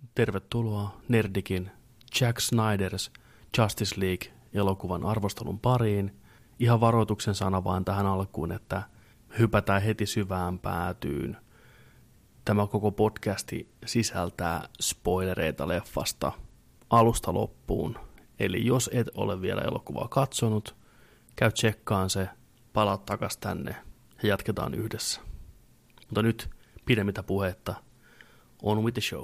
Tervetuloa Nerdikin Zack Snyder's Justice League-elokuvan arvostelun pariin. Ihan varoituksen sana vaan tähän alkuun, että hypätään heti syvään päätyyn. Tämä koko podcasti sisältää spoilereita leffasta alusta loppuun. Eli jos et ole vielä elokuvaa katsonut, käy tsekkaan se, palaa takas tänne ja jatketaan yhdessä. Mutta nyt pidemmittä puhetta, on with the show.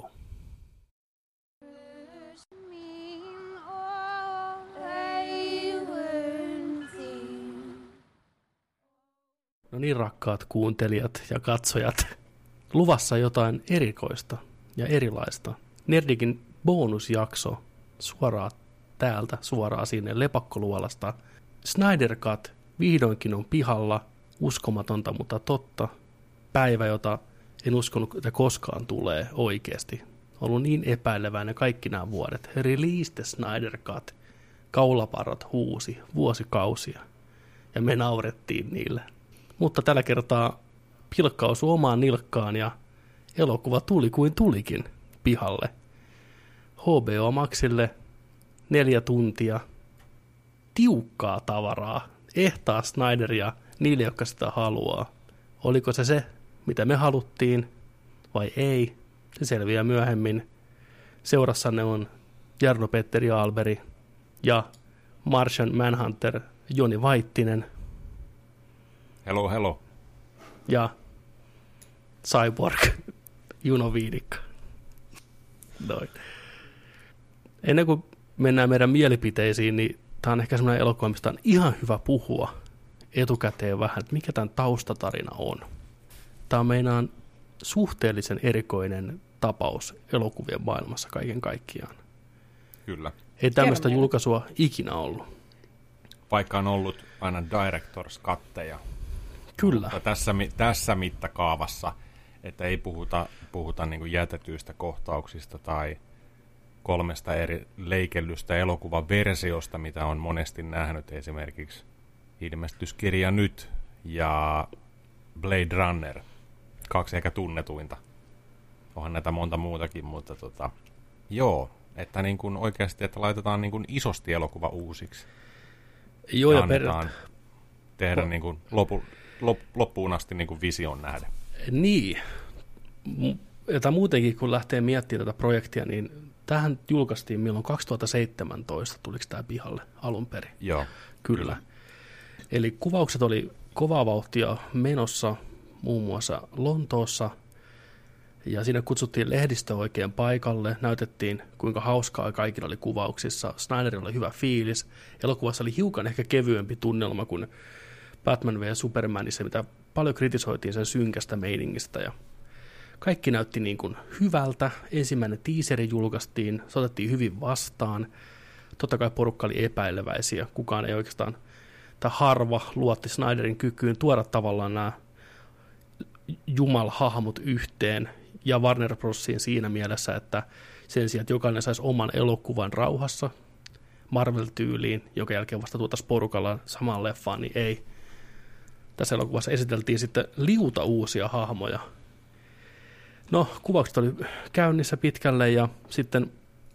No niin, rakkaat kuuntelijat ja katsojat, luvassa jotain erikoista ja erilaista. Nerdikin bonusjakso suoraan täältä, suoraan sinne lepakkoluolasta. Snyder Cut vihdoinkin on pihalla, uskomatonta, mutta totta. Päivä, jota en uskonut, että koskaan tulee oikeasti. Ollut niin epäileväinen kaikki nämä vuodet. Release the Snyder Cut. Kaulaparrat huusi vuosikausia. Ja me naurettiin niille. Mutta tällä kertaa pilkka osui omaan nilkkaan ja elokuva tuli kuin tulikin pihalle. HBO Maxille 4 tuntia. Tiukkaa tavaraa. Ehtaa Snyderia niille, jotka sitä haluaa. Oliko se, mitä me haluttiin vai ei? Se selviää myöhemmin. Seurassanne on Jarno-Petteri Alberi ja Martian Manhunter Joni Vaittinen. Hello, hello. Ja Cyborg Juno Viidikka. Noin. Ennen kuin mennään meidän mielipiteisiin, niin tämä on ehkä sellainen elokuva, mistä on ihan hyvä puhua etukäteen vähän, että mikä tämän taustatarina on. Tämä on meinaan suhteellisen erikoinen tapaus elokuvien maailmassa kaiken kaikkiaan. Kyllä. Ei tämmöistä julkaisua ikinä ollut. Vaikka on ollut aina director's cutteja. Kyllä. Mutta tässä mittakaavassa, että ei puhuta niin kuin jätetyistä kohtauksista tai 3 eri leikellystä elokuvan versiosta, mitä on monesti nähnyt, esimerkiksi Ilmestyskirja nyt ja Blade Runner, 2 ehkä tunnetuinta. Onhan näitä monta muutakin, mutta joo, että niin kuin oikeasti, että laitetaan niin kuin isosti elokuva uusiksi. Joo, ja annetaan tehdä niin kuin loppuun asti niin kuin vision nähdä. Niin, ja muutenkin kun lähtee miettimään tätä projektia, niin tähän julkaistiin milloin 2017, tuliko tämä pihalle alun perin? Joo. Kyllä. Eli kuvaukset oli kovaa vauhtia menossa muun muassa Lontoossa, ja siinä kutsuttiin lehdistö oikein paikalle, näytettiin kuinka hauskaa kaikilla oli kuvauksissa, Snyderilla oli hyvä fiilis, elokuvassa oli hiukan ehkä kevyempi tunnelma kuin Batman v Supermanissa, mitä paljon kritisoitiin sen synkästä meiningistä, ja kaikki näytti niin kuin hyvältä, ensimmäinen teaseri julkaistiin, se otettiin hyvin vastaan, totta kai porukka oli epäileväisiä, kukaan ei oikeastaan, tai harva luotti Snyderin kykyyn tuoda tavallaan nämä jumalhahmot yhteen, ja Warner Brosiin siinä mielessä, että sen sijaan, että jokainen saisi oman elokuvan rauhassa Marvel-tyyliin, joka jälkeen vasta tuotaisiin porukalla samaan leffaan, niin ei. Tässä elokuvassa esiteltiin sitten liuta uusia hahmoja. No, kuvaukset oli käynnissä pitkälle, ja sitten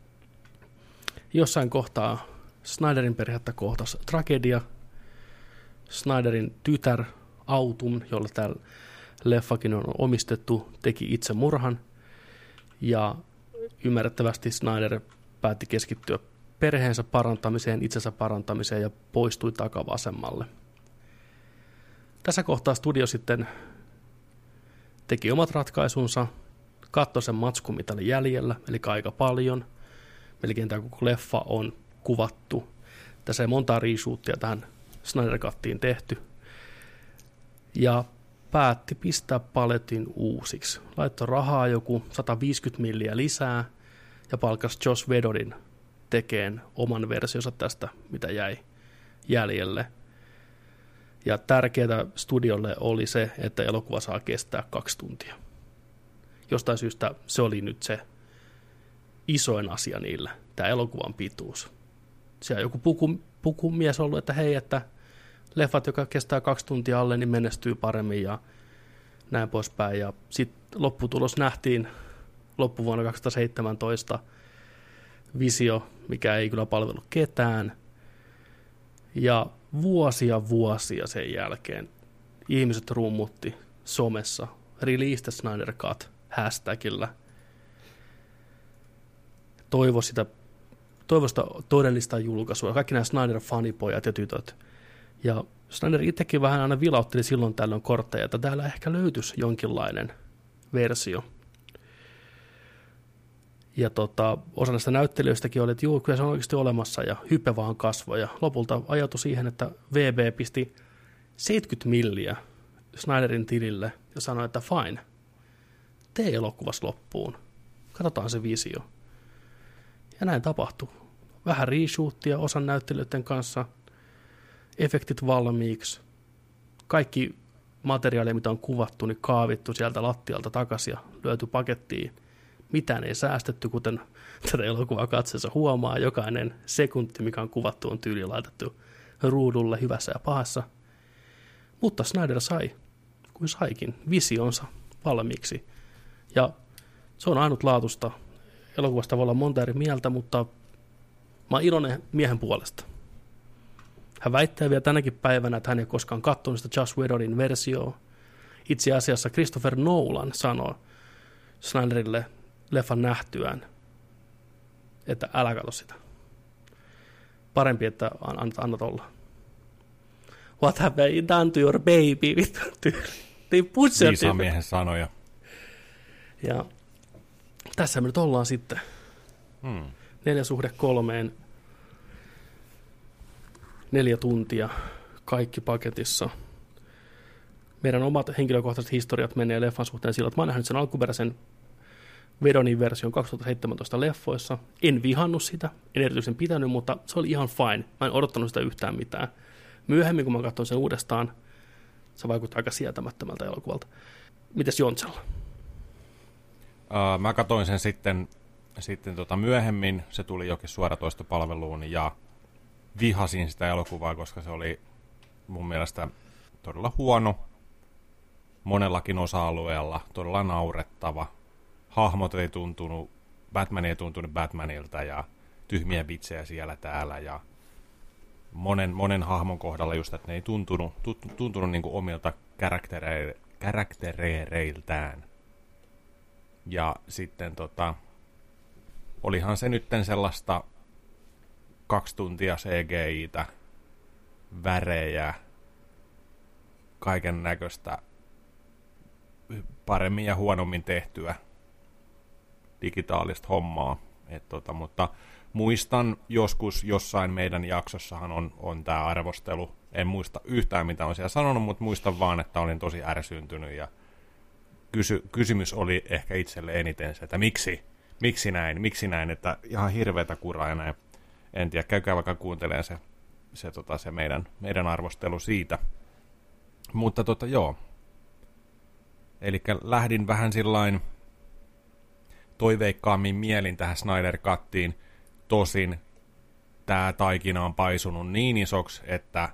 jossain kohtaa Snyderin perhettä kohtasi tragedia. Snyderin tytär Autumn, jolla täällä leffakin on omistettu, teki itse murhan, ja ymmärrettävästi Snyder päätti keskittyä perheensä parantamiseen, itsensä parantamiseen, ja poistui takavasemmalle. Tässä kohtaa studio sitten teki omat ratkaisunsa, katsoi sen matskun, mitä oli jäljellä, eli aika paljon. Melkein tämä koko leffa on kuvattu. Tässä ei montaa reshootia tähän Snyder Cuttiin tehty. Ja päätti pistää paletin uusiksi. Laittoi rahaa joku 150 milliä lisää ja palkasi Joss Whedon'in tekeen oman versionsa tästä, mitä jäi jäljelle. Ja tärkeää studiolle oli se, että elokuva saa kestää 2 tuntia. Jostain syystä se oli nyt se isoin asia niillä, tämä elokuvan pituus. Siellä on joku pukumies ollut, että hei, että leffat, joka kestää 2 tuntia alle, niin menestyy paremmin ja näin poispäin. Ja sitten lopputulos nähtiin loppuvuonna 2017 visio, mikä ei kyllä palvellut ketään. Ja vuosia sen jälkeen ihmiset rummutti somessa Release the Snyder Cut hashtagillä. Toivo sitä todellista julkaisua. Kaikki nämä Snyder-fanipojat ja tytöt. Ja Snyder itsekin vähän aina vilautteli silloin tällöin kortteja, että täällä ehkä löytyisi jonkinlainen versio. Ja osa näistä näyttelijöistäkin oli, että juu, kyllä se on oikeasti olemassa, ja hype vaan kasvoi. Ja lopulta ajautui siihen, että VB pisti 70 milliä Snyderin tilille ja sanoi, että fine, tee elokuvas loppuun. Katsotaan se visio. Ja näin tapahtui. Vähän reshootia osan näyttelijöiden kanssa, efektit valmiiksi, kaikki materiaali, mitä on kuvattu, niin kaavittu sieltä lattialta takaisin ja lyöty pakettiin. Mitään ei säästetty, kuten tätä elokuvaa katseessa huomaa. Jokainen sekunti, mikä on kuvattu, on tyyli laitettu ruudulle hyvässä ja pahassa. Mutta Snyder sai, kuin saikin, visionsa valmiiksi. Ja se on ainutlaatuista. Elokuvasta voi olla monta eri mieltä, mutta mä oon iloinen miehen puolesta. Hän väittää vielä tänäkin päivänä, että hän ei koskaan katsonut sitä Joss Whedonin versioa. Itse asiassa Christopher Nolan sanoi Snyderille leffan nähtyään, että älä katso sitä. Parempi, että annat olla. What have I done to your baby? Viisamiehen sanoja. Ja tässä me nyt ollaan sitten. 4:3. 4 tuntia, kaikki paketissa. Meidän omat henkilökohtaiset historiat menee leffan suhteen sillä, että mä oon nähnyt sen alkuperäisen Whedonin version 2017 leffoissa. En vihannut sitä, en erityisen pitänyt, mutta se oli ihan fine. Mä en odottanut sitä yhtään mitään. Myöhemmin, kun mä katsoin sen uudestaan, se vaikutti aika sietämättömältä elokuvalta. Mites Jontsella? Mä katsoin sen sitten myöhemmin. Se tuli jokin suoratoistopalveluun ja vihasin sitä elokuvaa, koska se oli mun mielestä todella huono monellakin osa-alueella, todella naurettava. Hahmot ei tuntunut, Batman ei tuntunut Batmanilta ja tyhmiä vitsejä siellä täällä ja monen hahmon kohdalla just, että ne ei tuntunut niin kuin omilta karaktereiltään. Ja sitten olihan se nytten sellaista 2 tuntia CGI-tä, värejä, kaiken näköistä paremmin ja huonommin tehtyä digitaalista hommaa. Mutta muistan joskus jossain meidän jaksossahan on tämä arvostelu. En muista yhtään mitä on siellä sanonut, mutta muistan vaan, että olin tosi ärsyntynyt ja kysymys oli ehkä itselle eniten se, että miksi näin, että ihan hirveätä kuraa ja näin. En tiedä, käykää vaikka kuuntelemaan se meidän arvostelu siitä. Mutta joo. Eli lähdin vähän sillain toiveikkaammin mielin tähän Snyder Cuttiin. Tosin tämä taikina on paisunut niin isoksi, että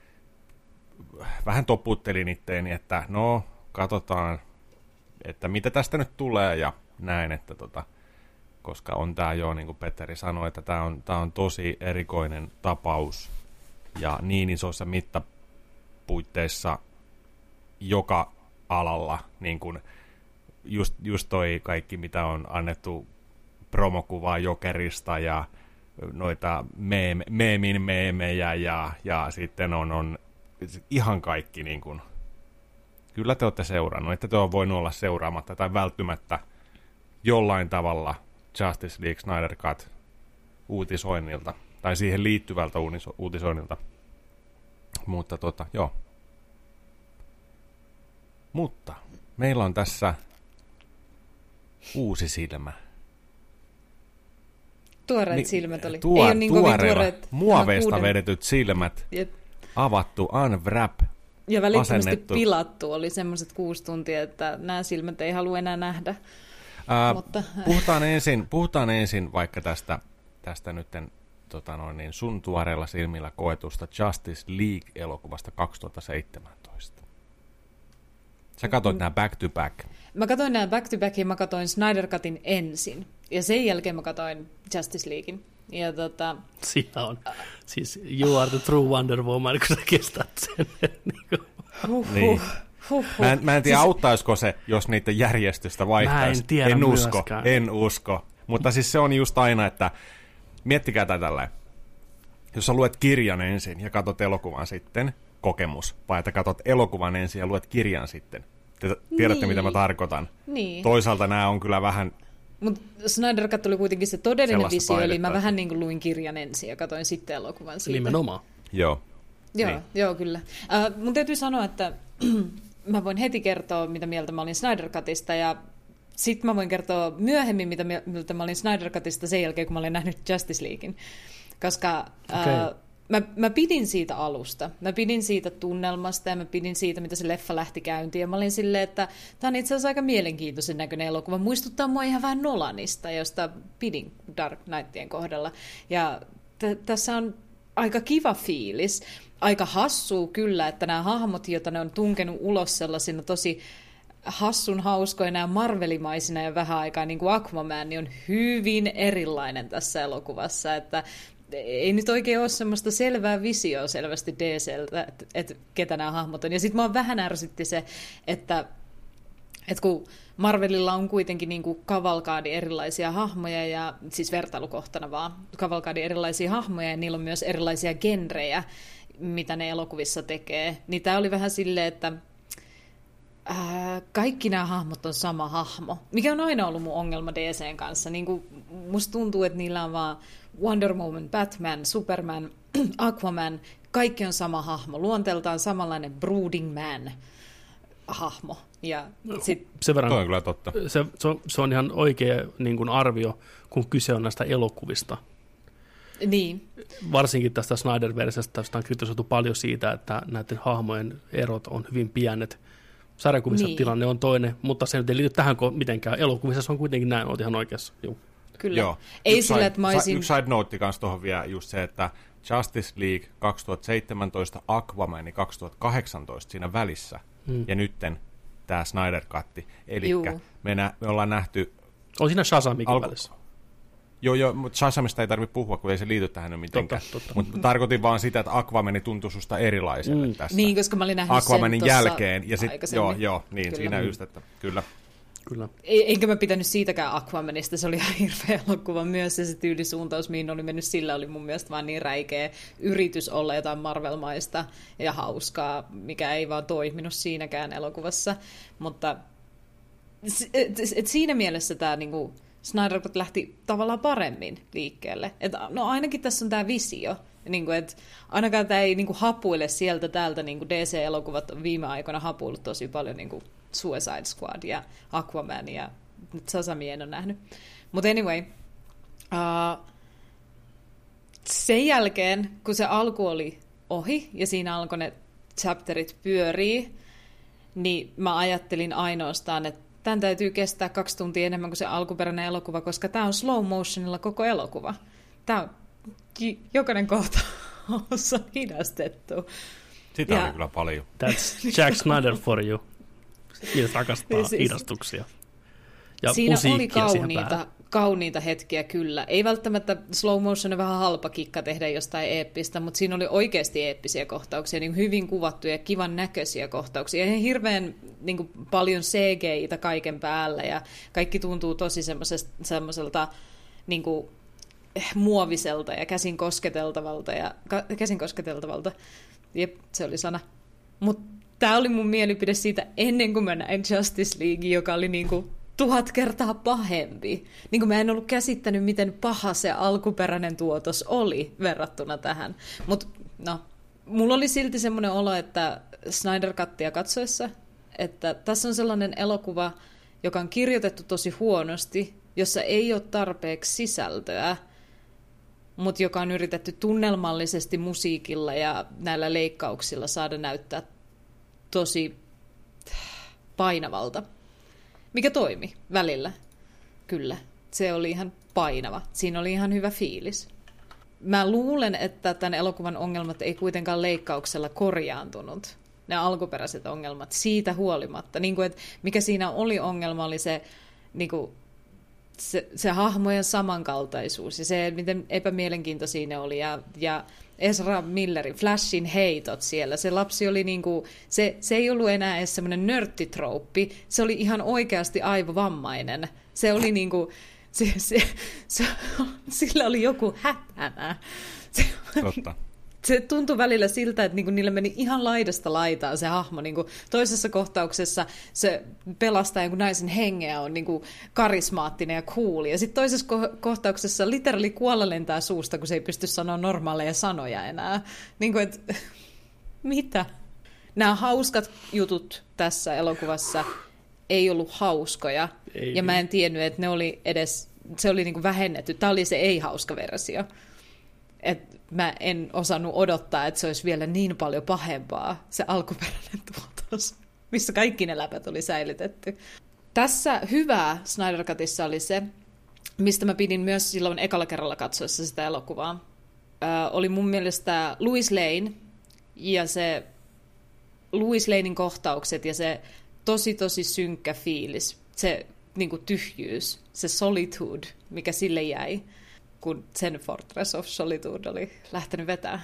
vähän toputtelin itteeni, että no, katsotaan, että mitä tästä nyt tulee ja näin, että koska on tämä jo, niin kuin Petteri sanoi, että tämä on tosi erikoinen tapaus ja niin isoissa mittapuitteissa joka alalla, niin kuin just toi kaikki, mitä on annettu promokuvaa Jokerista ja noita meemejä ja sitten on ihan kaikki niin kuin, kyllä te olette seurannut, että te on voinut olla seuraamatta tai välttymättä jollain tavalla Justice League Snyder Cut uutisoinnilta tai siihen liittyvältä uutisoinnilta. Mutta joo. Mutta meillä on tässä uusi silmä. Tuoreet silmät oli. Tuoreet, muoveista vedetyt silmät. Jep. Avattu, unwrap, ja välittömästi asennettu. Pilattu oli semmoiset 6 tuntia, että nämä silmät ei halua enää nähdä. Mutta puhutaan ensin vaikka tästä nytten sun tuoreilla silmillä koetusta Justice League-elokuvasta 2017. Sä katsoit nämä back to back. Mä katsoin nämä back to back ja mä katsoin Snyder Cutin ensin. Ja sen jälkeen mä katsoin Justice Leaguein. Ja siinä on. Siis you are the true Wonder Woman, kun sä kestät sen. Niin. Mä en tiedä, auttaisiko se, jos niiden järjestystä vaihtaisi. Mä en tiedä En usko. Mutta siis se on just aina, että miettikää tätä tälleen. Jos sä luet kirjan ensin ja katsot elokuvan sitten, kokemus. Vai että katsot elokuvan ensin ja luet kirjan sitten. Te tiedätte, mitä mä tarkoitan. Niin. Toisaalta nämä on kyllä vähän... Mutta Snyder Cut oli kuitenkin se todellinen visio, eli mä vähän niin kuin luin kirjan ensin ja katsoin sitten elokuvan siitä. Nimenomaan. Joo. Joo, kyllä. Mun täytyy sanoa, että mä voin heti kertoa, mitä mieltä mä olin Snyder Cutista, ja sitten mä voin kertoa myöhemmin, mitä mieltä mä olin Snyder Cutista sen jälkeen, kun mä olin nähnyt Justice Leaguein. Koska mä pidin siitä alusta, mä pidin siitä tunnelmasta ja mä pidin siitä, mitä se leffa lähti käyntiin. Ja mä olin silleen, että tää on itse asiassa aika mielenkiintoisen näköinen elokuva. Muistuttaa mua ihan vähän Nolanista, josta pidin Dark Knightien kohdalla. Ja tässä on aika kiva fiilis. Aika hassua kyllä, että nämä hahmot, joita ne on tunkenut ulos sellaisina tosi hassun hauskoina ja marvelimaisina ja vähän aikaa, niin kuin Aquaman, niin on hyvin erilainen tässä elokuvassa, että ei nyt oikein ole semmoista selvää visioa selvästi DC:ltä, että ketä nämä hahmot on. Ja sitten mua vähän ärsytti se, että kun Marvelilla on kuitenkin niin kuin kavalkaadi erilaisia hahmoja, ja siis vertailukohtana vaan kavalkaadi erilaisia hahmoja, ja niillä on myös erilaisia genrejä, mitä ne elokuvissa tekee. Niin tämä oli vähän silleen, että kaikki nämä hahmot on sama hahmo, mikä on aina ollut mun ongelma DC:n kanssa. Niin kuin musta tuntuu, että niillä on vaan Wonder Woman, Batman, Superman, Aquaman, kaikki on sama hahmo, luonteeltaan samanlainen brooding man hahmo. Ja sen verran, toi on kyllä totta. Se on ihan oikea niin kuin arvio, kun kyse on näistä elokuvista. Niin. Varsinkin tästä Snyder-versiosta on kritisoitu paljon siitä, että näiden hahmojen erot on hyvin pienet. Sarjakuvissa tilanne on toinen, mutta se ei liity tähän mitenkään. Elokuvissa se on kuitenkin näin, olet ihan oikeassa. Kyllä. Joo. Ei sillä, että mä olisin... Yksi side note kanssa tuohon vielä just se, että Justice League 2017, Aquaman 2018 siinä välissä, ja nytten tämä Snyder Cut. Eli me ollaan nähty... On siinä Shazamikin välissä. Joo, mutta Shazamista ei tarvitse puhua, kun ei se liity tähän mitenkään. Mutta tarkoitin vaan sitä, että Aquaman tuntui susta erilaiselle tässä. Niin, koska mä olin nähnyt Aquamanin sen jälkeen. Ja joo, niin, kyllä. Siinä just, että kyllä. Enkä mä pitänyt siitäkään Aquamanista, se oli ihan hirveä elokuva myös, ja se tyylisuuntaus, mihin oli mennyt sillä, oli mun mielestä vaan niin räikeä yritys olla jotain Marvel-maista ja hauskaa, mikä ei vaan toiminut siinäkään elokuvassa. Mutta siinä mielessä tämä niinku Snyder Cut lähti tavallaan paremmin liikkeelle. No ainakin tässä on tämä visio. Niin kuin, että ainakaan tämä ei niin kuin hapuile sieltä täältä, niin kuin DC-elokuvat on viime aikoina hapuillut tosi paljon, niin kuin Suicide Squad ja Aquaman ja Shazamia en ole nähnyt. Mutta anyway, sen jälkeen, kun se alku oli ohi ja siinä alkoi ne chapterit pyörii, niin mä ajattelin ainoastaan, että tämän täytyy kestää 2 tuntia enemmän kuin se alkuperäinen elokuva, koska tämä on slow motionilla koko elokuva. Tämä on jokainen kohtaus on hidastettu. Sitä oli kyllä paljon. That's Jack Snyder for you. Mies rakastaa hidastuksia. Ja siinä oli kauniita hetkiä kyllä. Ei välttämättä slow motion on vähän halpa kikka tehdä jostain eeppistä, mutta siinä oli oikeasti eeppisiä kohtauksia, niin hyvin kuvattuja ja kivan näköisiä kohtauksia. Ja hirveän niin kuin, paljon CGI-tä kaiken päällä ja kaikki tuntuu tosi semmoiselta niin kuin, muoviselta ja käsin kosketeltavalta. Jep, se oli sana. Mutta tämä oli mun mielipide siitä ennen kuin mä näin Justice League, joka oli niinku 1000 kertaa pahempi. Niinku mä en ollut käsittänyt, miten paha se alkuperäinen tuotos oli verrattuna tähän. Mutta no, mulla oli silti semmoinen olo, että Snyder Cuttia katsoessa, että tässä on sellainen elokuva, joka on kirjoitettu tosi huonosti, jossa ei ole tarpeeksi sisältöä, mutta joka on yritetty tunnelmallisesti musiikilla ja näillä leikkauksilla saada näyttää tosi painavalta. Mikä toimi välillä. Kyllä, se oli ihan painava. Siinä oli ihan hyvä fiilis. Mä luulen, että tämän elokuvan ongelmat ei kuitenkaan leikkauksella korjaantunut. ne alkuperäiset ongelmat siitä huolimatta. Niin kuin, että mikä siinä oli ongelma, oli se, niin kuin, se hahmojen samankaltaisuus ja se, miten epämielenkiintoisia ne oli. Ja Ezra Millerin Flashin heitot siellä. Se lapsi oli niinku, se ei ollut enää edes semmoinen nörttitrouppi, se oli ihan oikeasti aivovammainen. Se oli niinku, sillä oli joku hätänä. Totta. Se tuntui välillä siltä, että niinku niillä meni ihan laidasta laitaan se hahmo. Niinku toisessa kohtauksessa se pelastaa jonkun naisen hengeä, on niinku karismaattinen ja cool. Ja sitten toisessa kohtauksessa literally kuolla lentää suusta, kun se ei pysty sanoa normaaleja sanoja enää. Niinku, et, mitä? Nämä hauskat jutut tässä elokuvassa ei ollut hauskoja. Ja mä en tiennyt, että ne oli edes, se oli niinku vähennetty. Tämä oli se ei-hauska versio. Et mä en osannut odottaa, että se olisi vielä niin paljon pahempaa, se alkuperäinen tuotos, missä kaikki ne läpät oli säilytetty. Tässä hyvää Snyder Cutissa oli se, mistä mä pidin myös silloin ekalla kerralla katsoessa sitä elokuvaa. Oli mun mielestä Louis Lane ja se Louis Lanen kohtaukset ja se tosi synkkä fiilis, se niin kuin tyhjyys, se solitude, mikä sille jäi, kun sen Fortress of Solitude oli lähtenyt vetää.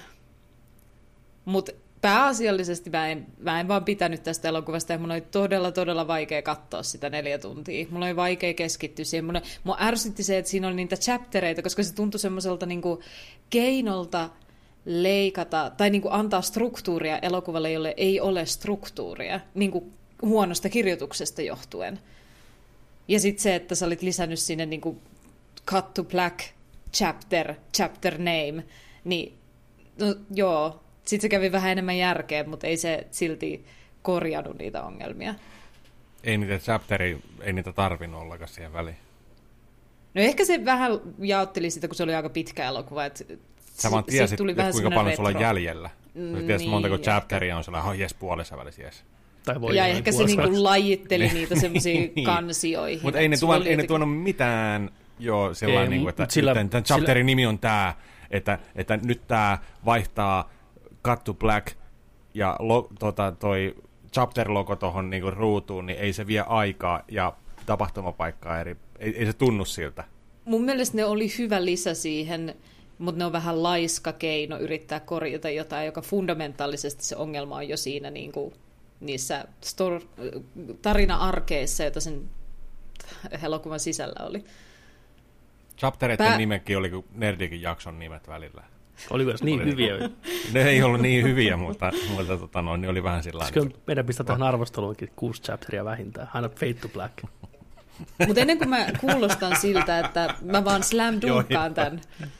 Mutta pääasiallisesti mä en vaan pitänyt tästä elokuvasta, ja mun oli todella vaikea katsoa sitä 4 tuntia. Mulla oli vaikea keskittyä siihen. Mua ärsytti se, että siinä oli niitä chaptereita, koska se tuntui semmoiselta niinku keinolta leikata, tai niinku antaa struktuuria elokuvalle, jolle ei ole struktuuria, niinku huonosta kirjoituksesta johtuen. Ja sitten se, että sä olit lisännyt sinne niinku cut to black chapter name, niin no, joo, sitten se kävi vähän enemmän järkeä, mutta ei se silti korjannut niitä ongelmia. Ei niitä chapteria, ei niitä tarvinnut ollenkaan siihen väliin. No ehkä se vähän jaotteli sitä, kun se oli aika pitkä elokuva. Sä vaan tiesit, kuinka paljon sulla on jäljellä. Tiesit, montako niin, chapteria on sellainen, jes puolessa välissä, jes. Ja ehkä se niinku lajitteli niitä semmoisia kansioihin. Mutta ei ne tuonut mitään. Joo, sellainen, niin kuin, että tämän chapterin nimi on tämä, että nyt tämä vaihtaa Cut to Black ja toi chapter-logo tuohon niin kuin ruutuun, niin ei se vie aikaa ja tapahtumapaikkaa ei se tunnu siltä. Mun mielestä ne oli hyvä lisä siihen, mutta ne on vähän laiska keino yrittää korjata jotain, joka fundamentaalisesti se ongelma on jo siinä niin kuin niissä tarina-arkeissa, joita sen elokuvan sisällä oli. Chaptereiden nimekin oli kuin Nerdikin jakson nimet välillä. Oli myös niin hyviä. Ne ei ollut niin hyviä, mutta ne oli vähän sillä tavalla. Meidän pistää tähän arvosteluunkin 6 chapteria vähintään. Aina Fade to Black. Mutta ennen kuin mä kuulostan siltä, että mä vaan slam dunkkaan tämän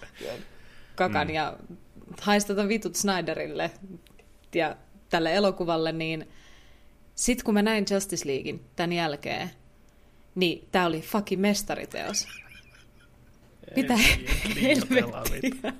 kakan ja haistatan vitut Snyderille ja tälle elokuvalle, niin sit kun mä näin Justice Leaguein tämän jälkeen, niin tää oli fucking mestariteos. Mitä helvettiä?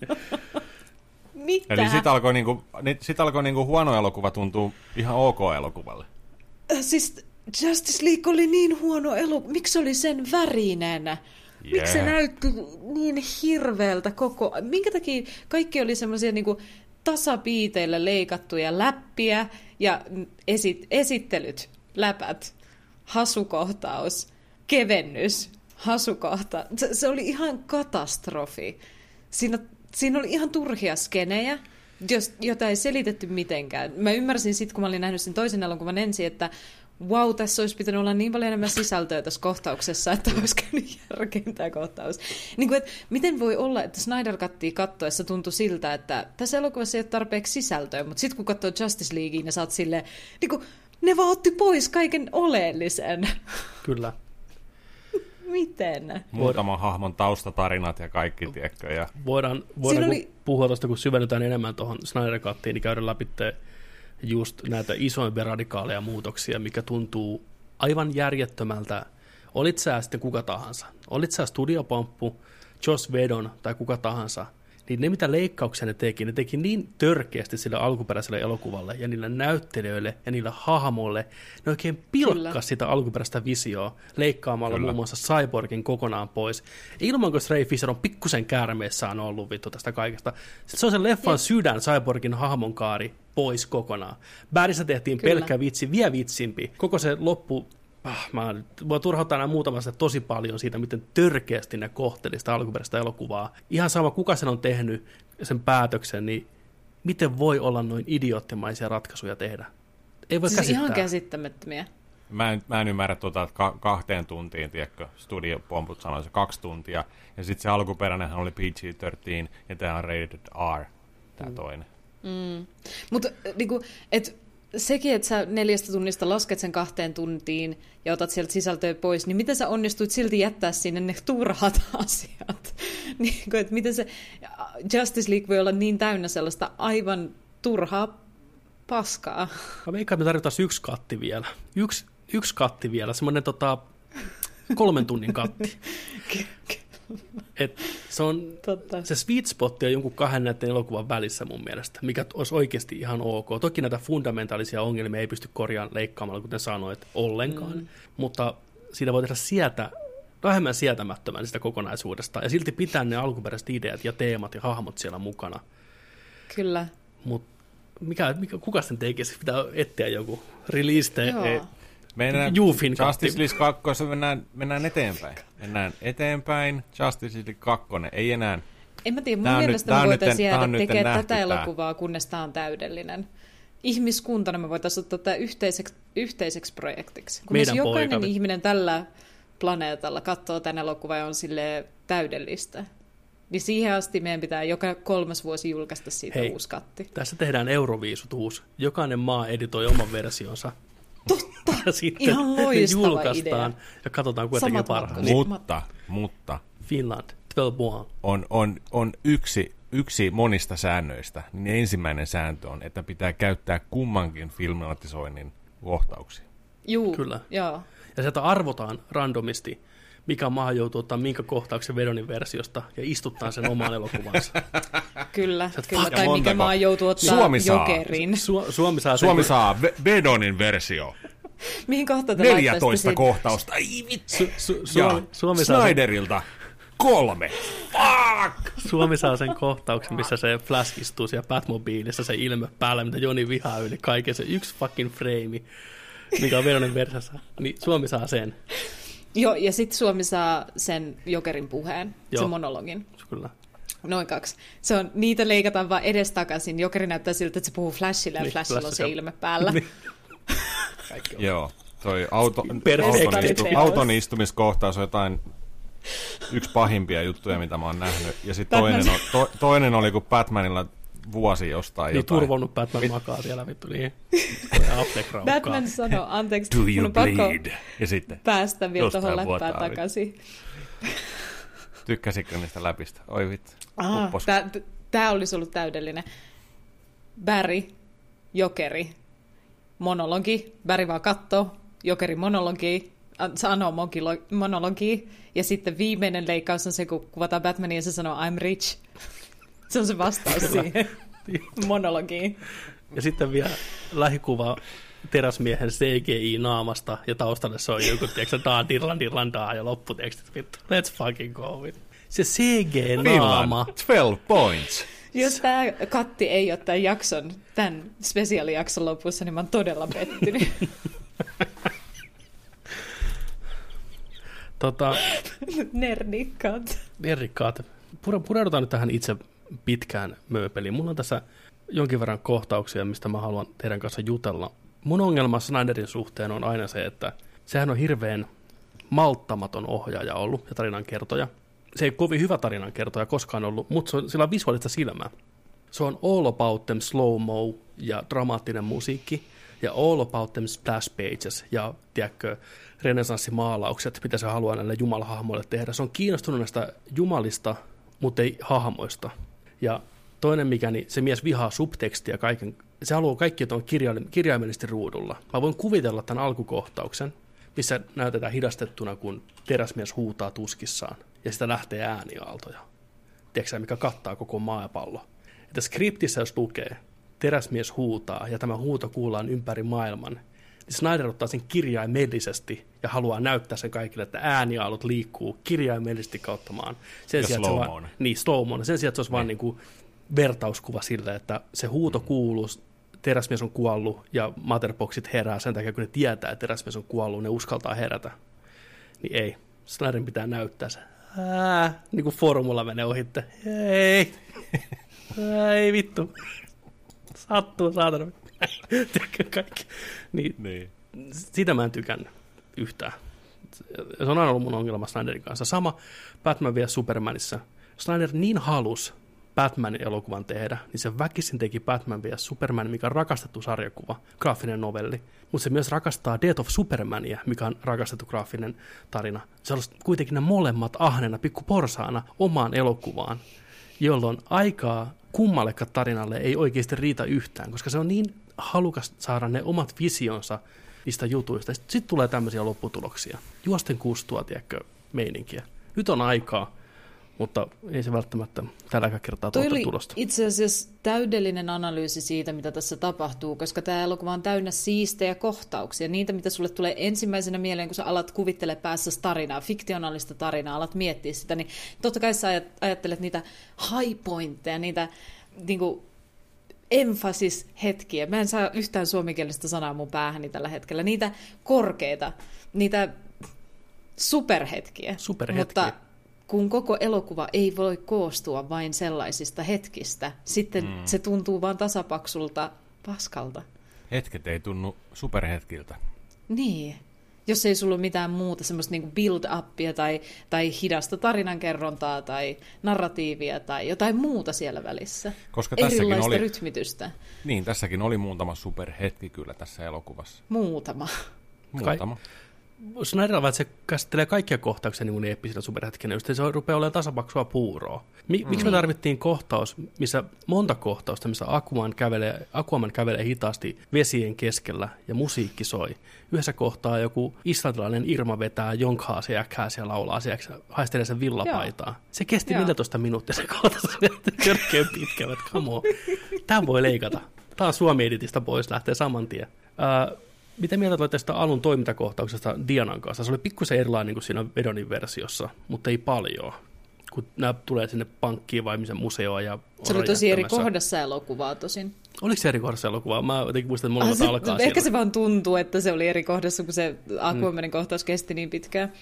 Mitä? Eli sit alkoi niinku huono elokuva tuntuu ihan ok elokuvalle. Siis Justice League oli niin huono elokuva. Miksi se oli sen värinen? Yeah. Miksi se näytti niin hirveältä koko... Minkä takia kaikki oli semmoisia niinku tasapiiteillä leikattuja läppiä ja esittelyt, läpät, hasukohtaus, kevennys, hasukohta. Se oli ihan katastrofi. Siinä oli ihan turhia skenejä, jota ei selitetty mitenkään. Mä ymmärsin sitten, kun mä olin nähnyt sen toisen elokuvan ensin, että wow, tässä olisi pitänyt olla niin paljon enemmän sisältöä tässä kohtauksessa, että olisi käynyt järkeen tämä kohtaus. Niin kuin, että miten voi olla, että Snyder Cuttia kattoessa tuntui siltä, että tässä elokuvassa ei ole tarpeeksi sisältöä, mutta sitten kun katsoo Justice Leaguea, niin sä oot silleen, niin kuin, ne vaan otti pois kaiken oleellisen. Kyllä. Miten? Muutaman hahmon taustatarinat ja kaikki, tiedätkö? Ja... Voidaan puhua tuosta, kun syvennytään enemmän tuohon Snyder Cuttiin, niin käydään läpi just näitä isoimpia radikaaleja muutoksia, mikä tuntuu aivan järjettömältä. Olit sä sitten kuka tahansa, olit sä studiopamppu, Joss Whedon tai kuka tahansa, niin ne mitä leikkauksia ne teki niin törkeästi sille alkuperäiselle elokuvalle ja niille näyttelijöille ja niille hahmoille, ne oikein pilkkas sitä alkuperäistä visioa leikkaamalla muun muassa Cyborgin kokonaan pois. Ilman, kun Ray Fisher on pikkusen käärmeissään ollut vittu tästä kaikesta. Se on sen leffan sydän, Cyborgin hahmon kaari, pois kokonaan. Bärissä tehtiin pelkkä vitsi, vielä vitsimpi. Koko se loppu, mä turhauttaa nämä muutamasta tosi paljon siitä, miten törkeästi ne kohteli sitä alkuperäistä elokuvaa. Ihan sama, kuka sen on tehnyt sen päätöksen, niin miten voi olla noin idioottimaisia ratkaisuja tehdä? Ei voi käsittää. Ihan käsittämättömiä. Mä en ymmärrä että 2 tuntiin, tiedätkö, studiopomput sanoisi 2 tuntia, ja sitten se alkuperäinenhän oli PG-13, ja tämä on rated R, tämä toinen. Mutta niinku, sekin, että sä 4 tunnista lasket sen 2 tuntiin ja otat sieltä sisältöä pois, niin miten sä onnistuit silti jättää sinne ne turhat asiat? Niin, että miten se Justice League voi olla niin täynnä sellaista aivan turhaa paskaa? Mä veikkaan, että me tarvitaan 1 katti vielä. Yksi katti vielä, semmoinen 3 tunnin katti. Se on se sweet spot on jonkun 2 näiden elokuvan välissä mun mielestä, mikä olisi oikeasti ihan ok. Toki näitä fundamentaalisia ongelmia ei pysty korjaamaan leikkaamalla, kuten sanoit, ollenkaan, mutta siitä voi tehdä sieltä vähemmän sietämättömän sitä kokonaisuudesta, ja silti pitää ne alkuperäiset ideat ja teemat ja hahmot siellä mukana. Kyllä. Mutta kuka sen tekisi? Pitää etsiä joku release. Mennään Justice League 2, mennään eteenpäin. Mennään eteenpäin, Justice League 2, ei enää. En mä tiedä, mun mielestä me voitaisiin jäädä tekemään tätä elokuvaa, kunnes tämä on täydellinen. Ihmiskuntana me voitaisiin ottaa tämä yhteiseksi projektiksi. Kunnes jokainen ihminen tällä planeetalla katsoo tämän elokuvan ja on silleen täydellistä. Niin siihen asti meidän pitää joka 3 vuosi julkaista siitä uusi katti. Tässä tehdään Euroviisut uusi. Jokainen maa editoi oman versionsa. Totta, ja sitten ihan loistava julkaistaan idea. Ja katsotaan kuitenkin parhaan. Mutta Finland, 12 on yksi monista säännöistä. Niin ensimmäinen sääntö on, että pitää käyttää kummankin filmatisoinnin kohtauksia. Juu, kyllä. Joo. Ja sieltä arvotaan randomisti, mikä maa joutuu ottaa minkä kohtauksen Vedonin versiosta ja istuttaa sen omaan elokuvansa. Kyllä. Tai mikä maa joutuu ottaa Jokerin. Suomi saa Vedonin versio. Mihin kohtaan te 14 kohtausta. Ai vitsi. Suomi saa Snyderilta 3. Fuck! Suomi saa sen kohtauksen, missä se Flash istuu siellä Batmobiilissa, se ilme päällä, mitä Joni vihaa yli kaiken. Se yksi fucking frame, mikä on Vedonin versiossa. Niin Suomi saa sen. Joo, ja sitten Suomi saa sen Jokerin puheen, sen monologin. Kyllä. Noin 2. Niitä leikataan vaan edestakaisin. Jokeri näyttää siltä, että se puhuu Flashille ja Flashilla on se ilme päällä. Joo, toi auton istumiskohtaus on jotain yksi pahimpia juttuja, mitä mä oon nähnyt. Ja sitten toinen oli, kun Batmanilla vuosi jostain jotain. Niin turvonnut Batman makaa siellä vittu niin. Batman sanoi, anteeksi, mun on pakko ja sitten päästä vielä tuohon läppään takaisin. Tykkäsitkö niistä läpistä? Oi vittu. Tämä olisi ollut täydellinen. Barry, Jokeri, monologi. Barry vaan katsoo, Jokeri monologi, sanoo monologi. Ja sitten viimeinen leikkaus on se, kun kuvataan Batmania ja se sanoo I'm rich. Se on se vastaus siihen monologiin. Ja sitten vielä lähikuva teräsmiehen CGI-naamasta, ja taustalle se on joku, tiedätkö, dirlandaa, ja lopputekstit, vittu, let's fucking go with. Se CG-naama. 12 points. Jos tämä katti ei ole tämän spesiaalijakson lopussa, niin mä oon todella pettynyt. Nerdikkaat. Pureudutaan nyt tähän itse pitkään mööpeliin. Mulla on tässä jonkin verran kohtauksia, mistä mä haluan teidän kanssa jutella. Mun ongelma Snyderin suhteen on aina se, että sehän on hirveän malttamaton ohjaaja ollut ja tarinankertoja. Se ei kovin hyvä tarinankertoja koskaan ollut, mutta sillä on visuaalista silmää. Se on all about them slow-mo ja dramaattinen musiikki ja all about them splash pages ja, tiedätkö, renesanssimaalaukset, mitä se haluaa näille jumalahahmoille tehdä. Se on kiinnostunut näistä jumalista, mutta ei hahmoista. Ja toinen mikä, niin se mies vihaa subtekstiä kaiken. Se haluaa kaikki, että on kirjaimellisesti ruudulla. Mä voin kuvitella tämän alkukohtauksen, missä näytetään hidastettuna, kun teräsmies huutaa tuskissaan. Ja sitä lähtee ääniaaltoja. tiedätkö, mikä kattaa koko maapallo. Että skriptissä jos lukee, teräsmies huutaa ja tämä huuto kuullaan ympäri maailman, niin Snyder ottaa sen kirjaimellisesti ja haluaa näyttää sen kaikille, että ääniaallot liikkuu kirjaimellisesti kautta maan. Sen sijaan, slow-mo. Niin, slow-mo. Sen sijaan, että se olisi vaan niin kuin vertauskuva sille, että se huuto kuuluu, teräsmies on kuollut ja Motherboxit herää sen takia, kun ne tietää, että teräsmies on kuollut, ne uskaltaa herätä. Niin ei. Snyderin pitää näyttää se. Niin kuin formula menee ohitte. Ei vittu. Sattuu, saatana. Tiedätkö kaikki? Niin. Sitä mä en tykännyt yhtään. Se on aina ollut mun ongelma Snyderin kanssa. Sama Batman vs Supermanissa. Snyder niin halusi Batmanin elokuvan tehdä, niin se väkisin teki Batman vs Superman, mikä on rakastettu sarjakuva, graafinen novelli. Mutta se myös rakastaa Death of Supermania, mikä on rakastettu graafinen tarina. Se olisi kuitenkin ne molemmat ahneena pikku porsaana omaan elokuvaan, jolloin aikaa kummallekaan tarinalle ei oikeasti riitä yhtään, koska se on niin halukas saada ne omat visionsa niistä jutuista. Sitten tulee tämmöisiä lopputuloksia. Juosten kustua, tiedätkö, meininkiä. Nyt on aikaa, mutta ei se välttämättä tälläkään kertaa tuota tulosta. Itse asiassa täydellinen analyysi siitä, mitä tässä tapahtuu, koska tämä elokuva on täynnä siistejä kohtauksia. Niitä, mitä sulle tulee ensimmäisenä mieleen, kun sä alat kuvittele päässä tarinaa, fiktionaalista tarinaa, alat miettiä sitä, niin totta kai sä ajattelet niitä high pointteja, niitä niinku emphasis-hetkiä. Mä en saa yhtään suomenkielistä sanaa mun päähäni tällä hetkellä. Niitä korkeita, niitä superhetkiä. Mutta kun koko elokuva ei voi koostua vain sellaisista hetkistä, sitten se tuntuu vaan tasapaksulta paskalta. Hetket ei tunnu superhetkiltä. Niin. Jos ei sulla ole mitään muuta semmoista niin kuin build-upia tai hidasta tarinankerrontaa tai narratiivia tai jotain muuta siellä välissä. Koska erilaista rytmitystä. Niin, tässäkin oli muutama superhetki kyllä tässä elokuvassa. Muutama. Snyder että se käsittelee kaikkia kohtauksia niin eeppisinä superhetkinä, just se rupeaa olemaan tasapaksua puuroa. Miksi me tarvittiin monta kohtausta, missä Aquaman kävelee hitaasti vesien keskellä ja musiikki soi. Yhdessä kohtaa joku islantilainen Irma vetää jonkhaa se äkkää ja laulaa se haistelee sen villapaitaa. Joo. Se kesti 14 minuuttia se kohtaus, törkeä pitkältä, come on. Tämä voi leikata. Tämä on Suomi-editistä pois, lähtee saman tien. Mitä mieltä olet tästä alun toimintakohtauksesta Dianan kanssa? Se oli pikkusen erilainen kuin siinä Vedonin versiossa, mutta ei paljon. Kun nämä tulee sinne pankkiin vai missä museoon. Ja se oli tosi eri kohdassa elokuvaa tosin. Oliko se eri kohdassa elokuvaa? Mä jotenkin muistan, että molemmat alkaa ehkä siellä. Se vaan tuntuu, että se oli eri kohdassa, kun se Aquamanin kohtaus kesti niin pitkään.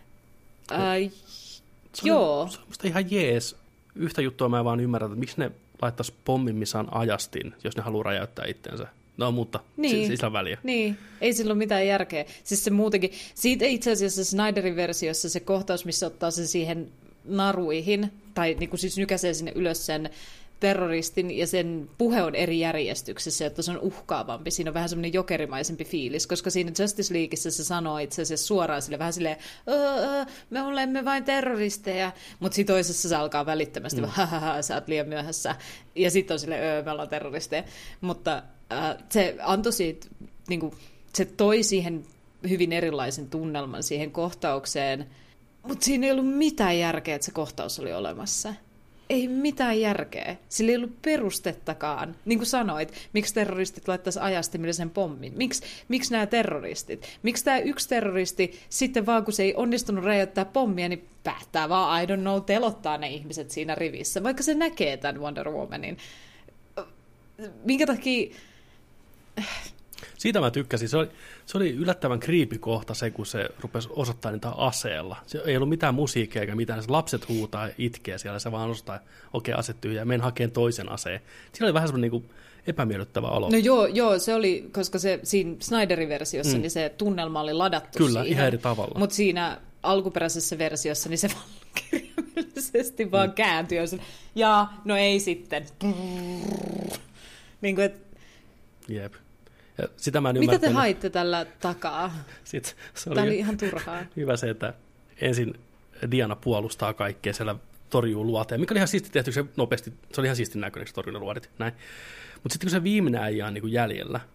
Joo. Se on musta ihan jees. Yhtä juttua mä vaan ymmärrän, että miksi ne laittaisi pommin, missä on ajastin, jos ne haluaa räjäyttää itsensä. No, mutta sillä on väliä. Niin, ei sillä ole mitään järkeä. Siis se muutenkin, siitä itse asiassa Snyderin versiossa se kohtaus, missä ottaa se siihen naruihin, tai niin kuin siis nykäisee sinne ylös sen terroristin, ja sen puhe on eri järjestyksessä, jotta se on uhkaavampi. Siinä on vähän semmoinen jokerimaisempi fiilis, koska siinä Justice Leagueissä se sanoo itse asiassa suoraan sille vähän silleen, me olemme vain terroristeja, mutta sitten toisessa se alkaa välittömästi, sä oot liian myöhässä, ja sitten on silleen, me ollaan terroristeja. Mutta se antoi siitä, niin kuin, se toi siihen hyvin erilaisen tunnelman siihen kohtaukseen, mutta siinä ei ollut mitään järkeä, että se kohtaus oli olemassa. Ei mitään järkeä. Sillä ei ollut perustettakaan. Niin kuin sanoit, miksi terroristit laittaisi ajastimille sen pommin? Miksi nämä terroristit? Miksi tämä yksi terroristi sitten vaan, kun se ei onnistunut räjäyttää pommia, niin päättää vaan, I don't know, telottaa ne ihmiset siinä rivissä, vaikka se näkee tämän Wonder Womanin. Minkä takia... Siitä mä tykkäsin. Se oli yllättävän creepy kohta se, kun se rupesi osoittaa niitä aseella. Se ei ollut mitään musiikkia eikä mitään. Se lapset huutaa ja itkee siellä. Se vaan osoittaa, okei, ase tyhjää, menen hakeen toisen aseen. Siinä oli vähän semmoinen niin epämiellyttävä olo. No joo, se oli, koska se siinä Snyderin versiossa niin se tunnelma oli ladattu kyllä, siihen. ihan eri tavalla. Mutta siinä alkuperäisessä versiossa niin se vaan kirjaimellisesti vaan kääntyy. Ja no ei sitten. Niin kuin, että... Jep. Ja sitä mä en mitä te haitte tällä takaa? Tämä oli ihan turhaa. Hyvä se, että ensin Diana puolustaa kaikkea, siellä torjuu luoteja, mikä oli ihan siisti tehty, se nopeasti, se oli ihan siistin näköinen, se torjuu luodit, näin. Mutta sitten kun se viimeinen äijä on niin kuin jäljellä,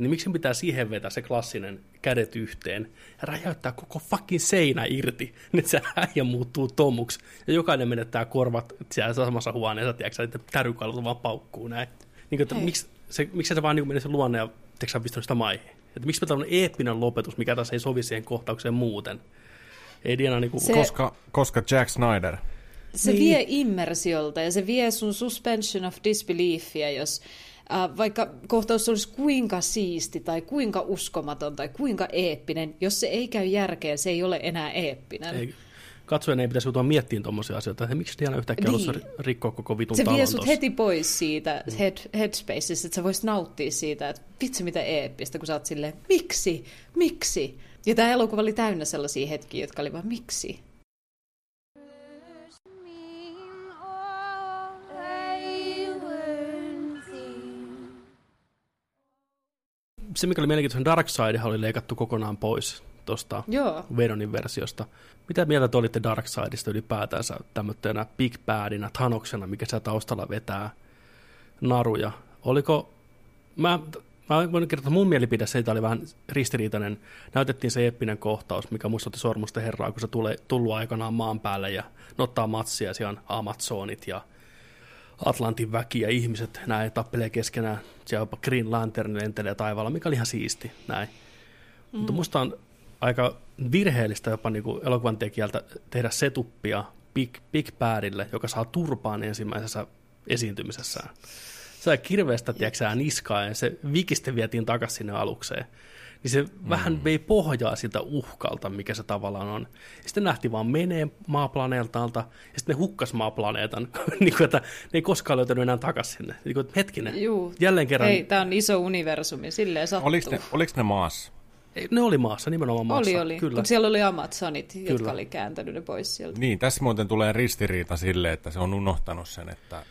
niin miksi pitää siihen vetää se klassinen kädet yhteen ja räjäyttää koko fucking seinä irti, niin se äijä muuttuu tommuksi ja jokainen menettää korvat siellä samassa huoneessa, tiedätkö, että tärykallut vaan paukkuu näin. Niin, että miksi se vaan niin menee se luonne ja tiedätkö, pistänyt sitä maihin? Että miksi tällainen eeppinen lopetus, mikä tässä ei sovi siihen kohtaukseen muuten? Ei Diana niin kuin... Koska Jack Snyder. Se vie immersiolta ja se vie sun suspension of disbeliefia, jos vaikka kohtaus olisi kuinka siisti tai kuinka uskomaton tai kuinka eeppinen, jos se ei käy järkeen, se ei ole enää eeppinen. Ei. Katsojen ei pitäisi joutua miettimään tuommoisia asioita, että miksi Diana yhtäkkiä haluaisi rikkoa koko vitun se talon vie sut tossa. heti pois siitä headspacesta, että sä voisit nauttia siitä, että vitsi mitä eeppistä, kun sä oot silleen, miksi? Ja tämä elokuva oli täynnä sellaisia hetkiä, jotka oli vaan miksi? Se, mikä oli mielenkiintoisen, Darkseid oli leikattu kokonaan pois tuosta Vedonin versiosta. Mitä mieltä te olitte Darkseidista ylipäätänsä tämmöisenä Big Badina, Thanoksena, mikä siellä taustalla vetää naruja? Oliko... Mä voin kertoa, että mun mielipide siitä oli vähän ristiriitainen. Näytettiin se eeppinen kohtaus, mikä muistutti Sormusten herraa, kun se tullut aikanaan maan päälle ja ottaa matsia, siellä on Amazonit ja Atlantin väki ja ihmiset näin tappelee keskenään. Siellä jopa Green Lantern lentelee taivaalla, mikä oli ihan siisti. Näin. Mutta musta on aika virheellistä jopa niin kuin elokuvan tekijältä tehdä setuppia Big Badille, joka saa turpaan ensimmäisessä esiintymisessään. Se kirveestä, tiedätkö, niskaa ja se vikiste vietiin takaisin sinne alukseen. Niin se vähän vei pohjaa siltä uhkalta, mikä se tavallaan on. Ja sitten nähtiin vaan menee maaplaneetalta, ja sitten ne hukkas maaplaneetan, niin kuin, että ne ei koskaan löytänyt enää takaisin sinne. Niin kuin, hetkinen, jälleen kerran... Ei, tämä on iso universumi, silleen sattuu. Oliko ne maassa? Ne oli maassa, nimenomaan maassa. Oli. Kyllä. Kun siellä oli Amazonit, jotka oli kääntänyt ne pois sieltä. Niin, tässä muuten tulee ristiriita sille, että se on unohtanut sen, että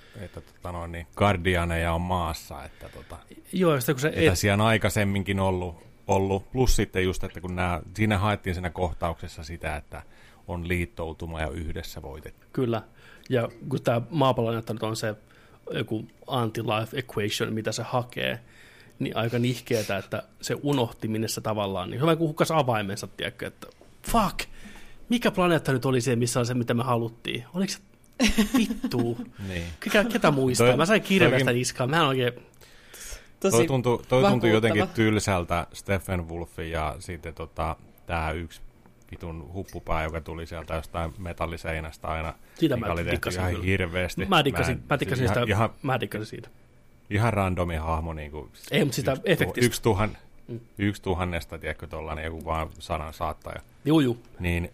Guardianeja on maassa. Että, Joo, sitä, kun se että siellä on aikaisemminkin ollut. Plus sitten just, että kun siinä haettiin siinä kohtauksessa sitä, että on liittoutuma ja yhdessä voitettu. Kyllä, ja kun tämä maapallon on se joku anti-life equation, mitä se hakee, niin aika nihkeetä, että se unohti minessä tavallaan. Niin hyvä, kun hukkas avaimensa, tiedätkö, että fuck, mikä planeetta nyt oli se, missä on se, mitä me haluttiin? Oliko se vittuu? Niin. Ketä muistaa? Mä sain kirvestä niskaa, mä en oikein... Toi tuntui jotenkin tylsältä Stephen Wolfin ja sitten tämä yksi vitun huppupää, joka tuli sieltä jostain metalliseinästä aina. Sitä mä tikkasin ihan hirveästi. Mä tikkasin siitä. Ihan randomi hahmo. Niin kuin ei, mutta sitä efektistä. Yksi tuhannesta, tiedätkö, tollainen joku vaan sanan saattaja. Juu. Niin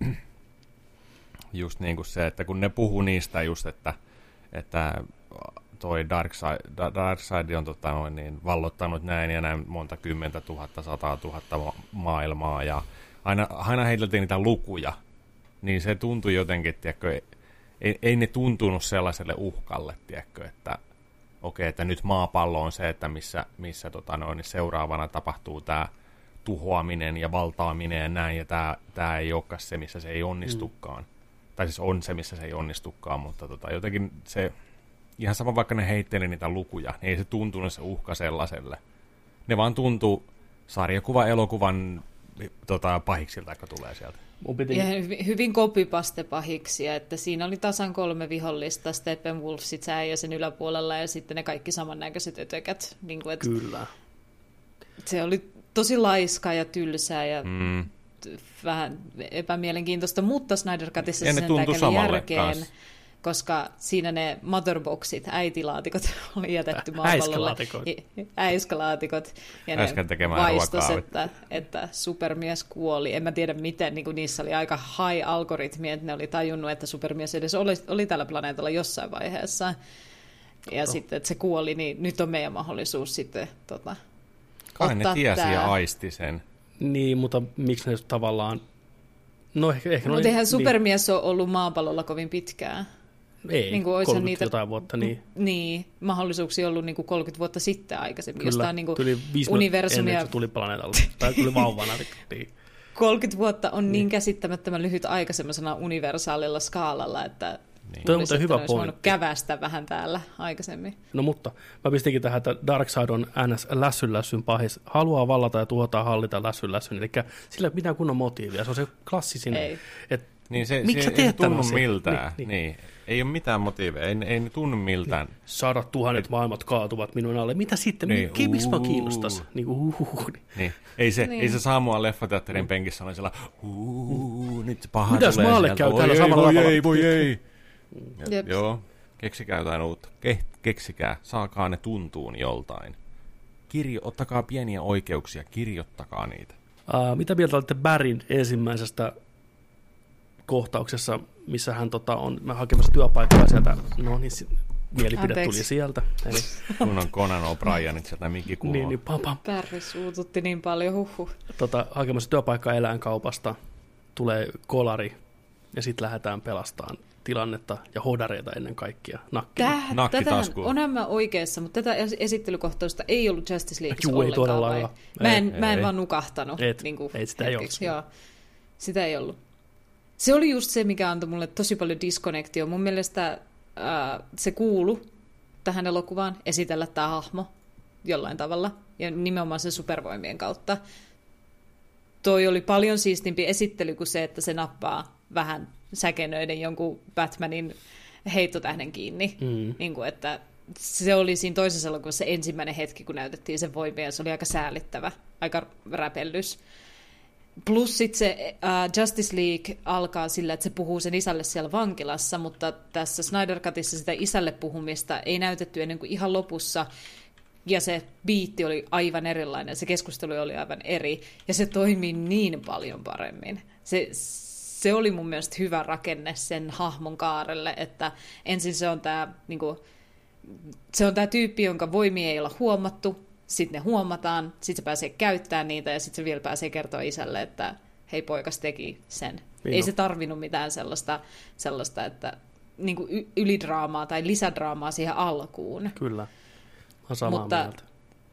just niin kuin se, että kun ne puhuu niistä just, että toi Darkseid on niin vallottanut näin ja näin monta 10 000, 100 000 maailmaa ja aina heiteltiin niitä lukuja, niin se tuntui jotenkin, tiedätkö, ei ne tuntunut sellaiselle uhkalle, tiedätkö, että okei, että nyt maapallo on se, että missä niin seuraavana tapahtuu tämä tuhoaminen ja valtaaminen ja näin, ja tämä ei olekaan se, missä se ei onnistukaan. Tai siis on se, missä se ei onnistukaan, mutta jotenkin se, ihan sama vaikka ne heitteli niitä lukuja, niin ei se tuntunut se uhka sellaiselle. Ne vaan tuntuu sarjakuva-elokuvan pahiksilta, jotka tulee sieltä. Ja hyvin copypaste pahiksia, että siinä oli tasan 3 vihollista, Steppenwolf, sit sä ja sen yläpuolella, ja sitten ne kaikki samannäköiset ötökät. Niin kuin, kyllä. Se oli tosi laiskaa ja tylsää ja vähän epämielenkiintoista, mutta Snyder Cutissa se sentään kävi järkeen. Koska siinä ne motherboxit, äitilaatikot oli jätetty maapallolle. Äiskalaatikot. Ja ne vaistos, että supermies kuoli. En mä tiedä miten, niin niissä oli aika high algoritmi, että ne oli tajunnut, että supermies edes oli tällä planeetalla jossain vaiheessa. Ja sitten, että se kuoli, niin nyt on meidän mahdollisuus sitten kai ne tiesi ja aisti sen. Niin, mutta miksi ne tavallaan... No ehkä mutta eihän supermies ole ollut maapallolla kovin pitkään. Ei, niin 30 niitä, jotain vuotta, niin. Niin, mahdollisuuksia ollut niin kuin 30 vuotta sitten aikaisemmin. Kyllä, jostain niin tuli 5 ennen kuin tuli planeetalle, tai tuli vauvana. Niin. 30 vuotta on niin käsittämättömän lyhyt aika semmoisena universaalilla skaalalla, että Niin. Toi on muuten hyvä olisi voinut pointti. kävästä vähän täällä aikaisemmin. No mutta mä pistinkin tähän, että Darkseid on NS lässyn pahis, haluaa vallata ja tuhota hallita lässyn, eli sillä ei ole mitään kunnon motiivia, se on se klassisin, että Niin miksi sä ei teet se tunnu tällaisen? miltään. Niin. Niin. Ei ole mitään motiiveja, ei ne tunnu miltään. 100 000 maailmat kaatuvat minun alle, mitä sitten, Niin, miksi mä kiinnostais? Niin, Niin. Ei se saa mua leffateatterin penkissä olla sellainen, nyt se paha mitäs tulee maalle sieltä. käy täällä samalla tavalla? Voi ei. Jep. Joo, keksikää jotain uutta. Keksikää, saakaa ne tuntuun joltain. Ottakaa pieniä oikeuksia, kirjoittakaa niitä. Mitä mieltä olette Barryn ensimmäisestä kohtauksessa, missä hän on hakemassa työpaikkaa sieltä, no niin, mielipide tuli sieltä. Eli, kun on Conan O'Brienit sieltä mikki kuuluu. niin, pam. Pärri suututti niin paljon, huhhuh. Hakemassa työpaikkaa eläinkaupasta, tulee kolari ja sitten lähdetään pelastamaan tilannetta ja hodareita ennen kaikkia. Nakkitaskuun. Onhan mä oikeassa, mutta tätä esittelykohtausta ei ollut Justice Leagueissa Juu, ei ollenkaan. todellakaan. Mä en vaan nukahtanut. Ei sitä ei ollut. Joo, sitä ei ollut. Se oli just se, mikä antoi mulle tosi paljon disconnectio. Mun mielestä se kuului tähän elokuvaan esitellä tämä hahmo jollain tavalla, ja nimenomaan sen supervoimien kautta. Toi oli paljon siistimpi esittely kuin se, että se nappaa vähän säkenöiden jonkun Batmanin heittotähden kiinni. Niin kuin, että se oli siinä toisessa elokuvassa se ensimmäinen hetki, kun näytettiin sen voimia, ja se oli aika säällittävä, aika räpellys. Plus sitten se Justice League alkaa sillä, että se puhuu sen isälle siellä vankilassa, mutta tässä Snyder Cutissa sitä isälle puhumista ei näytetty ennen kuin ihan lopussa, ja se biitti oli aivan erilainen, se keskustelu oli aivan eri, ja se toimii niin paljon paremmin. Se oli mun mielestä hyvä rakenne sen hahmon kaarelle, että ensin se on tämä tyyppi, jonka voimia ei olla huomattu, sitten ne huomataan, sitten se pääsee käyttämään niitä, ja sitten se vielä pääsee kertoa isälle, että hei, poikas teki sen. Ei se tarvinnut mitään sellaista että niin kuin ylidraamaa tai lisädraamaa siihen alkuun. Kyllä, mä samaa mieltä.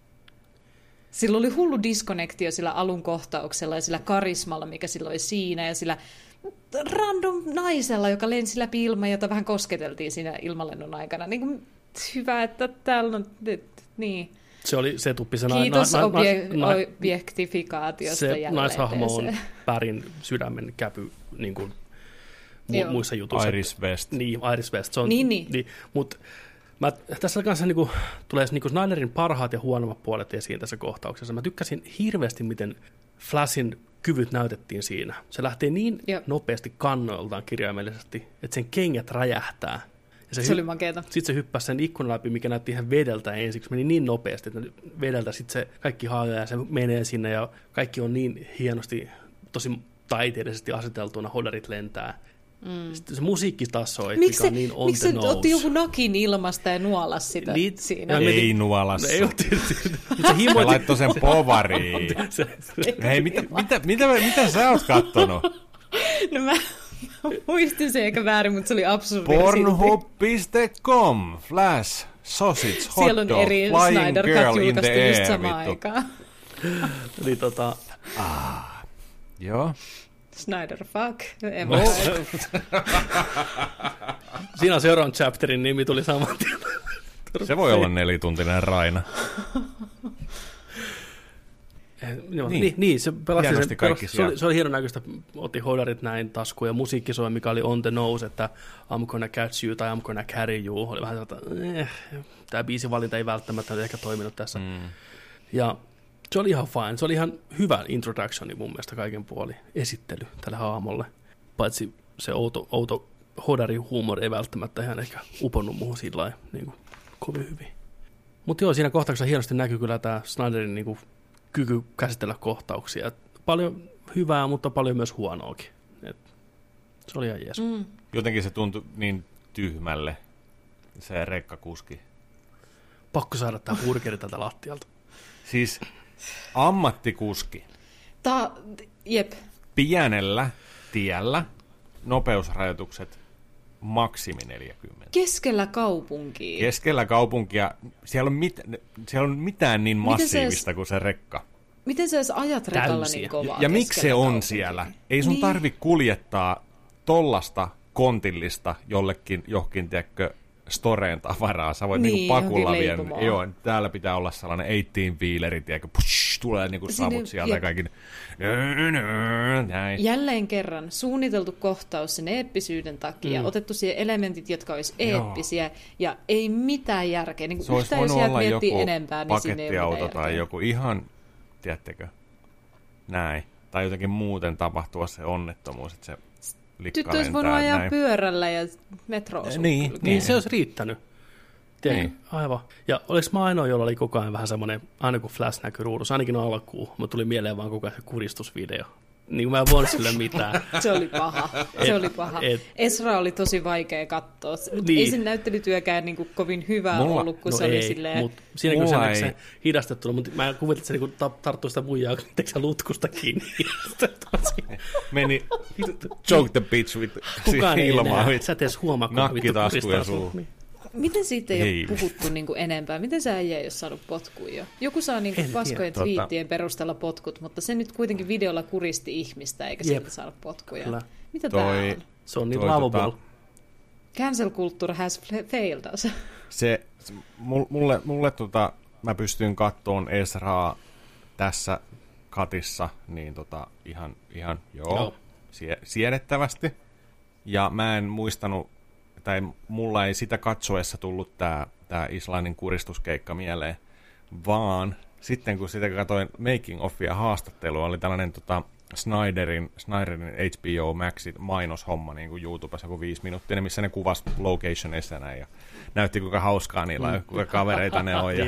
Sillä oli hullu diskonnektio sillä alun kohtauksella ja sillä karismalla, mikä sillä oli siinä, ja sillä random naisella, joka lensi läpi ilman, jota vähän kosketeltiin siinä ilmalennon aikana. Niin kuin, hyvä, että täällä on... Niin. Se tuppi se kiitos objektifikaatiosta se jälleen. naishahmo on Barryn sydämen käpy niin kuin muissa jutuissa. Iris West. Niin, Iris West. Se on, niin. Mutta tässä kanssa tulee Snyderin parhaat ja huonommat puolet esiin tässä kohtauksessa. Mä tykkäsin hirveästi, miten Flashin kyvyt näytettiin siinä. Se lähtee niin nopeasti kannoiltaan kirjaimellisesti, että sen kengät räjähtää. Se oli makeeta. Sitten se hyppäsi sen ikkunan läpi, mikä näytti ihan vedeltä ensiksi. Meni niin nopeasti, että vedeltä sitten se kaikki haajaa ja se menee sinne ja kaikki on niin hienosti, tosi taiteellisesti aseteltuna, hodarit lentää. Sitten se musiikki taas soi, mikä on niin on the nose. Miksi se otti joku nakin ilmasta ja nuolas sitä siinä? Ei nuolassa. Ei otti. Se laittoi sen povariin. Hei, mitä sä oot kattonut? No mä muistin se eikä väärin, mutta se oli absurdi. Pornhub.com, Flash, Sausage, Hot Dog, Flying Girl in the Air, vittu. Eli Joo. Snyder fuck. Siinä on seuraavan chapterin nimi, tuli saman tien. Se voi olla 4-tuntinen Raina. Niin, se pelasti sen. Se oli hienon näköistä, otti hodarit näin taskuun ja musiikki soi, mikä oli on the nose, että I'm gonna catch you tai I'm gonna carry you. Oli vähän sellaista, tämä biisivalinta ei välttämättä ehkä toiminut tässä. Ja se oli ihan fine. Se oli ihan hyvä introductioni mun mielestä kaiken puoli esittely tälle haamolle. Paitsi se outo hodari-huumori ei välttämättä ihan ehkä uponnut muuhun sillä lailla niin kovin hyvin. Mutta joo, siinä kohtauksessa hienosti näkyy kyllä tämä Snyderin niin kuin kyky käsitellä kohtauksia. Paljon hyvää, mutta paljon myös huonoakin. Se oli ihan jees. Jotenkin se tuntui niin tyhmälle, se rekkakuski. Pakko saada tämä burgeri tältä lattialta. Siis ammattikuski. Jep. Pienellä tiellä, nopeusrajoitukset maksimi 40. Keskellä kaupunkia. Keskellä kaupunkia. Siellä on mitään niin massiivista kuin se rekka. Miten sä edes ajat rekalla niin kovaa? Ja miksi se on siellä? Ei sun tarvi kuljettaa tollasta kontillista johonkin, tiedätkö, storeen tavaraa. Sä voit Niin, niinku pakulla johonkin vielä. leipomoon. Joo, täällä pitää olla sellainen 18-wheeleri, tiedätkö, push, tulee niinku savut sieltä ja kaikki. Näin. Jälleen kerran suunniteltu kohtaus sen eeppisyyden takia, otettu siihen elementit, jotka olisi eeppisiä, ja ei mitään järkeä. Niin Se olisi yhtään jos voinut jäät olla miettiä joku enempää, niin siinä ei ole pakettiauto mitään tai järkeä. joku ihan, tiedättekö, näin. Tai jotenkin muuten tapahtua se onnettomuus, että se likka Tyttö olisi lentää voinut ajaa näin. pyörällä ja metro osuu Niin. kylkeen. Niin se olisi riittänyt. Tiedätkö? Niin. Aivan. Ja oliko mä ainoa, jolla oli koko ajan vähän semmoinen, aina kun Flash näkyi ruudussa, ainakin alkuun, mutta tuli mieleen vaan koko ajan se kuristusvideo. Niin kuin mä en voinut sille mitään. Se oli paha. Se oli paha. Ezra oli tosi vaikea katsoa. Niin. Ei sen näyttelytyökään niin kuin kovin hyvä ollut, kun se oli silleen... mutta siinä kun Mulla se ei. hidastettuna, mutta mä kuvittelin, että se niin tarttui sitä muijaa, kun se lutkusta kiinni. Meni choke the bitch with Kukaan ei ilmaa. enää. Sä et edes huomaa, kun Nakkitasku vittu ja kuristaa suu. sut. Niin. Miten siitä ei Ei. ole puhuttu niin kuin enempää? Miten sä äijä ei ole saanut potkuja? Joku saa niin kuin En paskojen tiedä. twiittien perusteella potkut, mutta se nyt kuitenkin videolla kuristi ihmistä, eikä sieltä saanut potkuja. Kyllä. Mitä Toi- tää on? Se on niin Toi lovable. Cancel culture has failed us. Mulle mä pystyin kattoon Ezraa tässä katissa niin ihan Joo. siedettävästi. Ja mä en muistanut, tai mulla ei sitä katsoessa tullut tää Islannin kuristuskeikka mieleen, vaan sitten kun sitä katsoin making offia haastattelua, oli tällainen Snyderin HBO Maxin mainoshomma niin kuin YouTubessa joku 5 minuuttia, missä ne kuvasi locationissa näin ja näytti kuinka hauskaa niillä on, kuinka kavereita ne on.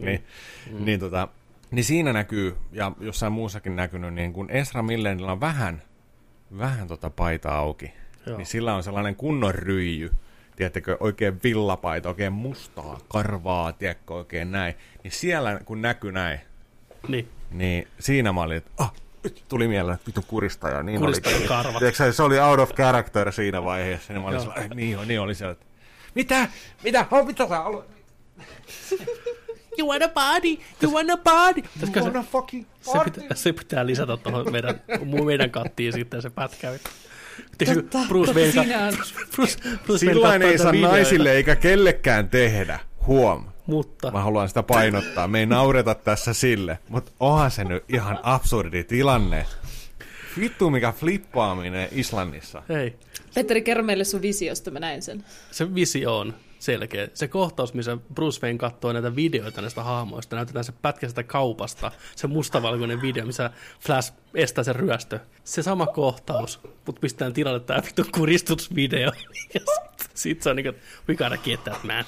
Niin siinä näkyy, ja jossain muussakin näkynyt, niin kun Ezra Millerillä on vähän paita auki, Joo. niin sillä on sellainen kunnon ryijy, tiedättekö, oikein villapaita, oikein mustaa karvaa, tiedätkö, oikein näin. Niin siellä, kun näkyy näin, niin siinä mä olin, että tuli mieleen, että vittu kuristaja. Niin Kuristajan karvat. Tiedätkö, se oli out of character siinä vaiheessa. Niin mä olin sellainen, niin oli se, että mitä? Mitä sä haluat? You want a party? You want a party? You want a fucking party? Se pitää lisätä tuohon meidän kattiin sitten se pätkä. Totta, Bruce Wayne Sillain ei saa naisille eikä kellekään tehdä. Huom. Mutta Mä haluan sitä painottaa. Me ei naureta tässä sille. Mutta onhan se nyt ihan absurdi tilanne. Vittu mikä flippaaminen Islannissa. hei, Petteri, kerro meille sun visiosta, mä näin sen. se visio on selkeä. Se kohtaus, missä Bruce Wayne katsoo näitä videoita näistä hahmoista, näytetään se pätkä sitä kaupasta, se mustavalkoinen video, missä Flash estää sen ryöstö. Se sama kohtaus, mutta pistetään tilalle tää vittu kuristusvideo. Ja sit se on niinku, we gotta get that man.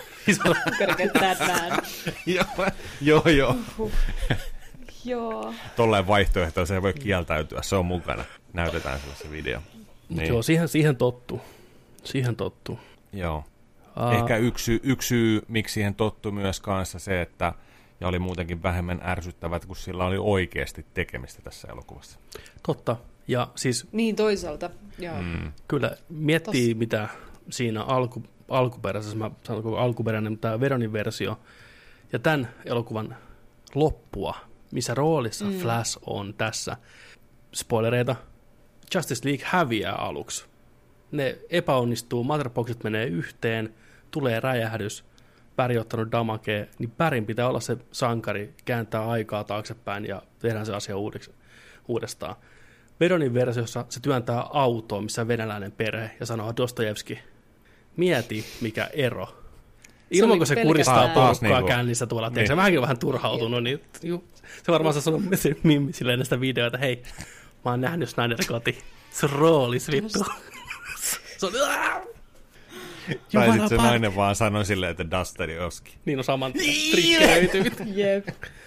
Joo. Joo. Tolleen vaihtoehtoja se ei voi kieltäytyä. Se on mukana. Näytetään sille se video. Niin. Joo, siihen tottuu. Joo. Ehkä yksi syy, miksi siihen tottui myös kanssa se, että ja oli muutenkin vähemmän ärsyttävät, kun sillä oli oikeasti tekemistä tässä elokuvassa. Totta. Ja siis Niin toisaalta, joo. kyllä miettii, mitä siinä alkuperäisessä, mä sanon koko alkuperäinen, tämä Veronin versio, ja tämän elokuvan loppua, missä roolissa Flash on tässä. Spoilereita. Justice League häviää aluksi. Ne epäonnistuu, Motherboxit menee yhteen, tulee räjähdys, Barry on ottanut damakea, niin Barryn pitää olla se sankari, kääntää aikaa taaksepäin ja tehdään se asia uudestaan. Veronin versiossa se työntää autoon, missä on venäläinen perhe, ja sanoo Dostojevski, mieti mikä ero. Ilman kun se kuristaa pelkästään porukkaa niinku kännissä tuolla, niin. Se vähänkin vähän turhautunut, niin se varmaan se sanoo Mimmi silleen näistä videoita, hei, mä oon nähnyt Snyder koti, se roolis vittu. Se on, Tai sitten se nainen vaan sanoi silleen, että Dostojevski. niin on saman triggeröitynyt. Jep.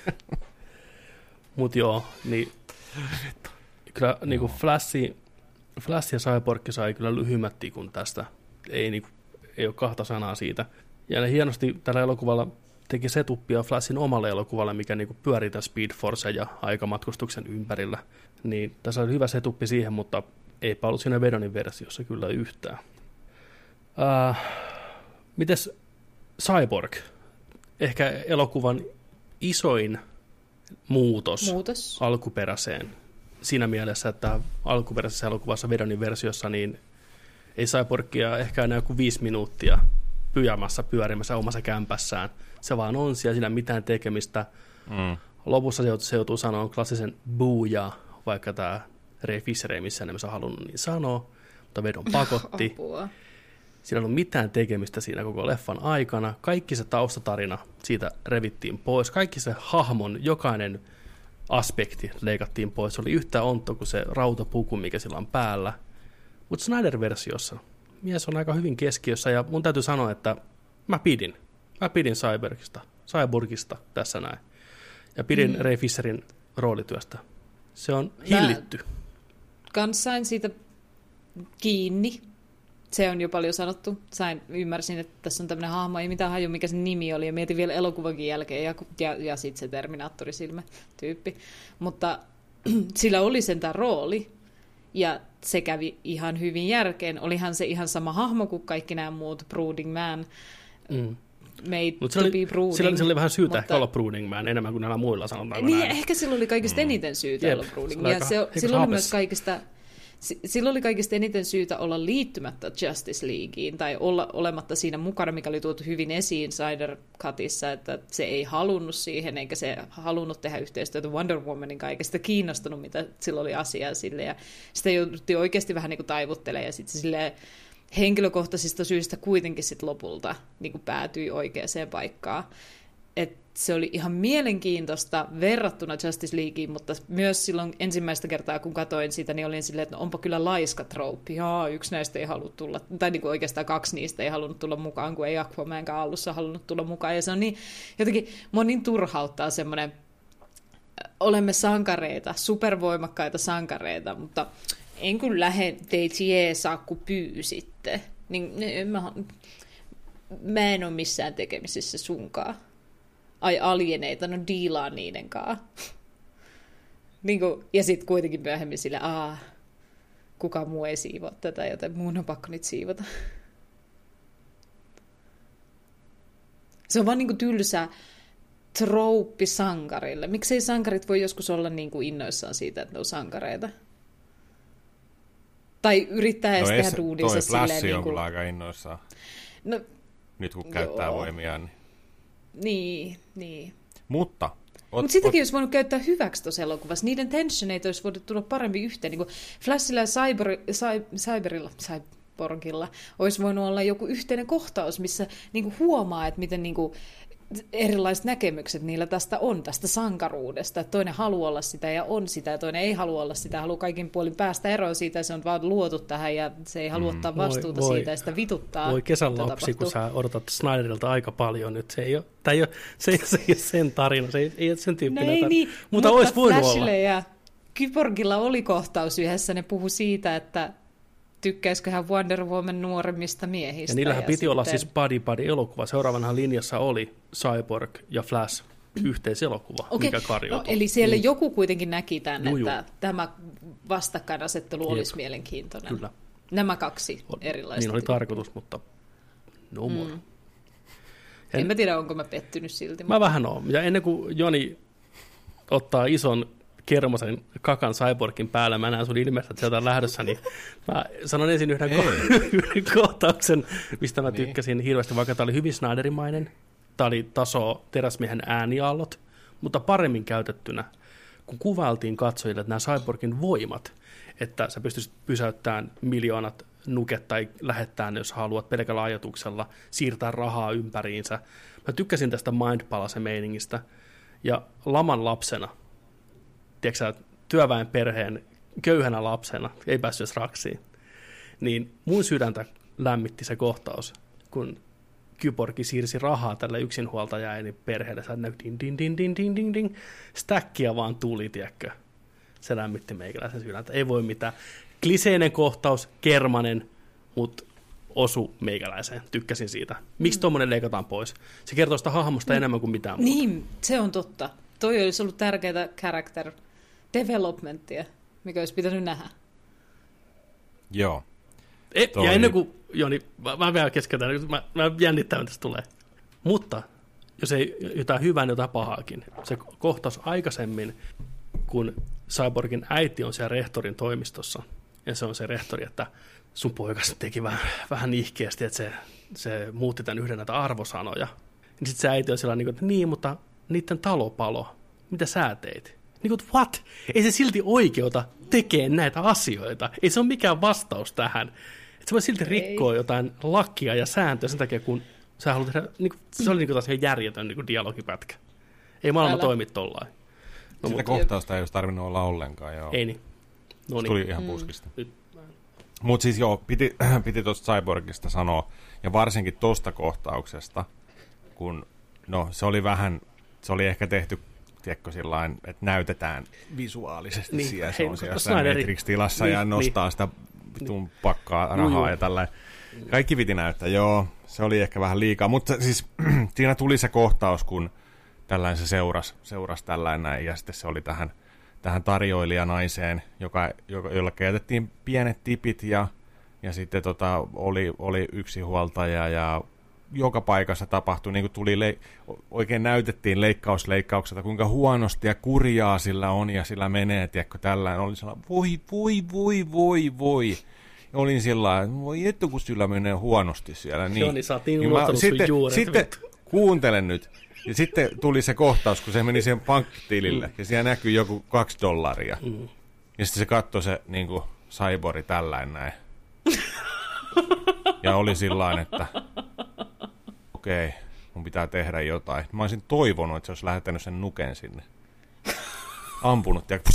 Mut joo, niin kyllä niinku Flash ja Cyborg sai kyllä lyhyimmät tikun tästä. Ei ole kahta sanaa siitä. Ja ne hienosti tällä elokuvalla teki setupia Flashin omalle elokuvalle, mikä niinku pyörii tämän Speed Force ja aikamatkustuksen ympärillä. Niin tässä oli hyvä setuppi siihen, mutta eipä ollut siinä Vedonin versiossa kyllä yhtään. Mites Cyborg? Ehkä elokuvan isoin muutos. alkuperäiseen. Siinä mielessä, että alkuperäisessä elokuvassa Vedonin versiossa niin Ei Cyborgia ehkä enää kuin 5 minuuttia pyjamassa pyörimässä omassa kämpässään. Se vaan on siellä, sillä mitään tekemistä. Lopussa se joutuu sanoa klassisen buuja, vaikka tämä Ray Fisher ei missään nimessä halunnut niin sanoa, mutta vedon pakotti. Siinä ei ollut mitään tekemistä siinä koko leffan aikana. Kaikki se taustatarina siitä revittiin pois. Kaikki se hahmon, jokainen aspekti leikattiin pois. Se oli yhtä ontto kuin se rautapuku, mikä sillä on päällä. Mutta Snyder-versiossa mies on aika hyvin keskiössä, ja mun täytyy sanoa, että mä pidin Cyborgista tässä näin. Ja pidin Ray Fisherin roolityöstä. Se on hillitty. Kans sain siitä kiinni. Se on jo paljon sanottu. Ymmärsin, että tässä on tämmöinen hahmo, ei mitään haju, mikä sen nimi oli, ja mietin vielä elokuvankin jälkeen, ja sitten se Terminaattorisilmä-tyyppi. Mutta sillä oli sentään rooli, ja se kävi ihan hyvin järkeen. Olihan se ihan sama hahmo kuin kaikki nämä muut Brooding Man, made to be brooding. Sillä oli vähän syytä ehkä olla Brooding Man, enemmän kuin näillä muilla sanotaan. Niin, ehkä sillä oli kaikista eniten syytä olla Brooding. Ja sillä oli myös sillä oli kaikista eniten syytä olla liittymättä Justice Leagueen tai olla olematta siinä mukana, mikä oli tuotu hyvin esiin Snyder Cutissa, että se ei halunnut siihen, eikä se halunnut tehdä yhteistyötä Wonder Womanin kaikesta kiinnostunut, mitä sillä oli asiaa sille. Ja sitä jouduttiin oikeasti vähän niin kuin taivuttelemaan, ja sitten se henkilökohtaisista syistä kuitenkin sit lopulta niin kuin päätyi oikeaan paikkaan. Et se oli ihan mielenkiintoista verrattuna Justice Leagueen, mutta myös silloin ensimmäistä kertaa, kun katsoin sitä, niin olin silleen, että onpa kyllä laiska trouppi. Yksi näistä ei halua tulla, tai niin kuin oikeastaan 2 niistä ei halunnut tulla mukaan, kun ei Aquamankaan alussa halunnut tulla mukaan. Ja se on niin, jotenkin monin turhauttaa semmoinen, olemme sankareita, supervoimakkaita sankareita, mutta en kyllä lähde teitä jeesaa, kun pyysitte. Niin, mä en ole missään tekemisissä sunkaan. Ai alieneita, no diilaa niidenkaan. Ja sitten kuitenkin myöhemmin sille, kukaan muu ei siivoa tätä, joten mun on pakko nyt siivota. Se on vaan niin kuin tylsä trouppi sankarille. Miksei sankarit voi joskus olla niin kuin innoissaan siitä, että ne on sankareita? Tai yrittää edes tehdä duudinsa silleen. Toi Flash on kyllä aika innoissaan. No, nyt kun käyttää voimiaan. Niin. Mutta sitäkin olisi voinut käyttää hyväksi tuossa elokuvassa. Niiden tensioneita olisi voinut tulla paremmin yhteen. Niin kuin Flashilla ja Cyborgilla olisi voinut olla joku yhteinen kohtaus, missä niin kuin huomaa, että miten niin kuin erilaiset näkemykset niillä tästä on, tästä sankaruudesta. Että toinen haluaa olla sitä ja on sitä, ja toinen ei halua olla sitä, haluaa kaikin puolin päästä eroon siitä, ja se on vaan luotu tähän, ja se ei halua ottaa vastuuta siitä, ja sitä vituttaa. Voi kesän lapsi, kun sä odotat Snyderilta aika paljon nyt. Se ei ole sen tarina, se ei ole sen tyyppinen tarina. Niin, mutta olisi voinut olla. Ja Kyborgilla oli kohtaus yhdessä, ne puhui siitä, että tykkäisikö hän Wonder Woman nuoremmista miehistä. Ja niillähän piti olla siis buddy-elokuva. Seuraavanahan linjassa oli Cyborg ja Flash yhteiselokuva, mikä karjoutui. Eli siellä joku kuitenkin näki tämän, että tämä vastakkainasettelu olisi mielenkiintoinen. Kyllä. Nämä 2 erilaista. Niin oli tarkoitus, mutta no more. En mä tiedä, onko mä pettynyt silti. Mä vähän oon. Ja ennen kuin Joni ottaa ison kermosen kakan Cyborgin päällä, mä näen sun ilmeistä, että sieltä on lähdössä, niin mä sanon ensin yhden kohtauksen, mistä mä tykkäsin hirveästi, vaikka tää oli hyvin Snyderimainen. Tää oli taso teräsmiehen ääniaallot, mutta paremmin käytettynä, kun kuvailtiin katsojille, että nämä Cyborgin voimat, että sä pystyisit pysäyttämään miljoonat nuket tai lähettämään, jos haluat pelkällä ajatuksella, siirtää rahaa ympäriinsä. Mä tykkäsin tästä Mindpalace-meiningistä, ja laman lapsena, tiedätkö, työväen perheen köyhänä lapsena, ei päässyt edes raksiin, niin mun sydäntä lämmitti se kohtaus, kun Kyborgi siirsi rahaa tälle yksinhuoltajaini perheelle, sä näyt ding, stäkkiä vaan tuli, tiedätkö. Se lämmitti meikäläisen sydäntä. Ei voi mitään. Kliseinen kohtaus, kermanen, mutta osu meikäläiseen. Tykkäsin siitä. Miksi tuommoinen leikataan pois? Se kertoo sitä hahmosta enemmän kuin mitään muuta. Niin, se on totta. Toi olisi ollut tärkeää character developmenttia, mikä olisi pitänyt nähdä. Joo. Ja ennen kuin, Joni, mä vielä keskeytän, mä jännittää, mitä tästä tulee. Mutta, jos ei jotain hyvää, niin jotain pahaakin. Se kohtaus aikaisemmin, kun Cyborgin äiti on siellä rehtorin toimistossa, ja se on se rehtori, että sun poikas teki vähän nihkeästi, että se muutti tämän yhden näitä arvosanoja. Niin sitten se äiti on sillä että niin, mutta niiden talo palo. Mitä sä teit? Niin kuin, what? Ei se silti oikeuta tekee näitä asioita. Ei se ole mikään vastaus tähän. Että se voi silti rikkoa jotain lakia ja sääntöä sen takia, kun sä haluat tehdä, niin kuin, se oli niin kuin taas ihan järjetön niin kuin dialogipätkä. Ei maailma toimi tollain. No, sitä kohtausta ei olisi tarvinnut olla ollenkaan, joo. Ei niin. No niin. Tuli ihan puskista. Mutta siis joo, piti tuosta Cyborgista sanoa, ja varsinkin tuosta kohtauksesta, kun no se oli ehkä tehty, tiedätkö, sillain, että näytetään visuaalisesti niin, siellä, se on siellä Matrix-tilassa ja nostaa sitä pakkaa rahaa ja tällainen. Kaikki piti näyttää, joo, se oli ehkä vähän liikaa, mutta siis siinä tuli se kohtaus, kun tällainen se seurasi tällainen, ja sitten se oli tähän tarjoilijanaiseen, jolle jätettiin pienet tipit, ja sitten oli yksinhuoltaja, ja joka paikassa tapahtui, niin kuin oikein näytettiin leikkaukselta, kuinka huonosti ja kurjaa sillä on, ja sillä menee, tiedätkö, tällainen, oli sellainen, voi. Ja olin sillä että voi ettu, kun sillä menee huonosti siellä. Niin, joo, niin saatiin unohtanut sun juuret. Sitten kuuntelen nyt. Ja sitten tuli se kohtaus, kun se meni siihen pankkitilille, ja siellä näkyi joku $2. Ja sitten se katsoi se niin kuin Cyborg tällainen näin. Ja oli sillain, että okei, mun pitää tehdä jotain. Mä olisin toivonut, että se olisi lähettänyt sen nuken sinne. Ampunut ja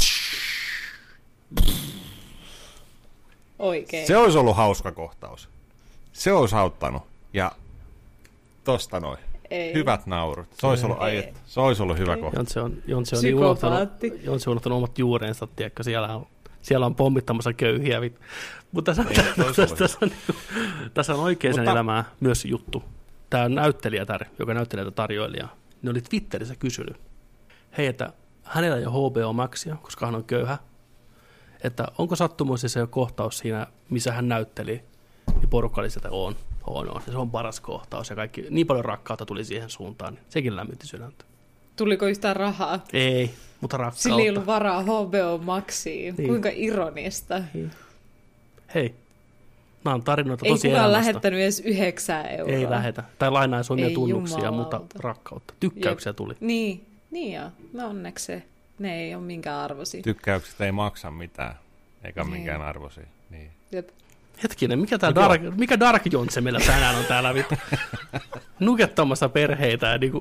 oikein. Se olisi ollut hauska kohtaus. Se olisi auttanut. Ja tosta noin. Ei. Hyvät naurut. Se olisi ollut hyvä kohta. Jontse on unohtanut omat juurensa, tiedätkö, siellä on pommittamassa köyhiä. Mutta tässä on oikeaan elämään myös juttu. Tämä näyttelijätär, joka näyttelee tätä tarjoilijaa, ne oli Twitterissä kysynyt, hei, että hänellä ei ole HBO Maxia, koska hän on köyhä, että onko sattumoisin se kohtaus siinä, missä hän näytteli, niin porukka oli sieltä, on. Se on paras kohtaus ja kaikki, niin paljon rakkautta tuli siihen suuntaan, niin sekin lämmitti sydäntä. Tuliko yhtään rahaa? Ei, mutta rakkautta. Sillä ei ollut varaa HBO Maxiin. Niin. Kuinka ironista. Hei, nämä on tarinoita tosi elämästä. Ei kukaan lähettänyt edes 9 €. Ei lähetä. Tai lainaisi omia tunnuksia, mutta rakkautta. Tykkäyksiä tuli. Niin joo. No onneksi ne ei ole minkään arvoisia. Tykkäykset ei maksa mitään, eikä minkään arvoisia. Niin. Jep. Hetkinen, mikä Dark Jontse meillä tänään on täällä nukettamassa perheitä ja niinku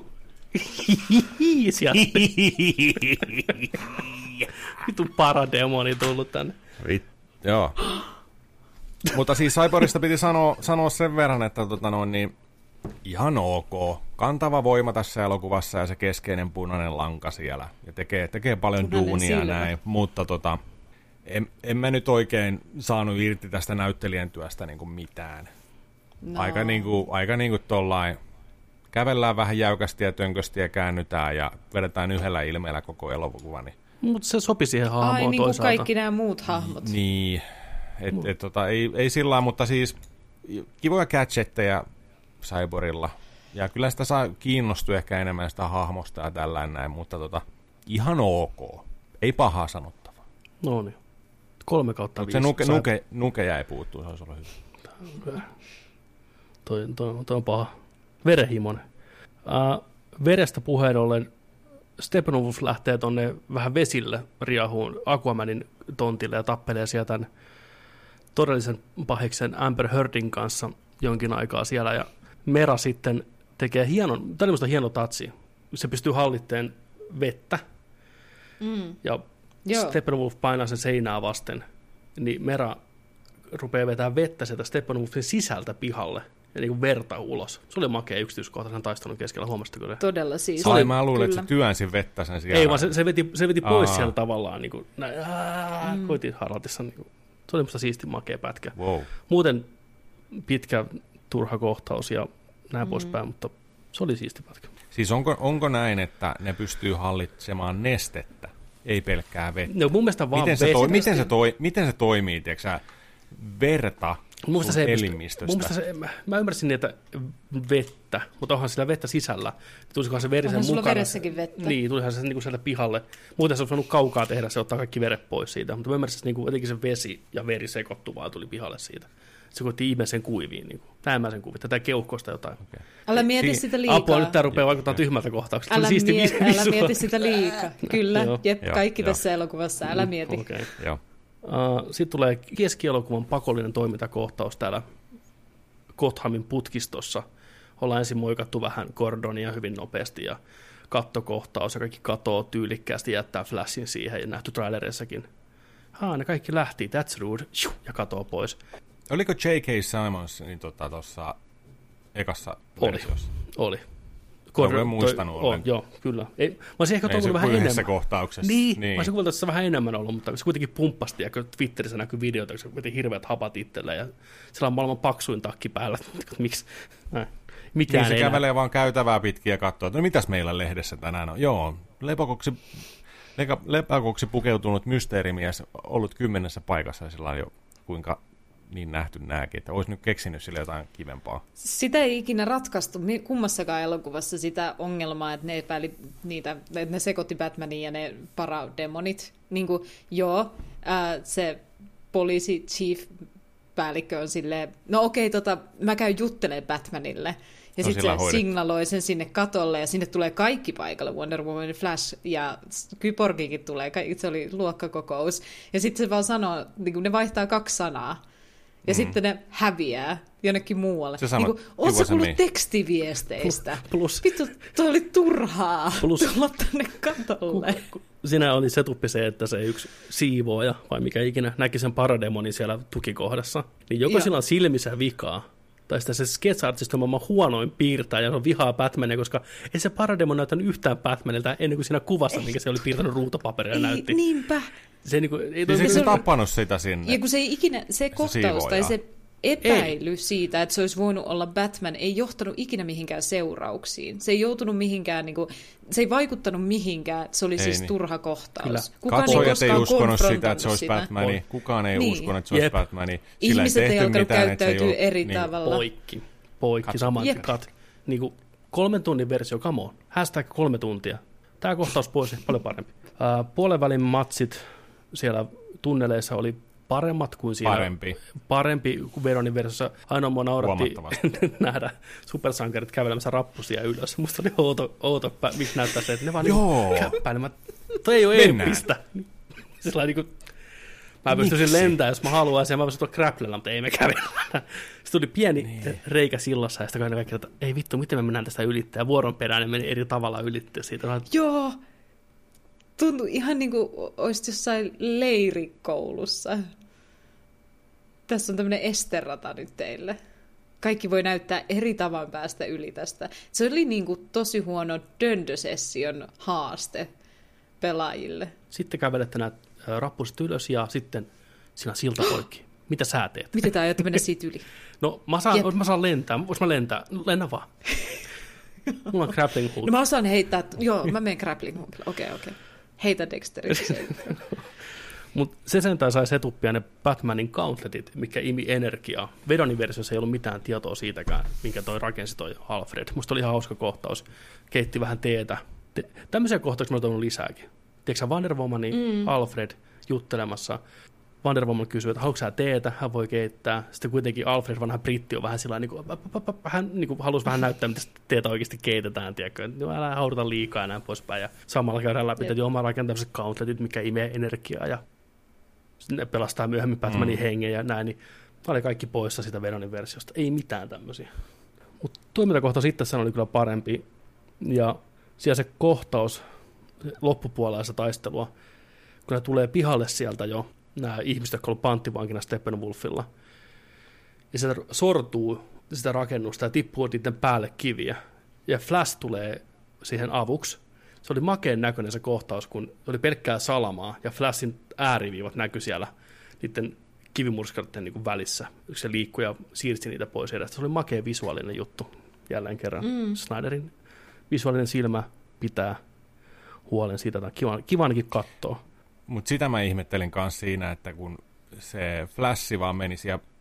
vitun parademoni tullut tänne. Joo. Mutta siis Cyborgista piti sanoa sen verran, että niin, ihan ok. Kantava voima tässä elokuvassa ja se keskeinen punainen lanka siellä. Ja tekee paljon duunia näin, mutta en mä nyt oikein saanut irti tästä näyttelijän työstä niin kuin mitään. No. Aika niin kuin tollain. Kävellään vähän jäykästi ja tönkösti ja käännytään ja vedetään yhdellä ilmeellä koko elokuva. Niin. Mutta se sopi siihen hahmoon niin toisaalta. Kaikki nämä muut hahmot. Niin. Ei sillä lailla, mutta siis kivoja gadgetteja Cyborgilla. Ja kyllä sitä saa kiinnostua ehkä enemmän sitä hahmosta ja tällainen näin, mutta ihan ok. Ei pahaa sanottavaa. No niin. 3/5. Se nuke jäi puuttuu, se olisi ollut hyvä. Toi on paha. Verenhimoinen. Verestä puheen ollen Steppenwolf lähtee tonne vähän vesille riahuun Aquamanin tontille ja tappelee sieltä tämän todellisen pahiksen Amber Heardin kanssa jonkin aikaa siellä. Ja Mera sitten tekee hieno tatsi. Se pystyy hallitteen vettä. Ja Steppenwolf painaa sen seinää vasten. Niin Mera rupeaa vetämään vettä sieltä Steppenwolfin sisältä pihalle. Ja niin kuin verta ulos. Se oli makea yksityiskohta sen taistelun keskellä, huomasitko? Todella siis. Mä luulen, että se työnsi vettä sen siellä. Ei, vaan se veti pois sieltä tavallaan. Niin kuin, koitin harlatissa. Niin kuin, se oli musta siisti makea pätkä. Wow. Muuten pitkä, turha kohtaus ja näin poispäin, mutta se oli siisti pätkä. Siis onko näin, että ne pystyy hallitsemaan nestettä, ei pelkkää vettä? No mun mielestä vaan miten se toimii, tiedätkö verta elimistöstä. Mä ymmärsin niitä vettä, mutta onhan sillä vettä sisällä. Tulisikohan se veri sen mukana? Onhan sulla veressäkin vettä. Niin, tulihan se niin sieltä pihalle. Muuten se olisi voinut kaukaa tehdä, se ottaa kaikki veret pois siitä. Mutta mä ymmärsin, että niin jotenkin se vesi ja veri sekoittu vaan tuli pihalle siitä. Se koitti ihmeisen kuiviin. Niin näin mä sen kuvin. Tätä keuhkosta jotain. Okay. Älä mieti sitä liikaa. Apua, nyt tää rupeaa vaikuttaa tyhmältä kohtaukselta. Älä mieti sitä liikaa. Kyllä, kaikki tässä elokuvassa. Älä mieti. Okay. Sitten tulee keskielokuvan pakollinen toimintakohtaus täällä Gothamin putkistossa. Ollaan ensin moikattu vähän Gordonia hyvin nopeasti ja kattokohtaus ja kaikki katoo tyylikkäästi jättää flashin siihen ja nähty trailereissakin. Ne kaikki lähti, that's rude, ja katoo pois. Oliko J.K. Simmons niin tuossa ekassa versiossa? Oli. Olen muistanut ollen. Joo, kyllä. Mä olisin ehkä toivonut vähän enemmän. Kohtauksessa. Niin. Mä olisin kuvitellut, että se vähän enemmän ollut, mutta se kuitenkin pumppasti, ja Twitterissä näkyy videoita, kun se veti hirveät hapat itselleen, ja sillä on maailman paksuin takki päällä. Miksi? Mikään niin se kävelee vaan käytävää pitkin ja katsoo, että no mitäs meillä lehdessä tänään on. Joo, lepakoksi pukeutunut mysteerimies ollut 10 paikassa, ja sillä on jo kuinka niin nähty nääkin, että olisi nyt keksinyt sille jotain kivempaa. Sitä ei ikinä ratkaistu kummassakaan elokuvassa sitä ongelmaa, että ne epäili niitä, että ne sekoitti Batmanin ja ne parademonit. Niin kuin, se poliisi chief päällikkö on silleen, no okei, mä käyn juttelemaan Batmanille. Ja sitten se signaloi sen sinne katolle, ja sinne tulee kaikki paikalle, Wonder Woman, Flash, ja Kyborgikin tulee, se oli luokkakokous. Ja sitten se vaan sanoo, niin ne vaihtaa 2 sanaa. Ja sitten ne häviää jonnekin muualle. Niin ootko sä kuullut tekstiviesteistä? Vittu, toi oli turhaa tulla tänne katolle. Siinä oli setuppi se, että se yksi siivooja, vai mikä ikinä, näki sen parademonin siellä tukikohdassa. Niin joko sillä on silmissä vikaa, tai sitten se sketch-artist on maailman huonoin piirtäjä, ja se on vihaa Batmania, koska ei se parademon näyttänyt yhtään Batmanilta ennen kuin siinä kuvassa, minkä se oli piirtänyt ruutupaperia näytti. Niinpä. Se se tappanut sitä sinne. Ja kun se ei ikinä, se kohtaus tai se epäily siitä, että se olisi voinut olla Batman, ei johtanut ikinä mihinkään seurauksiin. Se ei joutunut mihinkään, se ei vaikuttanut mihinkään, se oli siis turha kohtaus. Katsojat ei uskonut sitä, että se olisi Batmani. Kukaan ei uskonut, että se olisi Batmani. Ihmiset ei alkanut käyttäytyä eri tavalla. Poikki saman kat. 3 tunnin versio, come on. #3 tuntia. Tämä kohtaus pois, paljon parempi. Puolenvälin matsit siellä tunneleissa oli paremmat kuin siinä. Parempi kuin Veronin versiossa. Ainoa mua nauratti nähdä supersankarit kävelemässä rappusia ylös. Musta oli outo miksi näyttää se, että ne vaan käppäilemät. Toi ei ole eeppistä. Mä pystyisin lentämään, jos mä haluaisin, ja mä pystyisin tulla kräplellä, mutta ei me kävellä. Sitten tuli pieni reikä sillassa, ja sitten kaikki, että ei vittu, miten me mennään tästä ylittää. Ja vuoron perään ne meni eri tavalla ylittää siitä. Joo! Tuntui ihan niin kuin olisit jossain leirikoulussa. Tässä on tämmöinen esterata nyt teille. Kaikki voi näyttää eri tavan päästä yli tästä. Se oli niin kuin tosi huono döndösession haaste pelaajille. Sitten kävelette nämä rappuset ylös ja sitten siinä silta poikki. Mitä sä teet? Miten tää aiotte mennä siitä yli? No mä saan lentää. Vois mä lentää? Lennä vaan. Mulla on grappling hook. No mä osaan heittää. Joo, mä menen grappling hookilla. Okei. Heitä Dexteriksi. Mutta se sentään sai setuppia ne Batmanin gauntletit, mikä imi energiaa. Vedonin versiossa ei ollut mitään tietoa siitäkään, minkä toi rakensi toi Alfred. Musta oli ihan hauska kohtaus. Keitti vähän teetä. Tämmöisiä kohtauksia mä oon toivonut lisääkin. Tiedätkö sä Wonder Womanin Alfred juttelemassa? Wonder Woman kysyy, että haluatko sä teetä? Hän voi keittää. Sitten kuitenkin Alfred, vanha britti, on vähän sillä hän halusi vähän näyttää, mitä teetä oikeasti keitetään. Tiedätkö? Älä hauduta liikaa ja näin poispäin. Ja samalla käydään läpi, että mä rakennan tämmöiset gauntletit, mikä imee energiaa. Ja ne pelastaa myöhemmin Batmanin hengen ja näin. Niin oli kaikki poissa sitä Veronin versiosta. Ei mitään tämmöisiä. Mutta toimintakohtaus itsessään oli kyllä parempi. Ja siellä se kohtaus loppupuolella se taistelua, kun ne tulee pihalle sieltä jo, nämä ihmiset, jotka ovat panttivankina Steppenwolfilla, ja se sortuu sitä rakennusta ja tippuu niiden päälle kiviä. Ja Flash tulee siihen avuksi. Se oli makeen näköinen se kohtaus, kun oli pelkkää salamaa, ja Flashin ääriviivat näkyi siellä niiden kivimurskareiden niin kuin välissä. Yksi se liikkui ja siirsi niitä pois edestä. Se oli makea visuaalinen juttu jälleen kerran. Snyderin visuaalinen silmä pitää huolen siitä, että kiva ainakin kattoo. Mutta sitä mä ihmettelin kanssa siinä, että kun se Flash vaan meni siellä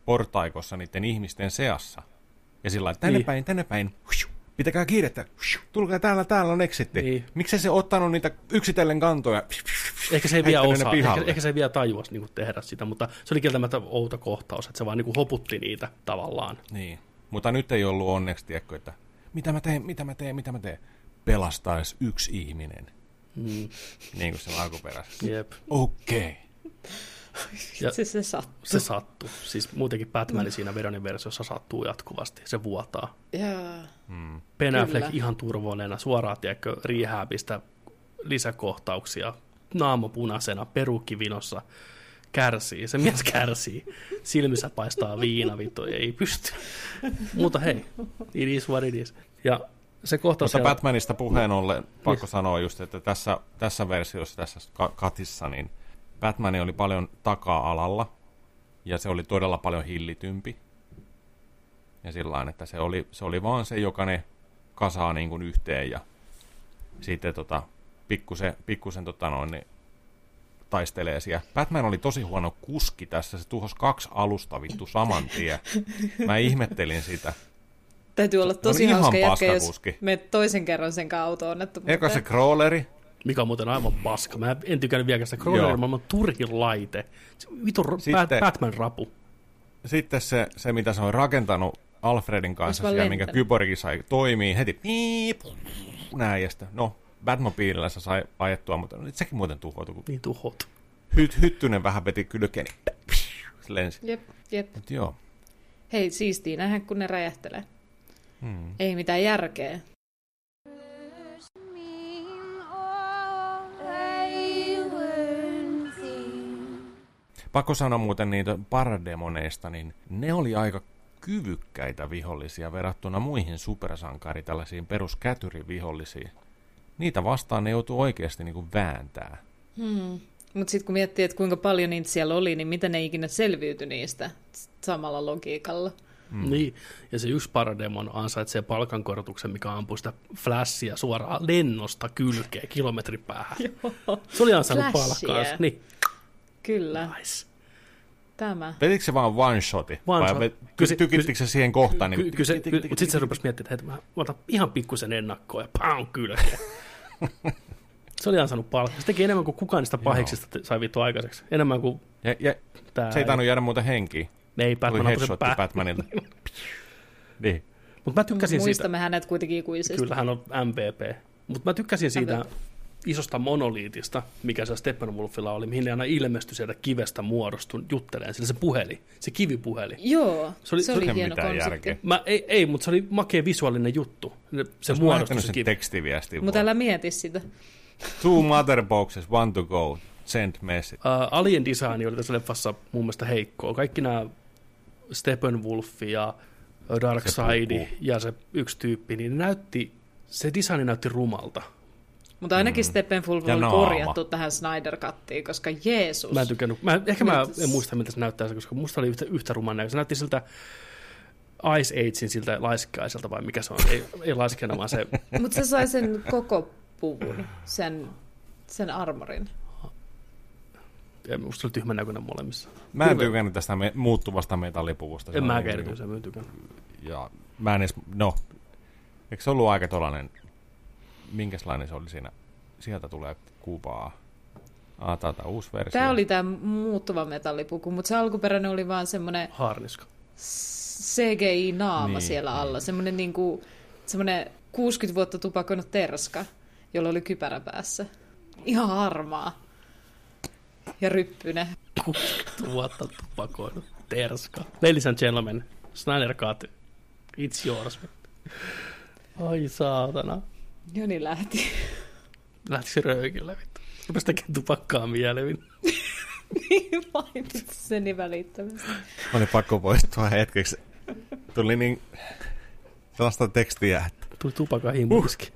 portaikossa niiden ihmisten seassa. Ja sillä lailla, tänne päin, pitäkää kiirettä, tulkaa täällä on exitti. Niin. Miksei se ottanut niitä yksitellen kantoja? Ehkä se ei vielä osaa, ehkä se ei vielä tajuasi niin kuin tehdä sitä, mutta se oli kieltämättä outo kohtaus, että se vaan niin kuin hoputti niitä tavallaan. Niin, mutta nyt ei ollut onneksi, tiedätkö, että mitä mä teen? Pelastaisi yksi ihminen. Niin kuin se alkuperäisessä. Jep. Okei. Se sattuu. Se sattuu. Siis muutenkin Batmanin siinä Veronin versiossa sattuu jatkuvasti. Se vuotaa. Ben Affleck ihan turvollena, suoraan tiedätkö, rehabista lisäkohtauksia, naama punaisena, perukkivinossa, kärsii. Se mies kärsii. Silmissä paistaa viina, vittu, ei pysty. Mutta hei, it is what it is. Ja se kohtaus... Mutta Batmanista puheen ollen, pakko sanoa just, että tässä versiossa, tässä katissa, niin Batman oli paljon taka-alalla, ja se oli todella paljon hillitympi. Ja sillain, että se oli vaan se, joka ne kasaa niin kuin yhteen, ja sitten pikkusen niin taistelee siellä. Batman oli tosi huono kuski tässä, se tuhosi 2 alusta vittu saman tien. Mä ihmettelin sitä. Täytyy olla tosi hauska jätkä, jos menet toisen kerran sen auto-onnettomuuteen. Eka se crawleri. Mikä on muuten aivan paska. Mä en tykännyt vieläkään sitä crawleria, maailman turhin laite. Se vitu Batman-rapu. Sitten se, mitä se on rakentanut Alfredin kanssa, siellä, minkä Kyborgin sai toimii, heti piip, näin, ja sitten, no, Batmobiililla se sai ajettua, mutta sekin muuten tuhoutui. Niin tuhoutui. Hyttynen vähän veti kylkeen, niin se lensi. Jep. Mut joo. Hei, siistii nähdä, kun ne räjähtelee. Ei mitään järkeä. Pakko sanoa muuten niitä parademoneista, niin ne oli aika kyvykkäitä vihollisia verrattuna muihin supersankari tällaisiin peruskätyrivihollisiin. Niitä vastaan ne joutuu oikeasti niin kuin vääntää. Mutta sitten kun miettii, että kuinka paljon niitä siellä oli, niin miten ne ikinä selviytyi niistä samalla logiikalla? Niin, ja se yksi parademon ansaitsee palkankorotuksen, mikä ampui sitä flashia suoraan lennosta kylkeen kilometrin päähän. Se oli ansainnut palkkaansa. Niin. Kyllä. Nice. Tämä. Vetikö se vaan one-shoti? Vai tykittikö se siihen kohtaan? Mutta sitten se rupesi miettimään, että mä otan ihan pikkusen ennakkoon ja pam kylkeen. Se oli ansainnut palkkaa. Se teki enemmän kuin kukaan niistä pahiksista sai vittu aikaiseksi. Enemmän kuin se ei tainnut jäädä muuten henkiin. Ei, Batman ampui sen Batmanilta. Niin. Mutta mä tykkäsin Muistamme hänet kuitenkin ikuisesti. Kyllä hän on MVP. Mutta mä tykkäsin siitä isosta monoliitista, mikä se Steppenwolfilla oli, mihin ne aina ilmestyi sieltä kivestä muodostun jutteleen. Sillä se puheli, se kivipuheli. Joo, se oli hieno konsepti. Mutta se oli makea visuaalinen juttu. Se muodostui muodostui se kivi. Tekstiviesti. Mutta älä mieti sitä. 2 mother boxes, 1 to go. Send message. Alien design oli tässä leffassa mun mielestä heikkoa. Kaikki nämä Steppenwolf ja Darkseid ja se yksi tyyppi, niin se design näytti rumalta. Mutta ainakin Steppenwolf oli korjattu tähän Snyder-kattiin, koska Jeesus. Mä en tykännyt. Mä en muista, miltä se näyttää, koska musta oli yhtä ruman näköistä. Se näytti siltä Ice Agein siltä laiskaiselta, vai mikä se on? Ei laiskena, vaan se... Mutta se sai sen koko puvun, sen armorin. Musta oli tyhmän näköinen molemmissa. Mä en tykännyt tästä muuttuvasta metallipuvusta. En mä erityisen, mä en tykännyt. Ja mä en edes, eikö se ollut aika tollainen, minkälainen se oli siinä? Sieltä tulee kuvaa. Tää on uusi versio. Tää oli tää muuttuva metallipuku, mutta se alkuperäinen oli vaan semmonen... Harniska. CGI-naama siellä alla. Semmonen niinku, semmonen 60 vuotta tupakoinut terska, jolla oli kypärä päässä. Ihan harmaa. Ja ryppynen. 60 vuotta tupakoinut terska. Ladies and gentlemen, Snyder Cut, it's yours. Ai saatana. Joni lähti. Lähtikö se röykille? Rupesi tekemään tupakkaa mielevin. Niin mainitsi sen niin välittömästi. Oli pakko poistua hetkeksi. Tuli niin sellaista tekstiä, että... Tuli tupakan himmuiski.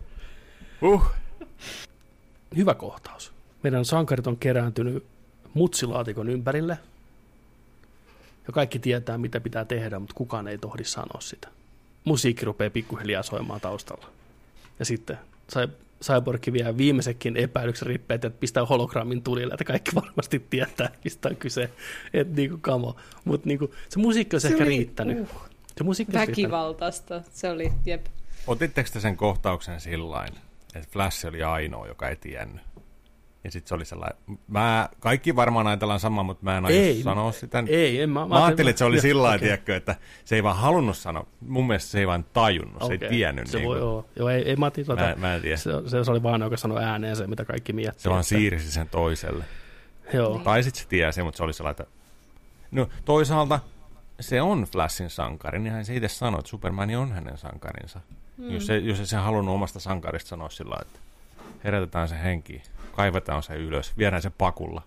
Hyvä kohtaus. Meidän sankarit on kerääntynyt mutsilaatikon ympärille. Ja kaikki tietää, mitä pitää tehdä, mutta kukaan ei tohdi sanoa sitä. Musiikki rupeaa pikkuhiljaa soimaan taustalla. Ja sitten Cyborg vie viimeisetkin epäilyksen rippeet, että pistää hologrammin tulille, että kaikki varmasti tietää, mistä on kyse. Että niinku kamo. Mutta niinku, se musiikki olisi ehkä riittänyt. Se musiikki väkivaltaista. Se oli, jep. Otitteko te sen kohtauksen sillain, että Flash oli ainoa, joka ei tiennyt? Ja sitten se oli sellainen, kaikki varmaan ajatellaan samaa, mutta mä en aio sanoa sitä. Mä ajattelin, että se oli sillä lailla, että se ei vaan halunnut sanoa. Mun mielestä se ei vaan tajunnut, se ei tiennyt. Se voi olla. Joo, ei mä en tiedä. Se oli vaan, joka sanoi ääneen se, mitä kaikki miettii. Se vaan siirsi sen toiselle. Joo. Tai sitten se tiesi, mutta se oli sellainen, että... No toisaalta se on Flashin sankari, niin hän se itse sanoi, että Superman on hänen sankarinsa. Jos ei se halunnut omasta sankarista sanoa sillä lailla, että herätetään se henki, kaivetaan se ylös, viedään se pakulla.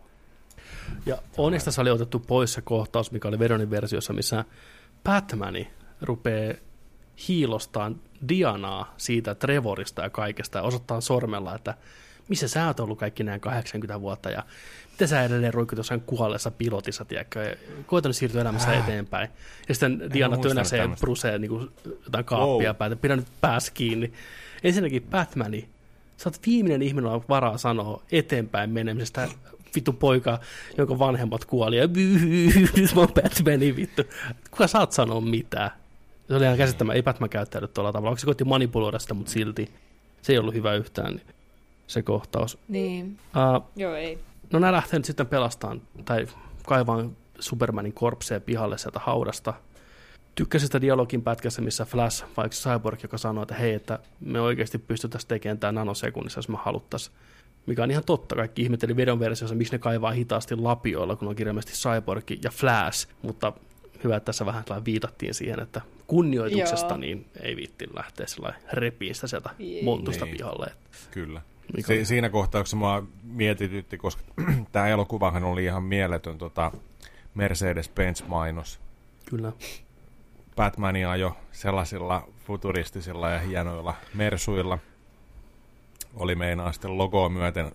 Ja Onistassa oli otettu pois se kohtaus, mikä oli Vedonin versiossa, missä Batmani rupeaa hiilostaan Dianaa siitä Trevorista ja kaikesta ja osoittaa sormella, että missä sä oot ollut kaikki nämä 80 vuotta ja miten sä edelleen roikut jossain kuolleessa pilotissa, tiedätkö, koetan siirtyä elämässä eteenpäin. Ja sitten Diana tönäsee Bruceen niin jotain kaappia päätä, pidä nyt pääs kiinni. Ensinnäkin Batmani, sä oot viimeinen ihminen, on varaa sanoa eteenpäin menemisestä, vittu poika, jonka vanhemmat kuoli, ja nyt mä oon Batmani, vittu. Kuka saat sanoa mitään? Se oli ihan käsittämään, ei Batman käyttäydy tuolla tavalla. Onko se koitti manipuloida sitä, mutta silti se ei ollut hyvä yhtään, se kohtaus. Niin, joo ei. No nämä lähtee nyt sitten pelastamaan, tai kaivaan Supermanin korpseen pihalle sieltä haudasta. Tykkäsin sitä dialogin pätkässä, missä Flash, vaikka Cyborg, joka sanoo, että hei, että me oikeasti pystyttäisiin tekemään tämä nanosekunnissa, jos me haluttaisiin. Mikä on ihan totta, kaikki ihmetteli Vedon versiossa, miksi ne kaivaa hitaasti lapioilla, kun on kirjaimellisesti Cyborg ja Flash, mutta hyvä, että tässä vähän viitattiin siihen, että kunnioituksesta niin ei viitti lähteä repiin sitä sieltä montusta pihalle. Kyllä. Siinä kohtauksessa mua mietitytti, koska tämä elokuvahan oli ihan mieletön Mercedes-Benz-mainos. Kyllä. Batmania ajo sellaisilla futuristisilla ja hienoilla mersuilla. Oli meinaa sitten logoa myöten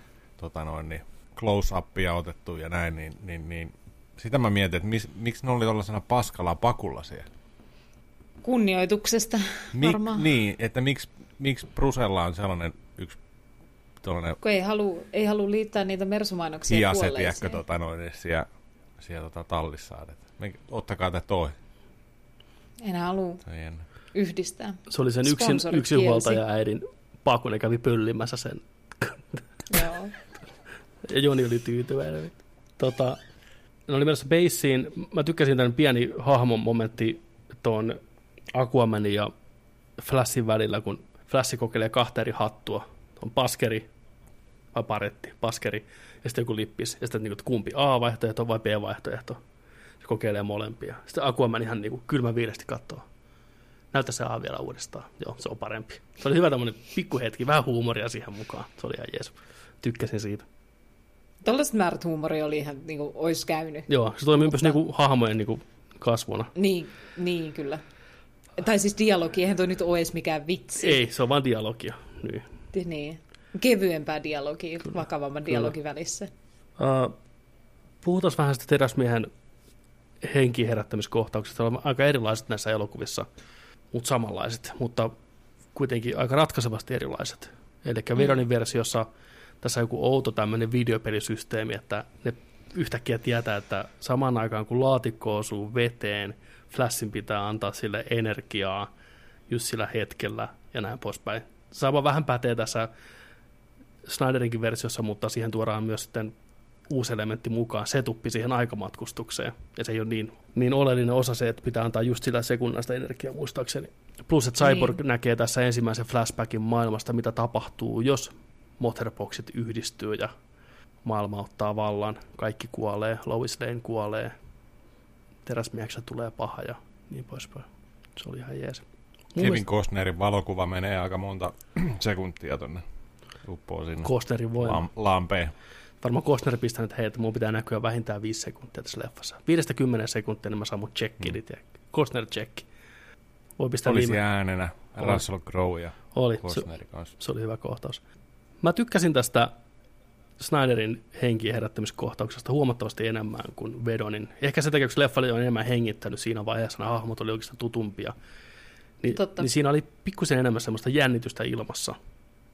close-upia otettu ja näin, niin sitä mä mietin, että miksi ne oli tuollaisena paskalla pakulla siellä. Kunnioituksesta varmaan. Niin, että miksi Brucella on sellainen yksi tuollainen... Kun ei halua liittää niitä mersumainoksia kuolleisiin. Siellä tallissaan. Ottakaa tämä toi. Enää halua yhdistää. Se oli sen yksinhuoltaja äidin paku, ne kävi pöllimässä sen. Joo. Ja Joni oli tyytyväinen. Ne oli menossa Baseen. Mä tykkäsin tämän pieni hahmomomentti tuon Aquamanin ja Flashin välillä, kun Flash kokeilee kahta eri hattua. On paskeri, vai paretti, paskeri, ja sitten joku lippis. Ja sitten että kumpi A-vaihtoehto vai B-vaihtoehto. Se kokeilee molempia. Sitten Aquaman ihan niin kuin kylmäviilesti katsoo. Näyttää se A vielä uudestaan. Joo, se on parempi. Se oli hyvä tämmöinen pikkuhetki, vähän huumoria siihen mukaan. Se oli ihan jees. Tykkäsin siitä. Tällaiset määrät huumoria oli ihan niin kuin olisi käynyt. Joo, se toimii myös niin kuin hahmojen niin kuin kasvuna. Niin, kyllä. Tai siis dialogi, eihän toi nyt ole edes mikään vitsi. Ei, se on vaan dialogia. Niin. Kevyempää dialogia, kyllä, vakavamman dialogin välissä. Puhutaan vähän sitä teräsmiehen henkiherättämiskohtauksista. On aika erilaiset näissä elokuvissa, mutta samanlaiset, mutta kuitenkin aika ratkaisevasti erilaiset. Eli Vedonin versiossa tässä on joku outo tämmöinen videopelisysteemi, että ne yhtäkkiä tietää, että samaan aikaan kun laatikko osuu veteen, Flashin pitää antaa sille energiaa just sillä hetkellä ja näin poispäin. Sama vähän pätee tässä Snyderinkin versiossa, mutta siihen tuodaan myös sitten uusi elementti mukaan, setuppi siihen aikamatkustukseen. Ja se ei ole niin oleellinen osa se, että pitää antaa just sillä sekunnasta energiaa muistaakseni. Plus, että Cyborg näkee tässä ensimmäisen flashbackin maailmasta, mitä tapahtuu, jos Motherboxit yhdistyy ja maailma ottaa vallan. Kaikki kuolee, Lois Lane kuolee, teräsmieheksi tulee paha ja niin poispäin. Se oli ihan jees. Kevin Costnerin valokuva menee aika monta sekuntia tuonne uppoo sinne Costnerin voima lampeen. Varmaan Costner pistää, että hei, että mun pitää näkyä vähintään 5 sekuntia tässä leffassa. 5-10 sekuntia, niin mä saan mun check-init ja Costner check. Voi pistää olisi äänenä Russell Crowe ja Costnerin kanssa. Se oli hyvä kohtaus. Mä tykkäsin tästä Snyderin henkien herättämiskohtauksesta huomattavasti enemmän kuin Vedonin. Ehkä se takia, kun leffa oli enemmän hengittänyt siinä vaiheessa, nämä hahmot oli oikeastaan tutumpia. Niin siinä oli pikkusen enemmän semmoista jännitystä ilmassa.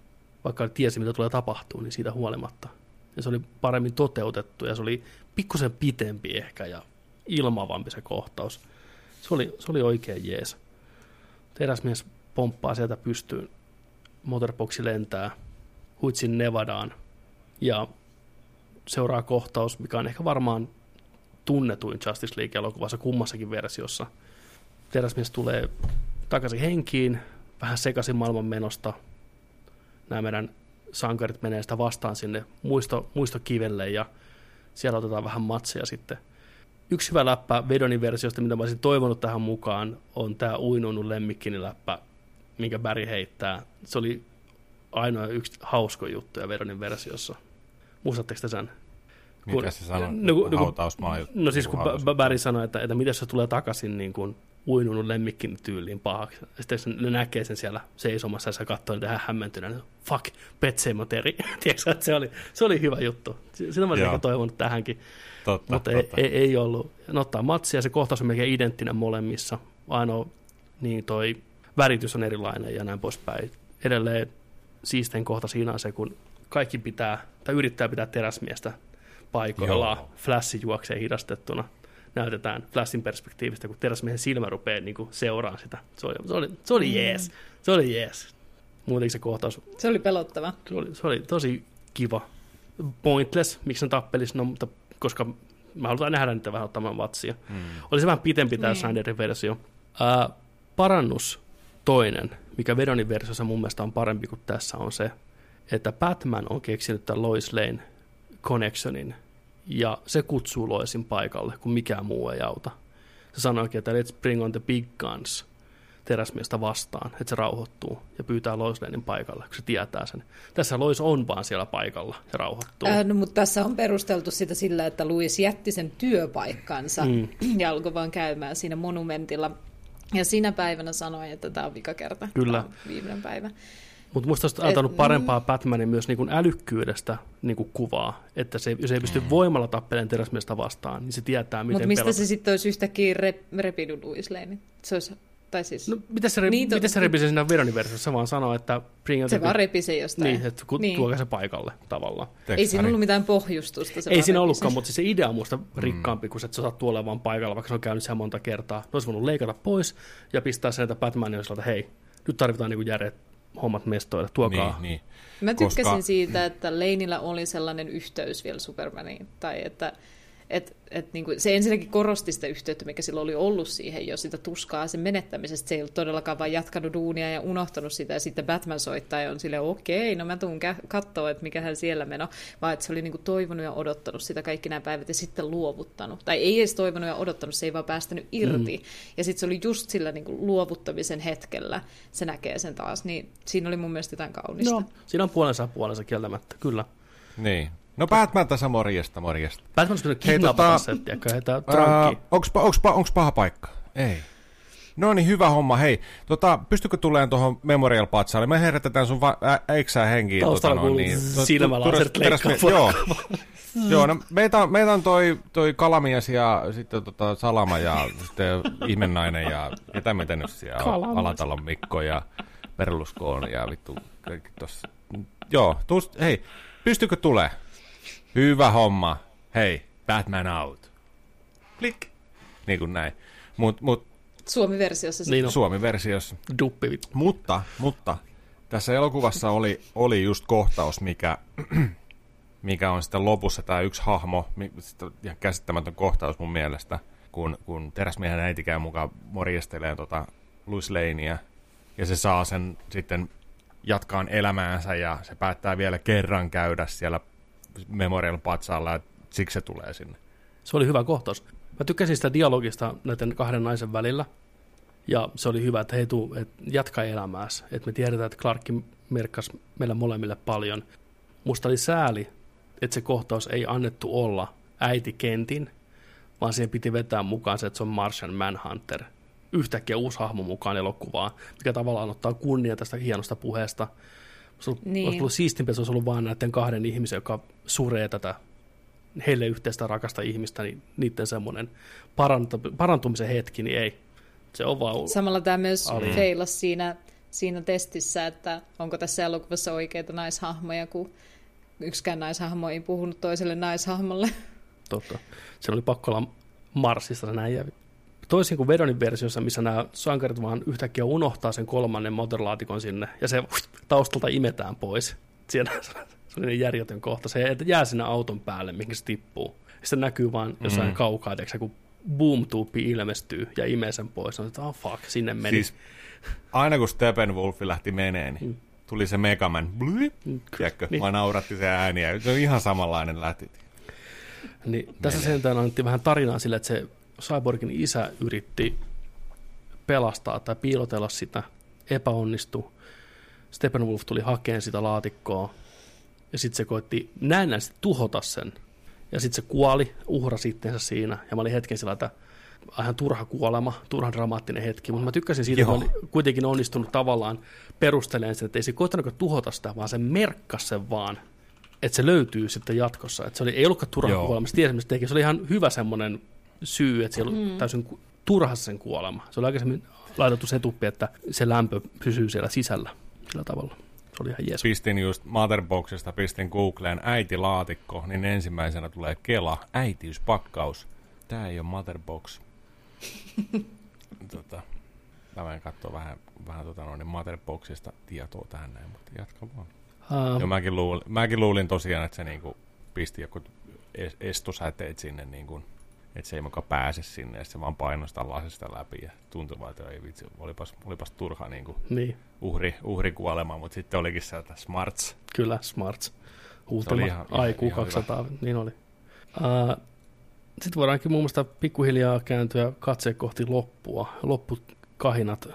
vaikka tiesi, mitä tulee tapahtuu, niin siitä huolimatta. Ja se oli paremmin toteutettu, ja se oli pikkusen pitempi ehkä, ja ilmavampi se kohtaus. Se oli oikein jees. Teräsmies pomppaa sieltä pystyyn, motorboxi lentää, huitsin Nevadaan, ja seuraa kohtaus, mikä on ehkä varmaan tunnetuin Justice League-elokuvassa kummassakin versiossa. Teräsmies tulee takaisin henkiin, vähän sekaisin maailmanmenosta. Nämä meidän sankarit menee sitä vastaan sinne muistokivelle, ja siellä otetaan vähän matseja sitten. Yksi hyvä läppä Vedonin versiosta, mitä mä olisin toivonut tähän mukaan, on tämä uinunut lemmikkini läppä, minkä Barry heittää. Se oli ainoa yksi hausko juttu Vedonin versiossa. Muistatteko te sen? Mitä se sanoi? Hautausmaa juttu. No siis kun Barry sanoi, että miten se tulee takaisin niin kuin uinunut lemmikkini tyyliin pahaksi. Sitten ne näkee sen siellä seisomassa ja se katsoo niitä ihan hämmentyneen. Fuck, Pet Sematary. Tiedätkö, että se oli hyvä juttu. Sitä mä olisin ehkä toivonut tähänkin. Totta, mutta ei ollut. Ne ottaa matsia ja se kohtaus on melkein identtinen molemmissa. Ainoa niin toi väritys on erilainen ja näin poispäin. Edelleen siistein kohta siinä on se, kun kaikki yrittää pitää teräsmiestä paikoillaan. Flash juoksee hidastettuna. Näytetään Flashin perspektiivistä, kun teräsmiehen silmä rupeaa niin seuraamaan sitä. Se oli jees. Se oli jees. Muutenkin se kohtaus. Se oli pelottava. Se oli tosi kiva. Pointless, miksi ne tappelis, no, mutta koska mä halutaan nähdä niitä vähän ottamaan vatsia. Oli se vähän pitempi tämä Snyderin versio. Parannus toinen, mikä Vedonin versiossa mun mielestä on parempi kuin tässä, on se, että Batman on keksinyt tämän Lois Lane connectionin, ja se kutsuu Loisin paikalle, kun mikään muu ei auta. Se sanoikin, että let's bring on the big guns teräsmiestä vastaan, että se rauhoittuu ja pyytää Lois Lanen paikalle, kun se tietää sen. Tässä Lois on vaan siellä paikalla ja rauhoittuu. No, mutta tässä on perusteltu sitä sillä, että Louis jätti sen työpaikkansa ja alkoi vaan käymään siinä monumentilla. Ja sinä päivänä sanoi, että tämä on vika kerta. Kyllä. Tämä on viimeinen päivä. Mutta musta olisi antanut parempaa Batmanin myös niin kuin älykkyydestä niin kuin kuvaa, että se ei pysty voimalla tappelemaan teräsmiestä vastaan, niin se tietää, miten pelata. Mutta mistä se sitten olisi yhtäkkiä repinyt Louis Lane? Se olisi, tai siis... No, miten se repisi siinä Veronin versiossa? Se vaan sanoo, että... Se vaan repisi jostain. Niin, että tuokaa se paikalle tavallaan. Ei siinä ollut mitään pohjustusta. Ei siinä ollutkaan, mutta se idea on musta rikkaampi, kun se sattuu olemaan paikalla, vaikka se on käynyt siellä monta kertaa. Ne olisi voinut leikata pois ja pistää sen, että Batman on että hei, nyt tarvitaan niin järjet hommat mestoille, tuokaa. Niin. Mä tykkäsin siitä, että Laneillä oli sellainen yhteys vielä Supermaniin, tai että niin kuin, se ensinnäkin korosti sitä yhteyttä, mikä sillä oli ollut siihen jo, sitä tuskaa sen menettämisestä. Se ei ollut todellakaan vain jatkanut duunia ja unohtanut sitä, ja sitten Batman soittaa ja on silleen, okei, no mä tuun katsoa, että mikähän siellä meno, vaan että se oli niin kuin toivonut ja odottanut sitä kaikki nämä päivät ja sitten luovuttanut. Tai ei edes toivonut ja odottanut, se ei vaan päästänyt irti. Ja sitten se oli just sillä niin kuin luovuttamisen hetkellä, se näkee sen taas, niin siinä oli mun mielestä jotain kaunista. No, siinä on puolensa kieltämättä, kyllä. Niin. No Batman tässä morjesta. Batman on kyllä kidnappata settiäkö, heitä trankkiin. Onks paha paikka? Ei. No niin, hyvä homma. Hei, pystykö tulemaan tuohon Memorial-patsaalle? Me herätetään sun äiksää henkiin. Taustalla kuuluu silmälaaserit leikkaa. Joo, no meitä on toi Kalamies ja sitten Salama ja sitten Ihmennainen ja ketä meitä nyt siellä Alatalon Mikko ja Berlusconi ja vittu kaikki tossa. Joo, hei, pystykö tulee? Hyvä homma. Hei, Batman out. Klik. Niin kuin näin. Mut Suomi-versiossa. Niin Suomi-versiossa. Duppi. Mutta tässä elokuvassa oli just kohtaus, mikä on sitten lopussa tämä yksi hahmo, ja käsittämätön kohtaus mun mielestä, kun teräsmiehen äiti käy mukaan morjestelee Lois Lanea, ja se saa sen sitten jatkaan elämäänsä, ja se päättää vielä kerran käydä siellä Memorial-patsaalla, että siksi se tulee sinne. Se oli hyvä kohtaus. Mä tykkäsin sitä dialogista näiden kahden naisen välillä, ja se oli hyvä, että hei jatka elämääsi, että me tiedetään, että Clarkki merkkasi meille molemmille paljon. Musta oli sääli, että se kohtaus ei annettu olla äiti Kentin, vaan siihen piti vetää mukaan se, että se on Martian Manhunter. Yhtäkkiä uusi hahmo mukaan elokuvaan, mikä tavallaan ottaa kunnia tästä hienosta puheesta. Olisi ollut siistimpiä, se olisi ollut vaan näiden kahden ihmisen, joka suree tätä heille yhteistä rakasta ihmistä, niin niiden semmoinen parantumisen hetki, niin ei. Se on vaan... Samalla tämä myös feilasi siinä testissä, että onko tässä elokuvassa oikeita naishahmoja, kun yksikään naishahmo ei puhunut toiselle naishahmolle. Totta. Se oli pakko olla Marsista näin. Ja toisin kuin Vedonin versiossa, missä nämä sankarit vaan yhtäkkiä unohtaa sen 3. moottorilaatikon sinne, ja se taustalta imetään pois. Siinä se oli niin järjetön kohta. Se jää sinne auton päälle, mihin se tippuu. Sitten näkyy vaan jossain kaukaa, kun boom-tuuppi ilmestyy ja imee sen pois. On, että fuck, sinne meni. Siis aina kun Steppenwolf lähti meneen, niin tuli se Megaman. Tiedätkö? Niin. Vaan nauratti se ääni ja se on ihan samanlainen lähti. Niin, tässä sentään annettiin vähän tarinaa sille, että se Cyborgin isä yritti pelastaa tai piilotella sitä, epäonnistui. Steppenwolf tuli hakemaan sitä laatikkoa ja sitten se koitti näennäisesti tuhota sen. Ja sitten se kuoli, uhrasi itseensä siinä, ja mä olin hetken sillä, että ihan turha kuolema, turhan dramaattinen hetki, mutta mä tykkäsin siitä, että mä olin kuitenkin onnistunut tavallaan perustelemaan sen, että ei se koittanut tuhota sitä, vaan se merkkasi sen vaan, että se löytyy sitten jatkossa. Että se ei ollutkaan turha kuolema, se tiesi, mitä se teki. Se oli ihan hyvä semmoinen syy, että se ei ollut täysin turhassa sen kuolema. Se oli aikaisemmin laitettu se tuppi, että se lämpö pysyy siellä sisällä sillä tavalla. Se oli ihan jees. Pistin just Motherboxista, pistin Googleen äitilaatikko, niin ensimmäisenä tulee Kela, äitiyspakkaus. Tää ei ole Motherbox. Mä voin katsoa vähän Motherboxista tietoa tähän näin, mutta jatka vaan. Jo, mäkin luulin tosiaan, että se niinku pisti joku estosäteet sinne, niinku, että se ei muka pääse sinne, ja se vaan painostaa lasista läpi, ja tuntui vaan, että ei vitsi, olipas turha niinku uhrikuolema, mutta sitten olikin sieltä Smarts. Kyllä, Smarts. Ultima IQ 200, niin oli. Sitten voidaankin muun muassa pikkuhiljaa kääntyä katse kohti loppua. Loppukahinat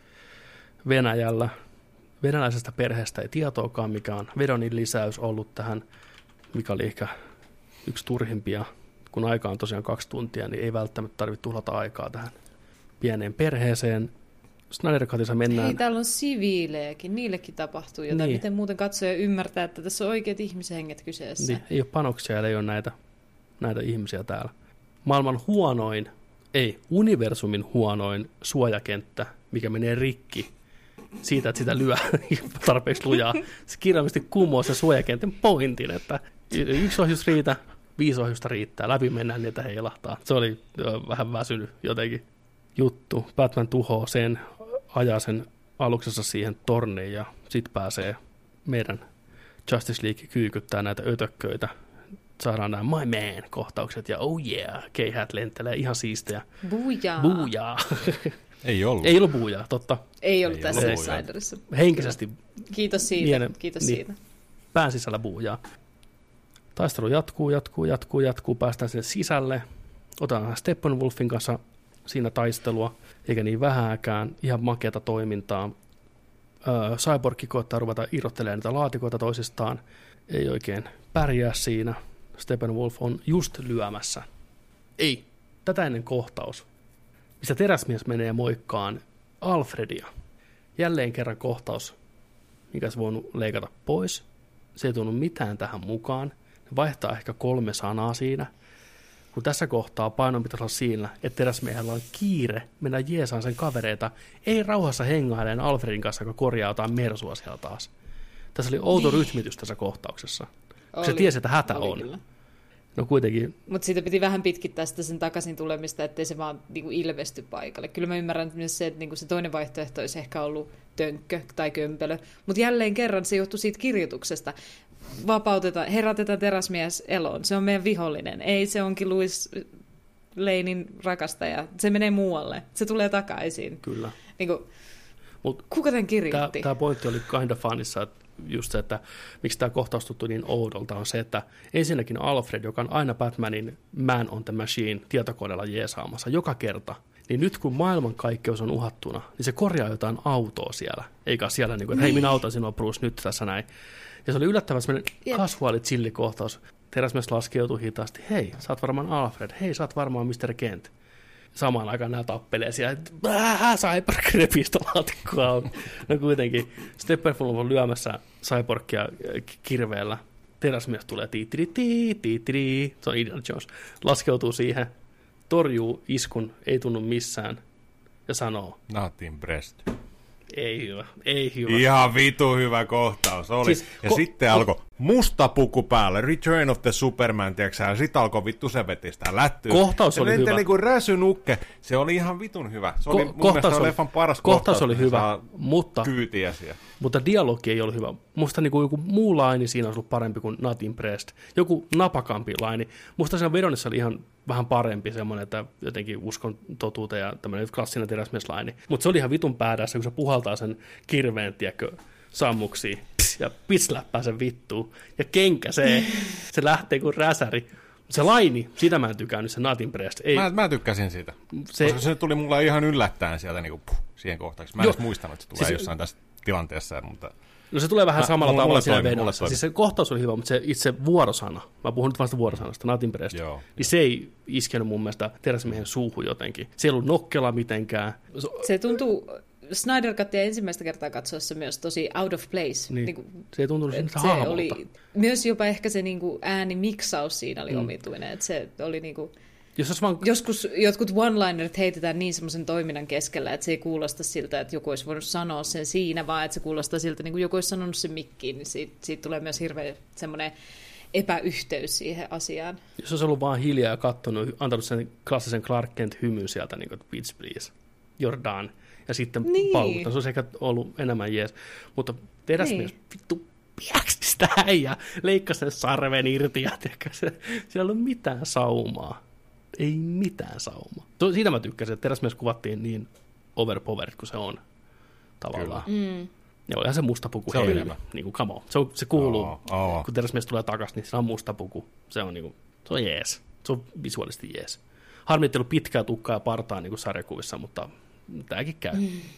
Venäjällä. Venäläisestä perheestä ei tietoakaan, mikä on Vedonin lisäys ollut tähän, mikä oli ehkä yksi turhimpia. Kun aika on tosiaan 2 tuntia, niin ei välttämättä tarvitse tuhlata aikaa tähän pieneen perheeseen. Snyder Cutissa mennään. Hei, täällä on siviilejäkin, niillekin tapahtuu jotain. Niin. Miten muuten katsoja ymmärtää, että tässä on oikeat ihmishenget kyseessä? Niin, ei ole panoksia ja ei ole näitä ihmisiä täällä. Maailman huonoin, ei, universumin huonoin suojakenttä, mikä menee rikki siitä, että sitä lyö tarpeeksi lujaa. Se kirjaimellisesti kumoo sen suojakentän pointin, että 1 ohjus riitä, 5 ohjusta riittää, läpi mennään niin, että heilahtaa. Se oli vähän väsynyt jotenkin juttu. Batman tuhoaa sen, ajaa sen aluksessa siihen torniin ja sitten pääsee meidän Justice League kyykyttää näitä ötökköitä. Saadaan nämä My Man-kohtaukset ja oh yeah, K-Hat lentelee ihan siistejä. Buujaa. Buujaa. Ei ollut. Ei ollut buujaa, totta. Ei ollut tässä Snyderissa. Henkisesti. Kiitos siitä. Kiitos siitä. Pään sisällä buujaa. Taistelu jatkuu, päästään sinne sisälle. Otetaan Steppenwolfin kanssa siinä taistelua, eikä niin vähääkään, ihan makeata toimintaa. Cyborg koittaa ruveta irrottelemaan niitä laatikoita toisistaan, ei oikein pärjää siinä. Steppenwolf on just lyömässä. Ei, tätä ennen kohtaus, missä teräsmies menee moikkaan Alfredia. Jälleen kerran kohtaus, mikä olisi voinut leikata pois. Se ei tuonut mitään tähän mukaan. Ne vaihtaa ehkä 3 sanaa siinä. Kun tässä kohtaa painon pitäisi olla siinä, että teräsmiehellä on kiire mennä jeesaan sen kavereita, ei rauhassa hengaileen Alfredin kanssa, joka korjaa jotain mersua siellä taas. Tässä oli outo rytmitys tässä kohtauksessa. Se tiesi, että hätä on. Kyllä. No kuitenkin. Mutta siitä piti vähän pitkittää sitä sen takaisin tulemista, ettei se vaan niinku ilvesty paikalle. Kyllä mä ymmärrän myös se, että niinku se toinen vaihtoehto olisi ehkä ollut tönkkö tai kömpelö. Mutta jälleen kerran se johtui siitä kirjoituksesta. Herätetään teräsmies eloon. Se on meidän vihollinen. Ei, se onkin Louis Lanein rakastaja. Se menee muualle. Se tulee takaisin. Kyllä. Niinku, kuka tämän kirjoitti? Tämä pointti oli kind of funissa, että just se, että miksi tämä kohtaus tuntui niin oudolta, on se, että ensinnäkin Alfred, joka on aina Batmanin Man on the Machine tietokoneella jeesaamassa joka kerta, niin nyt kun maailmankaikkeus on uhattuna, niin se korjaa jotain autoa siellä. Eikä siellä, niin kuin, että hei, minä autan sinua, Bruce, nyt tässä näin. Ja se oli yllättävän sellainen kasuaali chillikohtaus. Teräsmies laskeutuu hitaasti. Hei, sä oot varmaan Alfred. Hei, sä oot varmaan Mr. Kent. Samaan aikaan nämä tappelee siellä, että Cyborg repistä laatikkoa. No kuitenkin Steppenwolf on lyömässä Cyborgia kirveellä. Teräsmies tulee tiitiri. Se on Indiana Jones. Laskeutuu siihen, torjuu iskun, ei tunnu missään ja sanoo. Not impressed. Ei hyvä, ei hyvä. Ihan vitu hyvä kohtaus oli. Siis, ja sitten alkoi musta puku päälle, Return of the Superman, tiiäksä, ja sitten alkoi vittu se vetistä lättyä. Kohtaus oli hyvä. Niinku räsynukke, se oli ihan vitun hyvä. Se oli mun mielestä se leffan paras kohtaus. Oli hyvä, mutta dialogi ei ollut hyvä. Musta niinku joku muu laini siinä olisi ollut parempi kuin Not Impressed. Joku napakampi laini. Musta siinä vedonnissa oli ihan vähän parempi semmoinen, että jotenkin uskon totuuteen ja tämmöinen klassinen teräsmieslaini. Mutta se oli ihan vitun päädässä, kun se puhaltaa sen kirveen, tiedätkö, sammuksiin ja pitsläppää sen vittuun. Ja kenkäsee, se lähtee kuin räsäri. Se laini, sitä mä en tykännyt, se Not Impressed. Ei. Mä tykkäsin siitä, koska se tuli mulle ihan yllättäen sieltä niin kuin, siihen kohtaksi. Mä en edes muistanut, että se tulee jossain tässä tilanteessa. Mutta... No se tulee vähän samalla tavalla siinä vedossa. Siis se kohtaus oli hyvä, mutta se itse vuorosana, mä puhun nyt vasta vuorosanasta, Not Impressed, niin se ei iskenyt mun mielestä teräsmiehen suuhun jotenkin. Se ei ollut nokkela mitenkään. Se tuntuu Snyder Cutia ensimmäistä kertaa katsoessa myös tosi out of place. Niin. Se ei tuntunut siltä se hahmolta. oli, myös jopa ehkä se niinku äänimiksaus siinä oli omituinen. Että se oli niinku... Joskus jotkut one-linerit heitetään niin semmoisen toiminnan keskellä, että se ei kuulosta siltä, että joku olisi voinut sanoa sen siinä, vaan että se kuulostaa siltä, niin kuin joku olisi sanonut sen mikkiin, niin siitä tulee myös hirveä semmoinen epäyhteys siihen asiaan. Jos olisi ollut vaan hiljaa ja katsonut, antanut sen klassisen Clark Kent-hymyn sieltä, niin kuin Bitch Please, Jordan, ja sitten paukuttanut, se olisi ehkä ollut enemmän jees. Mutta teräsmies, vittu, piäksi sitä äijää, leikkasi sen sarven irti, ja siellä ei ollut mitään saumaa. Ei mitään saumaa. Siitä mä tykkäsin, että teräsmies kuvattiin niin overpowered kuin se on tavallaan. Ja olihan se musta puku helmi. Niin kuin, come on. Se kuuluu, kun teräsmies tulee takaisin, niin se on musta puku. Se on, niin kuin, se on jees. Se on visuaalisesti jees. Harmi, ettei ollut pitkää tukkaa ja partaa niin kuin sarjakuvissa, mutta tämäkin käy.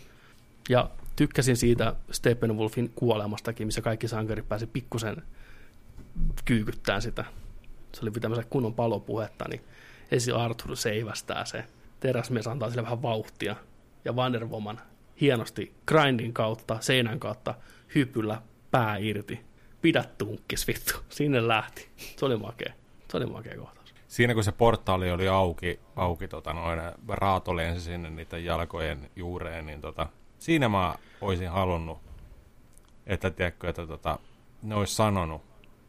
Ja tykkäsin siitä Steppenwolfin kuolemastakin, missä kaikki sankarit pääsi pikkusen kyykyttämään sitä. Se oli tämmöisen kunnon palopuhetta, niin ensin Arthur seivästää se. Teräsmies antaa sille vähän vauhtia. Ja Wonder Woman hienosti grindin kautta, seinän kautta, hypyllä pää irti. Pidä tunkkis vittu. Sinne lähti. Se oli makea. Se oli makea kohtaus. Siinä kun se portaali oli auki raato lensi sinne niiden jalkojen juureen, niin siinä mä olisin halunnut, että tiedätkö, että ne olisi sanonut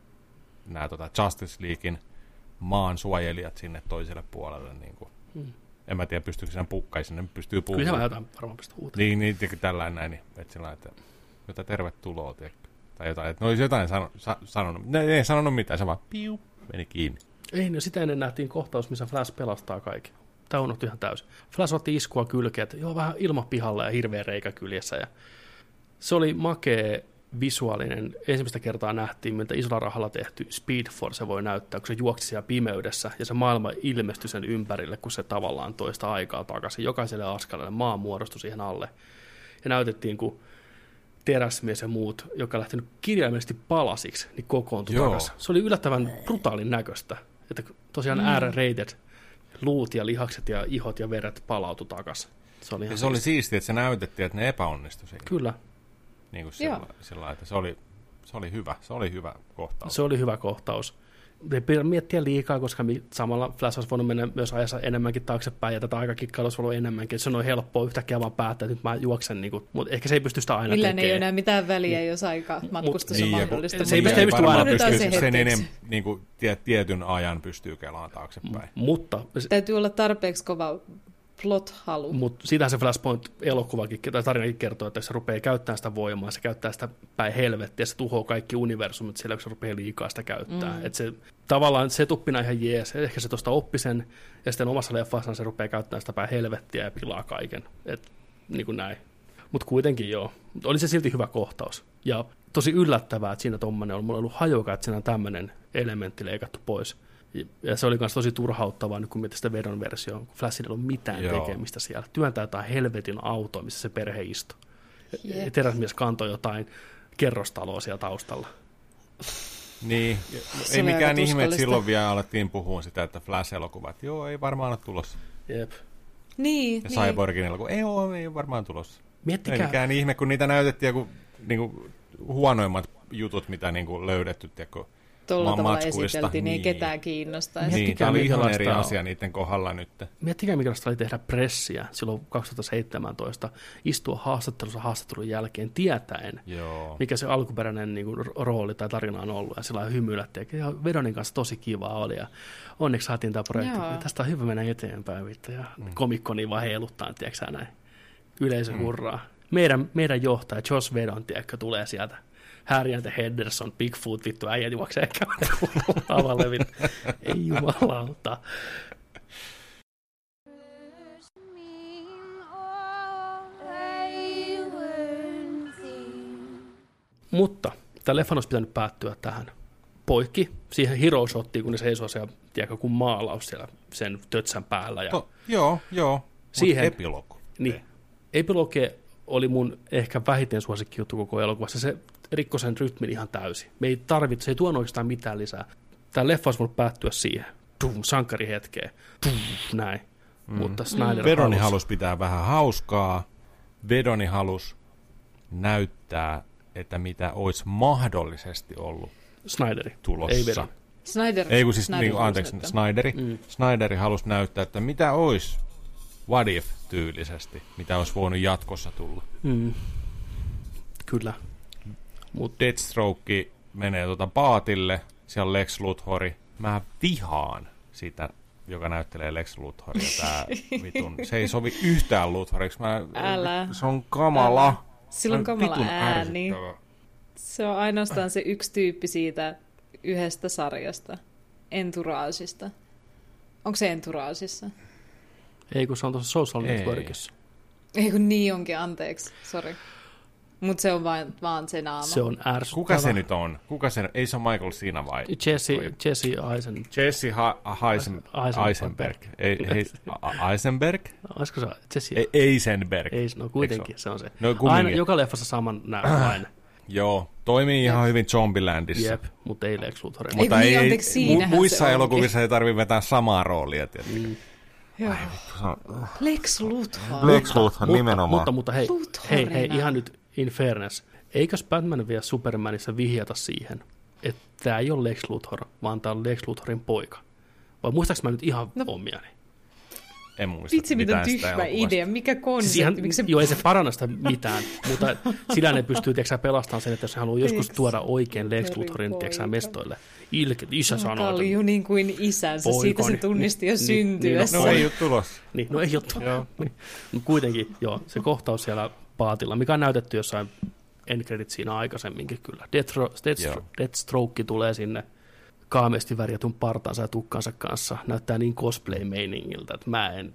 nämä Justice Leaguein maan suojelijat sinne toiselle puolelle. Niin kuin. En mä tiedä, pystyykö sen pukkaan, sinne pystyy puhumaan. Kyllä se jotain varmaan pystyy huutamaan. Niin tällainen näin, että sillä että jotain tervetuloa, tiedätkö. Tai jotain, että ne olisi jotain sanonut. Ne ei sanonut mitään, se vaan piu, meni kiinni. Ei, no sitä ennen nähtiin kohtaus, missä Flash pelastaa kaiken. Tämä unohtui ihan täysin. Flash otti iskua kylkeä, että joo, vähän ilmapihalla ja hirveä reikä kyljessä. Ja se oli makea visuaalinen. Ensimmäistä kertaa nähtiin, miltä isolla rahalla tehty Speed Force voi näyttää, kun se juoksi siellä pimeydessä ja se maailma ilmestyi sen ympärille, kun se tavallaan toista aikaa takaisin. Jokaiselle askeleelle maa muodostui siihen alle. Ja näytettiin, kun teräsmies ja muut, joka on lähtenyt kirjaimellisesti palasiksi, niin kokoontui takaisin. Se oli yllättävän brutaalin näköistä, että tosiaan R-rated luut ja lihakset ja ihot ja veret palautui takaisin. Se oli siistiä, että se näytettiin, että ne epäonnistui siinä. Kyllä. Niin kuin sillä, että se oli hyvä. Se oli hyvä kohtaus. Se oli hyvä kohtaus. Ei pidä miettiä liikaa, koska samalla Flash olisi voinut mennä myös ajassa enemmänkin taaksepäin, ja tätä aikakikkailua olisi ollut enemmänkin. Se on helppoa yhtäkkiä vaan päättää, että nyt mä juoksen, niin kuin, mutta ehkä se ei pysty sitä aina tekemään. Millään ei ole enää mitään väliä, jos aika matkustus on mahdollista. Se ei pysty aina sen enemmän niin kuin tietyn ajan pystyy kelaan taaksepäin. Mutta täytyy olla tarpeeksi kova plot-halu. Mutta siitähän se Flashpoint-elokuvakin tai tarinakin kertoo, että jos se rupeaa käyttämään sitä voimaa, se käyttää sitä päin helvettiä, se tuhoaa kaikki universumit siellä, kun se rupeaa liikaa sitä käyttää. Että se tavallaan setuppina ihan jees, ehkä se tuosta oppi sen, ja sitten omassa leffassaan se rupeaa käyttämään sitä päin helvettiä ja pilaa kaiken. Niin kuin näin. Mutta kuitenkin joo. Oli se silti hyvä kohtaus. Ja tosi yllättävää, että siinä tommoinen on. Mulla on ollut hajuka, että siinä on tämmöinen elementti leikattu pois. Ja se oli myös tosi turhauttavaa, nyt kun mietin sitä Vedon versioon, kun Flashilla ei ollut mitään tekemistä siellä. Työntää jotain helvetin autoa, missä se perhe istui. Ja teräsmies kantoi jotain kerrostaloa siellä taustalla. Niin, ei mikään ihme, että silloin vielä alettiin puhua sitä, että Flash-elokuvat, ei varmaan ole tulossa. Jep. Niin. Ja Cyborgin elokuva, ei ole varmaan tulossa. Miettikää. Ei mikään ihme, kun niitä näytettiin joku niin huonoimmat jutut, mitä niin löydetty. tuolla tavalla matskuista. esiteltiin, niin ei Niin. ketään kiinnostaisi. Niin, tämä oli ihan eri minkälaista- asia niiden kohdalla nyt. Miettikää, minkälaista oli tehdä pressiä silloin 2017, istua haastattelun jälkeen tietäen, Joo. mikä se alkuperäinen niin kuin, rooli tai tarina on ollut, ja sillä lailla hymyilettiin, ja Vedonin kanssa tosi kivaa oli, ja onneksi saatiin tämä projekti, Joo. ja tästä on hyvä mennä eteenpäin, vittu, ja komikko niin vaan heiluttaa, tiedätkö näin, yleisö hurraa. Meidän johtaja Joss Whedon, tiedätkö, tulee sieltä, Harry and the Henderson, Bigfoot, vittu, äijät juoksee lavalle, vittu, ei jumalauta. Mutta tämä leffan olisi pitänyt päättyä tähän poikki, siihen hero shottiin, kun ne seisoo siellä, tiedätkö, kun maalaus siellä sen tötsän päällä. Ja Joo. Siihen- Mut epilogu. niin, epiloge oli mun ehkä vähiten suosikki juttu koko elokuvassa. Se rikkoi sen rytmin ihan täysin. Me ei tarvitse, se ei tuonut oikeastaan mitään lisää. Tämä leffa olisi voinut päättyä siihen. Sankari hetkeen. Näin. Mutta Snyder Vedoni halusi pitää vähän hauskaa. Vedoni halusi näyttää, että mitä olisi mahdollisesti ollut Snyderi. tulossa. Ei Vedon. Ei kun siis, Snyder niin, halusi anteeksi, näyttää. Snyderi. Snyderi halusi näyttää, että mitä olisi what if tyylisesti, mitä olisi voinut jatkossa tulla. Kyllä. Deathstroke menee paatille, siellä on Lex Luthori. Mä vihaan sitä, joka näyttelee Lex Luthoria. Tää vitun, se ei sovi yhtään Luthoriksi. Älä. Se on kamala. Älä. Sillä on Se kamala vitun ääni. ärsyttävä. Se on ainoastaan se yksi tyyppi siitä yhdestä sarjasta, Entourageista. Onko se Entourageissa? Ei kun se on tuossa Social Ei. Networkissa. Ei kun niin onkin, anteeksi, sori. Mutta se on vaan se naama. Se on ärsyttävä. Kuka se nyt on? Ei se ole Michael Cena vai? Jesse Eisen. Jesse Eisenberg. Eisenberg? Olisiko se Jesse? Eisenberg. Ei, no kuitenkin se on se. No kumminkin. Aina, joka leffassa saman näköinen. Joo, toimii ihan hyvin Zombielandissa. Jep, mutta ei Lex Luthor. Ei, Mutta kun niin, anteeksi, siinähän muissa se onkin. elokuvissa ei tarvitse vetää samaa roolia. Joo. Lex Luthor. Lex Luthor nimenomaan. Mutta hei, Luthorina. hei, ihan nyt in fairness. Eikös Batman vielä Supermanissa vihjata siihen, että tämä ei ole Lex Luthor, vaan tämä on Lex Luthorin poika? Vai muistaaks mä nyt ihan omiani? En muista Vitsi, miten mitään sitä tyhmä elokuvasta. idea. Mikä Siis konsepti? ihan, Miksi se... joo, ei se paranna sitä mitään, mutta sillä ne pystyy tiiäksä, pelastamaan sen, että jos hän haluaa joskus tuoda oikein Lex Luthorin tiiäksä, mestoille. Isä sanoo, että Kalju niin kuin isänsä. Poikani. Siitä se tunnisti jo syntyessä. No ei ole tulossa. niin, no ei ole Joo. niin. No kuitenkin, joo, se kohtaus siellä mikä on näytetty jossain end credit siinä aikaisemminkin kyllä. Deathstroke tulee sinne kaamesti värjätun partansa ja tukkansa kanssa. Näyttää niin cosplay-meiningiltä, että mä en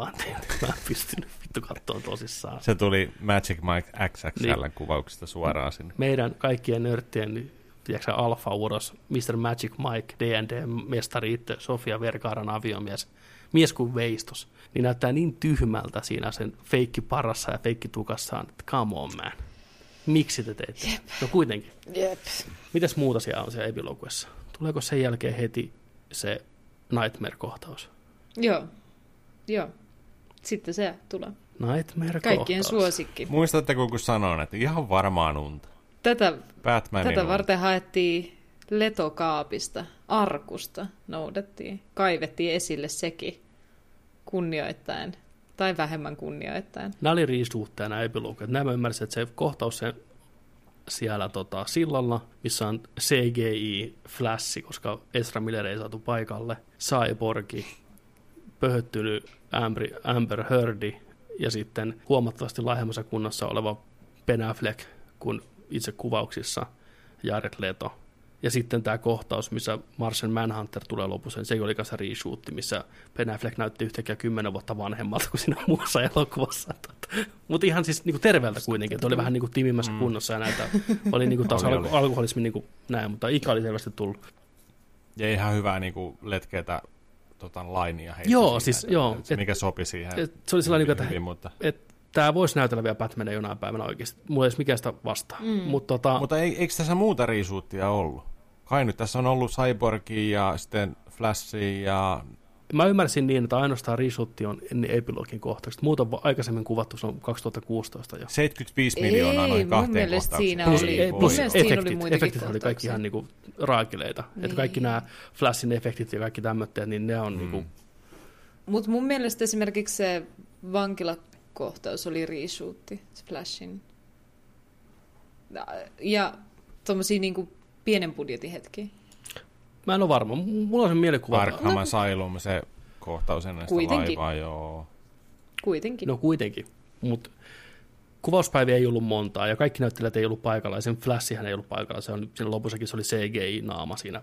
pystynyt vittu katsoa tosissaan. Se tuli Magic Mike XXL Niin. kuvauksista suoraan sinne. Meidän kaikkien nörttien tiedätkö, alfa-uros, Mr. Magic Mike, D&D-mestari itse, Sofia Vergaran aviomies, mies kuin veistos, niin näyttää niin tyhmältä siinä sen feikki parassa ja feikki tukassaan, että come on man. Miksi te teitte? Jep. No kuitenkin. Jep. Mitäs muuta siellä on siellä epiloguessa? Tuleeko sen jälkeen heti se Nightmare-kohtaus? Joo. Sitten se tulee. Nightmare-kohtaus. Kaikkien suosikki. Muistatteko, kun sanoin, että ihan varmaan unta. Tätä Batmanin varten haettiin letokaapista, arkusta noudettiin. Kaivettiin esille sekin kunnioittaen tai vähemmän kunnioittaen. Nämä oli riisuutteja nämä epilogit. Nämä ymmärsin, että se kohtaus siellä sillalla, missä on CGI-flashi, koska Ezra Miller ei saatu paikalle, Cyborgi, pöhöttynyt Amber Heardi ja sitten huomattavasti laihemmassa kunnossa oleva Ben Affleck kuin itse kuvauksissa Jared Leto. Ja sitten tämä kohtaus, missä Martian Manhunter tulee lopussa, se oli kanssa reshootti, missä Ben Affleck näytti yhtäkkiä 10 vuotta vanhemmalta kuin siinä muussa elokuvassa. Mutta ihan siis niinku terveeltä kuitenkin, että oli vähän niinku timimmässä kunnossa ja näitä oli niinku taas alkoholismi niinku näin, mutta ikä oli selvästi tullut. Ja ihan hyvää niinku letkeätä lainia heitä Joo, siitä, siis että, joo. että mikä sopi siihen. Se oli sellainen, hyvin, mutta tämä voisi näytellä vielä Batmania jonain päivänä oikeasti. Mulla ei edes mikään sitä vastaan. Mutta eikö tässä muuta riisuuttia ollut? Kai nyt tässä on ollut Cyborgia ja sitten Flashia ja Mä ymmärsin niin, että ainoastaan reshootti on epilogin kohtaukset. Muut on aikaisemmin kuvattu, se on 2016 jo. 75 miljoonaa noin kahteen kohtaukseen. Plus efektit oli kaikki ihan niinku raakeleita. Niin. Että kaikki nämä Flashin efektit ja kaikki tämmötteet, niin ne on niinku... Mutta mun mielestä esimerkiksi se vankilakohtaus oli reshootti, se Flashin. Ja tommosia niinku pienen budjetin hetkiä. Mä en ole varma. Mulla on se mielikuva. Arkham Asylum, se kohtaus ennen sitä laivaa, joo. Kuitenkin. No kuitenkin, mutta kuvauspäiviä ei ollut montaa, ja kaikki näyttelijät ei ollut paikalla, ja sen Flashihän ei ollut paikalla. Siinä lopussakin se oli CGI-naama siinä.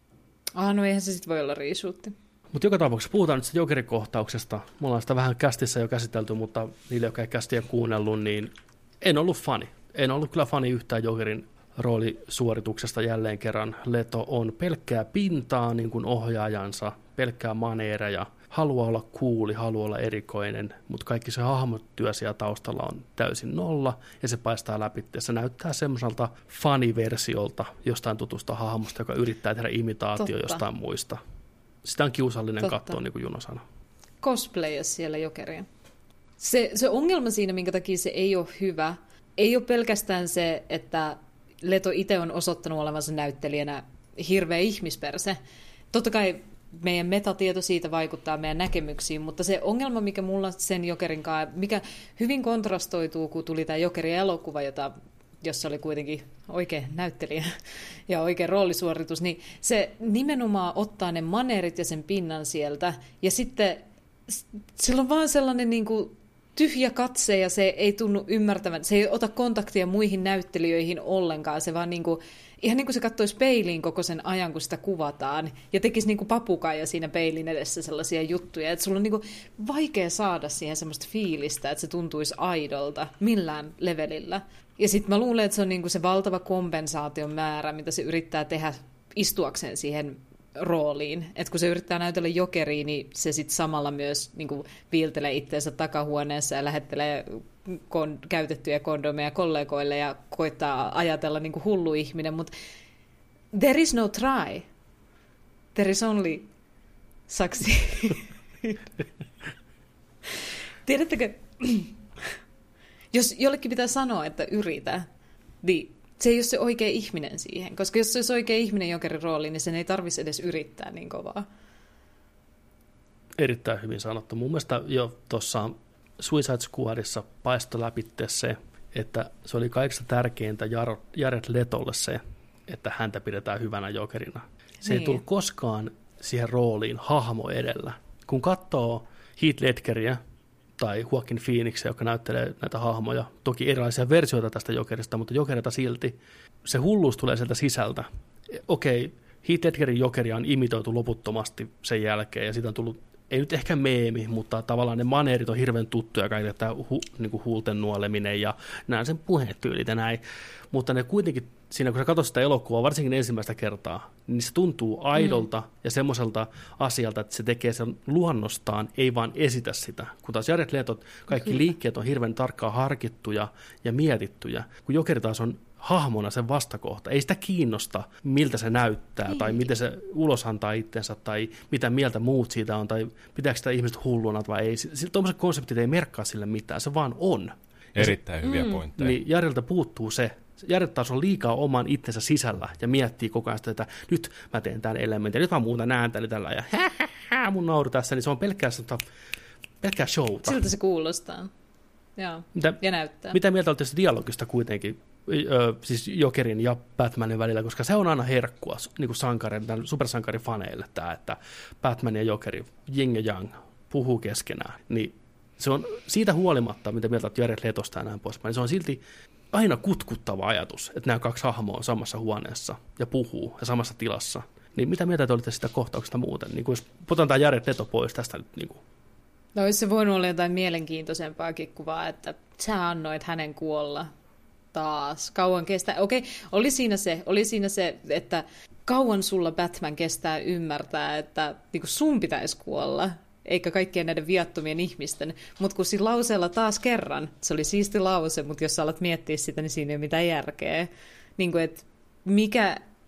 No eihän se sitten voi olla reshootti. Mutta joka tapauksessa puhutaan nyt Jokerin kohtauksesta. Me ollaan sitä vähän kästissä jo käsitelty, mutta niille, jotka ei kästiä kuunnellut, niin en ollut fani. En ollut kyllä fani yhtään Jokerin roolisuorituksesta jälleen kerran. Leto on pelkkää pintaa niin kuin ohjaajansa, pelkkää maneereja, haluaa olla cooli, haluaa olla erikoinen, mutta kaikki se hahmotyö siellä taustalla on täysin nolla, ja se paistaa läpi. Ja se näyttää semmoiselta faniversiolta jostain tutusta hahmosta, joka yrittää tehdä imitaatio jostain muista. Sitä on kiusallinen katsoa, niin kuin Juno sanoi. Cosplayas siellä Jokeria. Se ongelma siinä, minkä takia se ei ole hyvä, ei ole pelkästään se, että Leto itse on osoittanut olevansa näyttelijänä hirveä ihmisperse. Totta kai meidän metatieto siitä vaikuttaa meidän näkemyksiin, mutta se ongelma, mikä mulla sen Jokerin kanssa, mikä hyvin kontrastoituu, kun tuli tämä Jokerin elokuva, jossa oli kuitenkin oikea näyttelijä ja oikea roolisuoritus, niin se nimenomaan ottaa ne maneerit ja sen pinnan sieltä, ja sitten sillä on vaan sellainen niin kuin tyhjä katse, ja se ei tunnu ymmärtävän, se ei ota kontaktia muihin näyttelijöihin ollenkaan, se vaan niinku, ihan niin kuin se katsoisi peiliin koko sen ajan, kun sitä kuvataan, ja tekisi niinku papukaija siinä peilin edessä sellaisia juttuja, että sulla on niinku vaikea saada siihen semmoista fiilistä, että se tuntuisi aidolta millään levelillä. Ja sitten mä luulen, että se on niinku se valtava kompensaation määrä, mitä se yrittää tehdä istuakseen siihen rooliin. Että kun se yrittää näytellä Jokeriin, niin se sitten samalla myös niin kuin viiltelee itseensä takahuoneessa ja lähettelee käytettyjä kondomeja kollegoille ja koittaa ajatella niin kuin hullu ihminen, mutta there is no try. There is only succeed. Tiedättekö, jos jollekin pitää sanoa, että yritä, niin se ei ole se oikea ihminen siihen, koska jos se olisi oikea ihminen Jokerin rooliin, niin sen ei tarvitsisi edes yrittää niin kovaa. Erittäin hyvin sanottu. Mun mielestä jo tuossa Suicide Squadissa paistoi läpi se, että se oli kaikista tärkeintä Jared Letolle se, että häntä pidetään hyvänä Jokerina. Se ei tullut koskaan siihen rooliin hahmo edellä. Kun katsoo Heath Ledgeriä tai Joaquin Phoenixia, joka näyttelee näitä hahmoja, toki erilaisia versioita tästä Jokerista, mutta Jokerita silti, se hulluus tulee sieltä sisältä. Okei, Heath Ledgerin Jokeria on imitoitu loputtomasti sen jälkeen, ja siitä on tullut, ei nyt ehkä meemi, mutta tavallaan ne maneerit on hirveän tuttuja, kaikille tämä niinku huulten nuoleminen ja nämä sen puhetyylit ja näin, mutta ne kuitenkin, siinä kun sä katsot sitä elokuvaa, varsinkin ensimmäistä kertaa, niin se tuntuu aidolta ja semmoiselta asialta, että se tekee sen luonnostaan, ei vaan esitä sitä. Kun taas Jared Letot, kaikki liikkeet on hirveän tarkkaan harkittuja ja mietittyjä, kun Jokeri taas on hahmona sen vastakohta. Ei sitä kiinnosta, miltä se näyttää, tai miten se ulos antaa itsensä, tai mitä mieltä muut siitä on, tai pitääkö sitä ihmiset hulluna, vai ei. Tuommoiset konseptit ei merkkaa sille mitään, se vaan on. Erittäin hyviä pointteja. Niin Jaredilta puuttuu se. Jared taas on liikaa oman itsensä sisällä, ja miettii koko ajan sitä, että nyt mä teen tämän elementin, nyt mä muutan ääntäni tällä, ja mun nauru tässä, niin se on pelkkää showta. Siltä se kuulostaa. Joo. Ja näyttää. Mitä mieltä olette dialogista kuitenkin, siis Jokerin ja Batmanin välillä, koska se on aina herkkua niin kuin supersankarifaneille tämä, että Batman ja Jokeri, yin ja yang, puhuu keskenään. Niin se on siitä huolimatta, mitä mieltä olet Jared Letosta ja näin poispäin, niin se on silti aina kutkuttava ajatus, että nämä kaksi hahmoa on samassa huoneessa ja puhuu ja samassa tilassa. Niin mitä mieltä te olitte sitä kohtauksesta muuten? Niin jos puhutaan tämä Jared Leto pois tästä nyt niin kuin. No olisi se voinut olla jotain mielenkiintoisempaakin kuvaa, että sä annoit hänen kuolla taas. Kauan kestää. Okei, oli siinä se, että kauan sulla Batman kestää ymmärtää, että niin kuin sun pitäisi kuolla, eikä kaikkien näiden viattomien ihmisten. Mutta kun siinä lauseella taas kerran, se oli siisti lause, mutta jos sä alat miettiä sitä, niin siinä ei ole mitään järkeä. Niin kuin, että mikä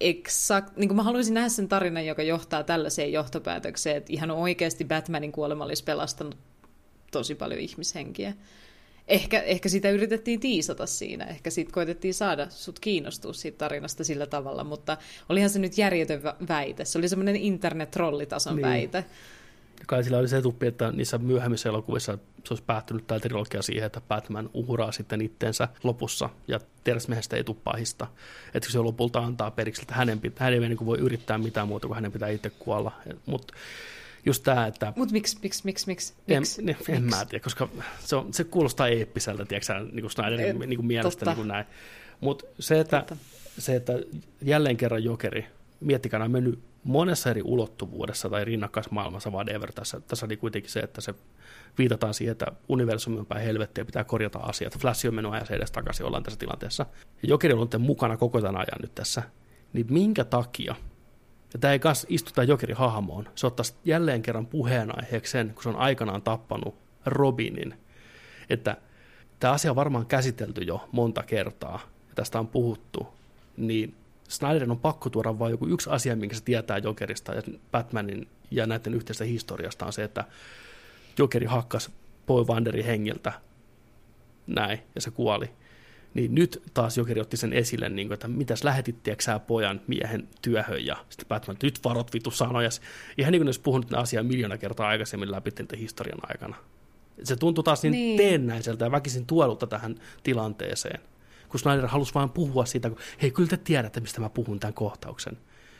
niin kuin mä haluaisin nähdä sen tarinan, joka johtaa tällaiseen johtopäätökseen, että ihan oikeasti Batmanin kuolema olisi pelastanut tosi paljon ihmishenkiä. Ehkä sitä yritettiin tiisata siinä, ehkä siitä koitettiin saada sut kiinnostua siitä tarinasta sillä tavalla, mutta olihan se nyt järjetön väite. Se oli semmoinen internet-trollitason väite. Kai sillä oli se tuppi, että niissä myöhemmissä elokuvissa se olisi päättynyt tämä trilogia siihen, että Batman uhraa sitten itteensä lopussa ja teräsmiehestä ei tule pahista. Että se lopulta antaa periksi, että hän ei niin voi yrittää mitään muuta kuin hänen pitää itse kuolla. Mutta just tämä, että... Mutta miksi? En mä tiedä, koska se kuulostaa eeppiseltä, tiedätkö niin kuin Snyderin niin kuin mielestä niin kuin näin. Mutta se, että jälleen kerran Jokeri, miettikää, on mennyt monessa eri ulottuvuudessa tai rinnakkaismaailmassa, whatever. Tässä oli kuitenkin se, että se viitataan siihen, että universumi on päin helvettiä ja pitää korjata asiat. Flash on mennyt ajassa edes takaisin, ollaan tässä tilanteessa. Ja Jokeri on mukana koko tämän ajan nyt tässä. Niin minkä takia, ja tämä ei kanssa istuta Jokerin hahmoon, se ottaisi jälleen kerran puheenaiheeksi sen, kun se on aikanaan tappanut Robinin, että tämä asia on varmaan käsitelty jo monta kertaa, ja tästä on puhuttu, niin Snyderin on pakko tuoda vain joku yksi asia, minkä se tietää Jokerista ja Batmanin ja näiden yhteistä historiasta on se, että Jokeri hakkasi Paul Wanderin hengiltä näin, ja se kuoli. Niin nyt taas Jokeri otti sen esille, niin kuin, että mitäs lähetittiekö sä pojan miehen työhön, ja sitten Batman, nyt varot vitu sanoja. Ihan niin kuin olisi puhunut asiaa 1,000,000 kertaa aikaisemmin läpi historian aikana. Se tuntui taas niin teennäiseltä ja väkisin tuolulta tähän tilanteeseen. Kun Snyder halusi vain puhua siitä, kun hei, kyllä te tiedätte, mistä mä puhun tämän kohtauksen.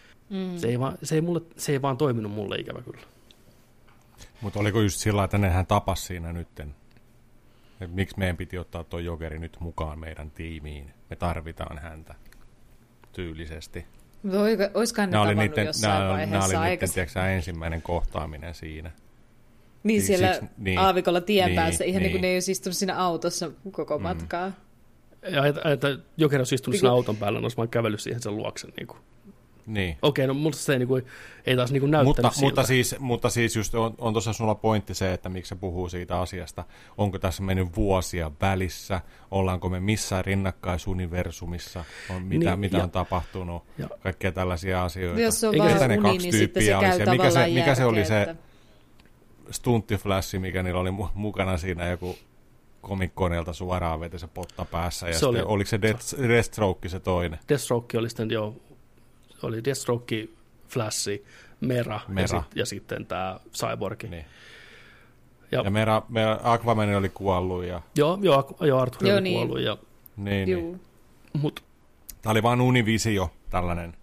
Se ei vaan toiminut mulle, ikävä kyllä. Mutta oliko just sillä, että nehän tapas siinä nytten? Et miksi meidän piti ottaa tuo Jokeri nyt mukaan meidän tiimiin? Me tarvitaan häntä tyylisesti. Olisikohan ne tavannut jossain vaiheessa aikaisemmin? Nämä oli ensimmäinen kohtaaminen siinä. Niin siellä aavikolla tien päässä, ihan niin kuin ne ei olisi istunut siinä autossa koko matkaa. Ja että Jokeri olisi istunut siinä auton päällä, olisi vaan kävellyt siihen sen luoksen. Niin. Okei, no musta se ei taas näyttänyt siltä. Mutta siis just on tuossa sulla pointti se, että miksi se puhuu siitä asiasta. Onko tässä mennyt vuosia välissä? Ollaanko me missään rinnakkaisuniversumissa? Mitä on tapahtunut? Kaikkia tällaisia asioita. Jos se on vaan uni, niin sitten se käy tavallaan mikä se oli se stunttiflashi, mikä niillä oli mukana siinä joku komikkoneelta suoraan veti se potta päässä. Ja sitten, oliko se Deathstroke se toinen? Deathstroke oli sitten oli Deathstroke, Flash, Mera. Ja sitten tämä Cyborg. Niin. Ja Aquaman oli kuollut. Ja... Joo, Arthur oli kuollut. Ja... Niin. Tämä oli vaan univisio, tällainen.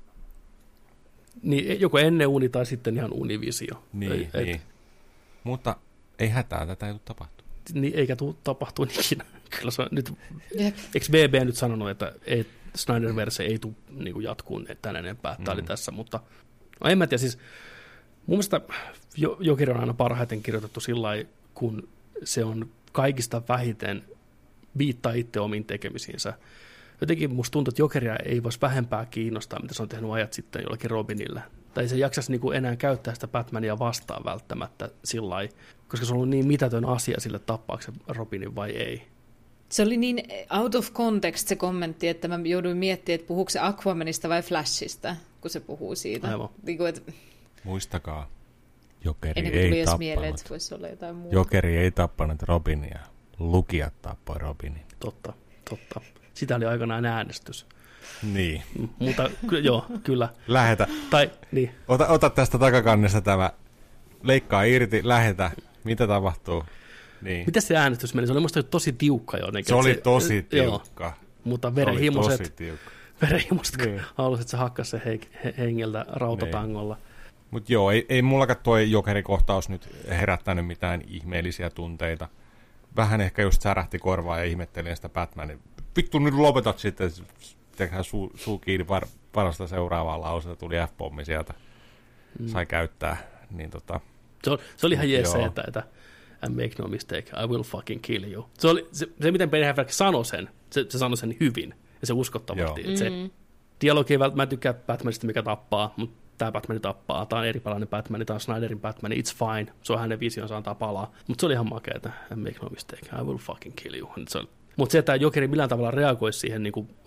Niin, joko ennen uni tai sitten ihan univisio. Niin. Mutta ei hätää, tätä ei tule tapahtua. Niin, eikä tule tapahtua ikinä. Kyllä se on nyt... Eikö BB nyt sanonut, että Snyder-verse ei tule niin jatkuun tämän enempää. Tämä oli tässä, mutta en mä tiedä, siis mun mielestä Jokeri on aina parhaiten kirjoitettu sillä lailla, kun se on kaikista vähiten viittaa itse omiin tekemisiinsä. Jotenkin musta tuntuu, että Jokeria ei voisi vähempää kiinnostaa, mitä se on tehnyt ajat sitten jollakin Robinille. Tai se jaksaisi niin kuin enää käyttää sitä Batmania vastaan välttämättä sillä lailla, koska se on ollut niin mitätön asia sille tappaako se Robinin vai ei. Se oli niin out of context se kommentti, että mä jouduin miettimään, että puhuuko se Aquamanista vai Flashista, kun se puhuu siitä. Muistakaa, Jokeri ei tappanut. Mieleen, että voisi olla jotain muuta. Jokeri ei tappanut Robinia, lukijat tappoi Robinin. Totta. Sitä oli aikanaan äänestys. Niin. Mutta joo, kyllä. Lähetä. Niin. Ota tästä takakannesta tämä, leikkaa irti, lähetä. Mitä tapahtuu? Niin. Mitä se äänestys meni? Se oli musta tosi tiukka jotenkin. Se oli tosi tiukka. Joo, mutta verenhimoiset niin. halusivat, että se hakkasi se hengeltä rautatangolla. Niin. Mutta joo, ei mullakaan tuo Jokeri-kohtaus nyt herättänyt mitään ihmeellisiä tunteita. Vähän ehkä just särähti korvaa ja ihmettelin sitä Batmanin. Vittu, nyt lopetat sitten, tehdään suu kiinni parasta seuraavaa lausetta, tuli F-pommi sieltä. Sai käyttää. Niin se oli ihan jees se, että and make no mistake, I will fucking kill you. Se miten Ben Affleck sanoi sen, se sanoi sen hyvin ja se uskottavasti. Se dialogi ei välttämättä tykkää Batmanista, mikä tappaa, mutta tämä Batman tappaa, tämä on eripalainen Batman, tämä on Snyderin Batman, it's fine, se on hänen visionsa antaa palaa. Mutta se oli ihan makeata, and make no mistake, I will fucking kill you. Mutta se, että Jokeri millään tavalla reagoisi siihen niin kuin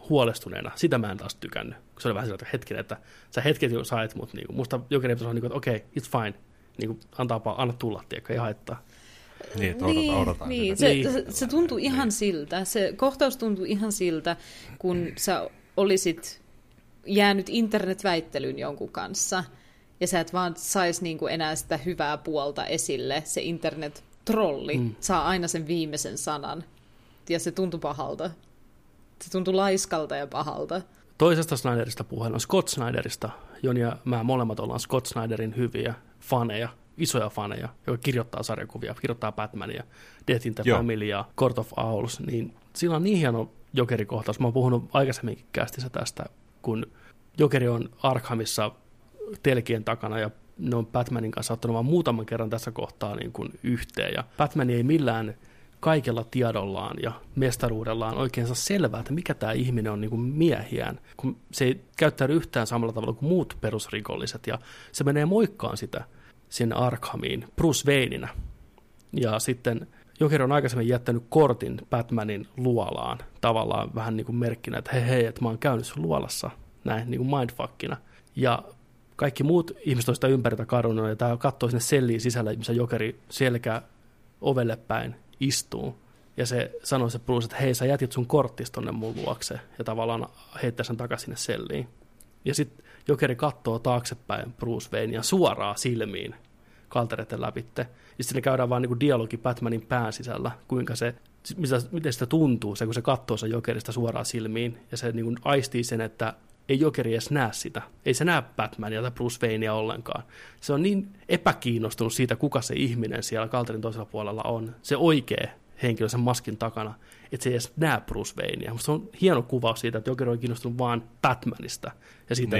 huolestuneena. Sitä mä en taas tykännyt. Se oli vähän sillä hetkellä, että sä hetket jo sait, mutta niinku, musta Jokeri pitäisi olla, niinku, että okei, it's fine. Niinku, anna tulla, tiedäkö, ei haittaa. Niin, että odotaan niin. Se tuntui ihan siltä. Se kohtaus tuntui ihan siltä, kun sä olisit jäänyt internetväittelyyn jonkun kanssa, ja sä et vaan saisi niinku enää sitä hyvää puolta esille. Se internet-trolli saa aina sen viimeisen sanan, ja se tuntui pahalta. Se tuntui laiskalta ja pahalta. Toisesta Snyderista puheen on Scott Snyderista. Joni ja mä molemmat ollaan Scott Snyderin hyviä faneja, isoja faneja, joka kirjoittaa sarjakuvia, kirjoittaa Batmania, Death in the Family ja Court of Owls. Niin sillä on niin hieno Jokerikohtaus. Mä oon puhunut aikaisemminkin kästissä tästä, kun Jokeri on Arkhamissa telkien takana ja ne on Batmanin kanssa ottanut vaan muutaman kerran tässä kohtaa niin kuin yhteen. Ja Batman ei millään kaikella tiedollaan ja mestaruudellaan oikein saa selvää, että mikä tämä ihminen on niin kuin miehiään, kun se ei käyttäydy yhtään samalla tavalla kuin muut perusrikolliset, ja se menee moikkaan sitä sinne Arkhamiin Bruce Wayneinä. Ja sitten Joker on aikaisemmin jättänyt kortin Batmanin luolaan, tavallaan vähän niin kuin merkkinä, että hei, että mä oon käynyt sun luolassa, näin niin kuin mindfuckina. Ja kaikki muut ihmiset on sitä ympäriltä kadonnut, ja tää katsoo sinne selliin sisällä, missä Jokeri selkä ovelle päin istuu, ja se sanoo se Bruce, että hei, sä jätit sun korttis tonne mun luokse, ja tavallaan heittää sen takaisin sinne selliin. Ja sitten Jokeri katsoo taaksepäin Bruce Waynea suoraan silmiin kaltereiden läpitte, ja sitten käydään vaan niinku dialogi Batmanin pään sisällä, kuinka se, miten sitä tuntuu, se, kun se katsoo sen Jokerista suoraan silmiin, ja se niinku aistii sen, että ei Jokeri edes näe sitä. Ei se näe Batmania tai Bruce Waynea ollenkaan. Se on niin epäkiinnostunut siitä, kuka se ihminen siellä kalterin toisella puolella on. Se oikea henkilö sen maskin takana, että se ei edes näe Bruce Waynea. Musta se on hieno kuvaus siitä, että Jokeri on kiinnostunut vaan Batmanista ja siitä,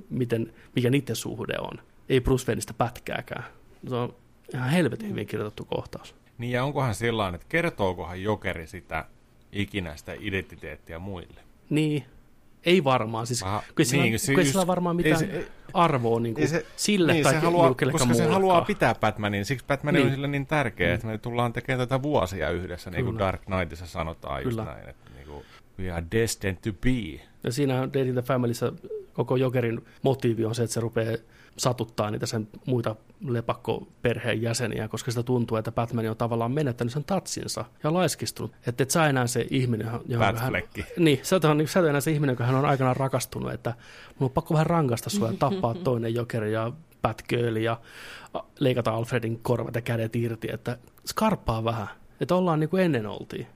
mikä niiden suhde on. Ei Bruce Wayneista pätkääkään. Se on ihan helvetin hyvin kirjoitettu kohtaus. Niin, ja onkohan sellainen, että kertookohan Jokeri sitä ikinä sitä identiteettiä muille? Niin. Ei varmaan, siis kun sillä on varmaan mitään arvoa niin kuin sille tai kellekään muullekaan. Koska se haluaa pitää Batmanin, siksi Batman on sille niin tärkeä, että me tullaan tekemään tätä vuosia yhdessä, niin kuin Dark Knightissa sanotaan just näin, että niin kuin, we are destined to be. Ja siinä Death in the Familyssä koko Jokerin motiivi on se, että se rupeaa satuttaa niitä sen muita lepakkoperheen jäseniä, koska sitä tuntuu, että Batman on tavallaan menettänyt sen tatsinsa ja laiskistunut. Että et sä enää se ihminen, johon hän... Niin, sä et enää se ihminen, joka hän on aikanaan rakastunut, että mun on pakko vähän rankasta sua ja tappaa toinen Jokeri ja Batgirl ja leikata Alfredin korvat ja kädet irti, että skarppaa vähän, että ollaan niin kuin ennen oltiin.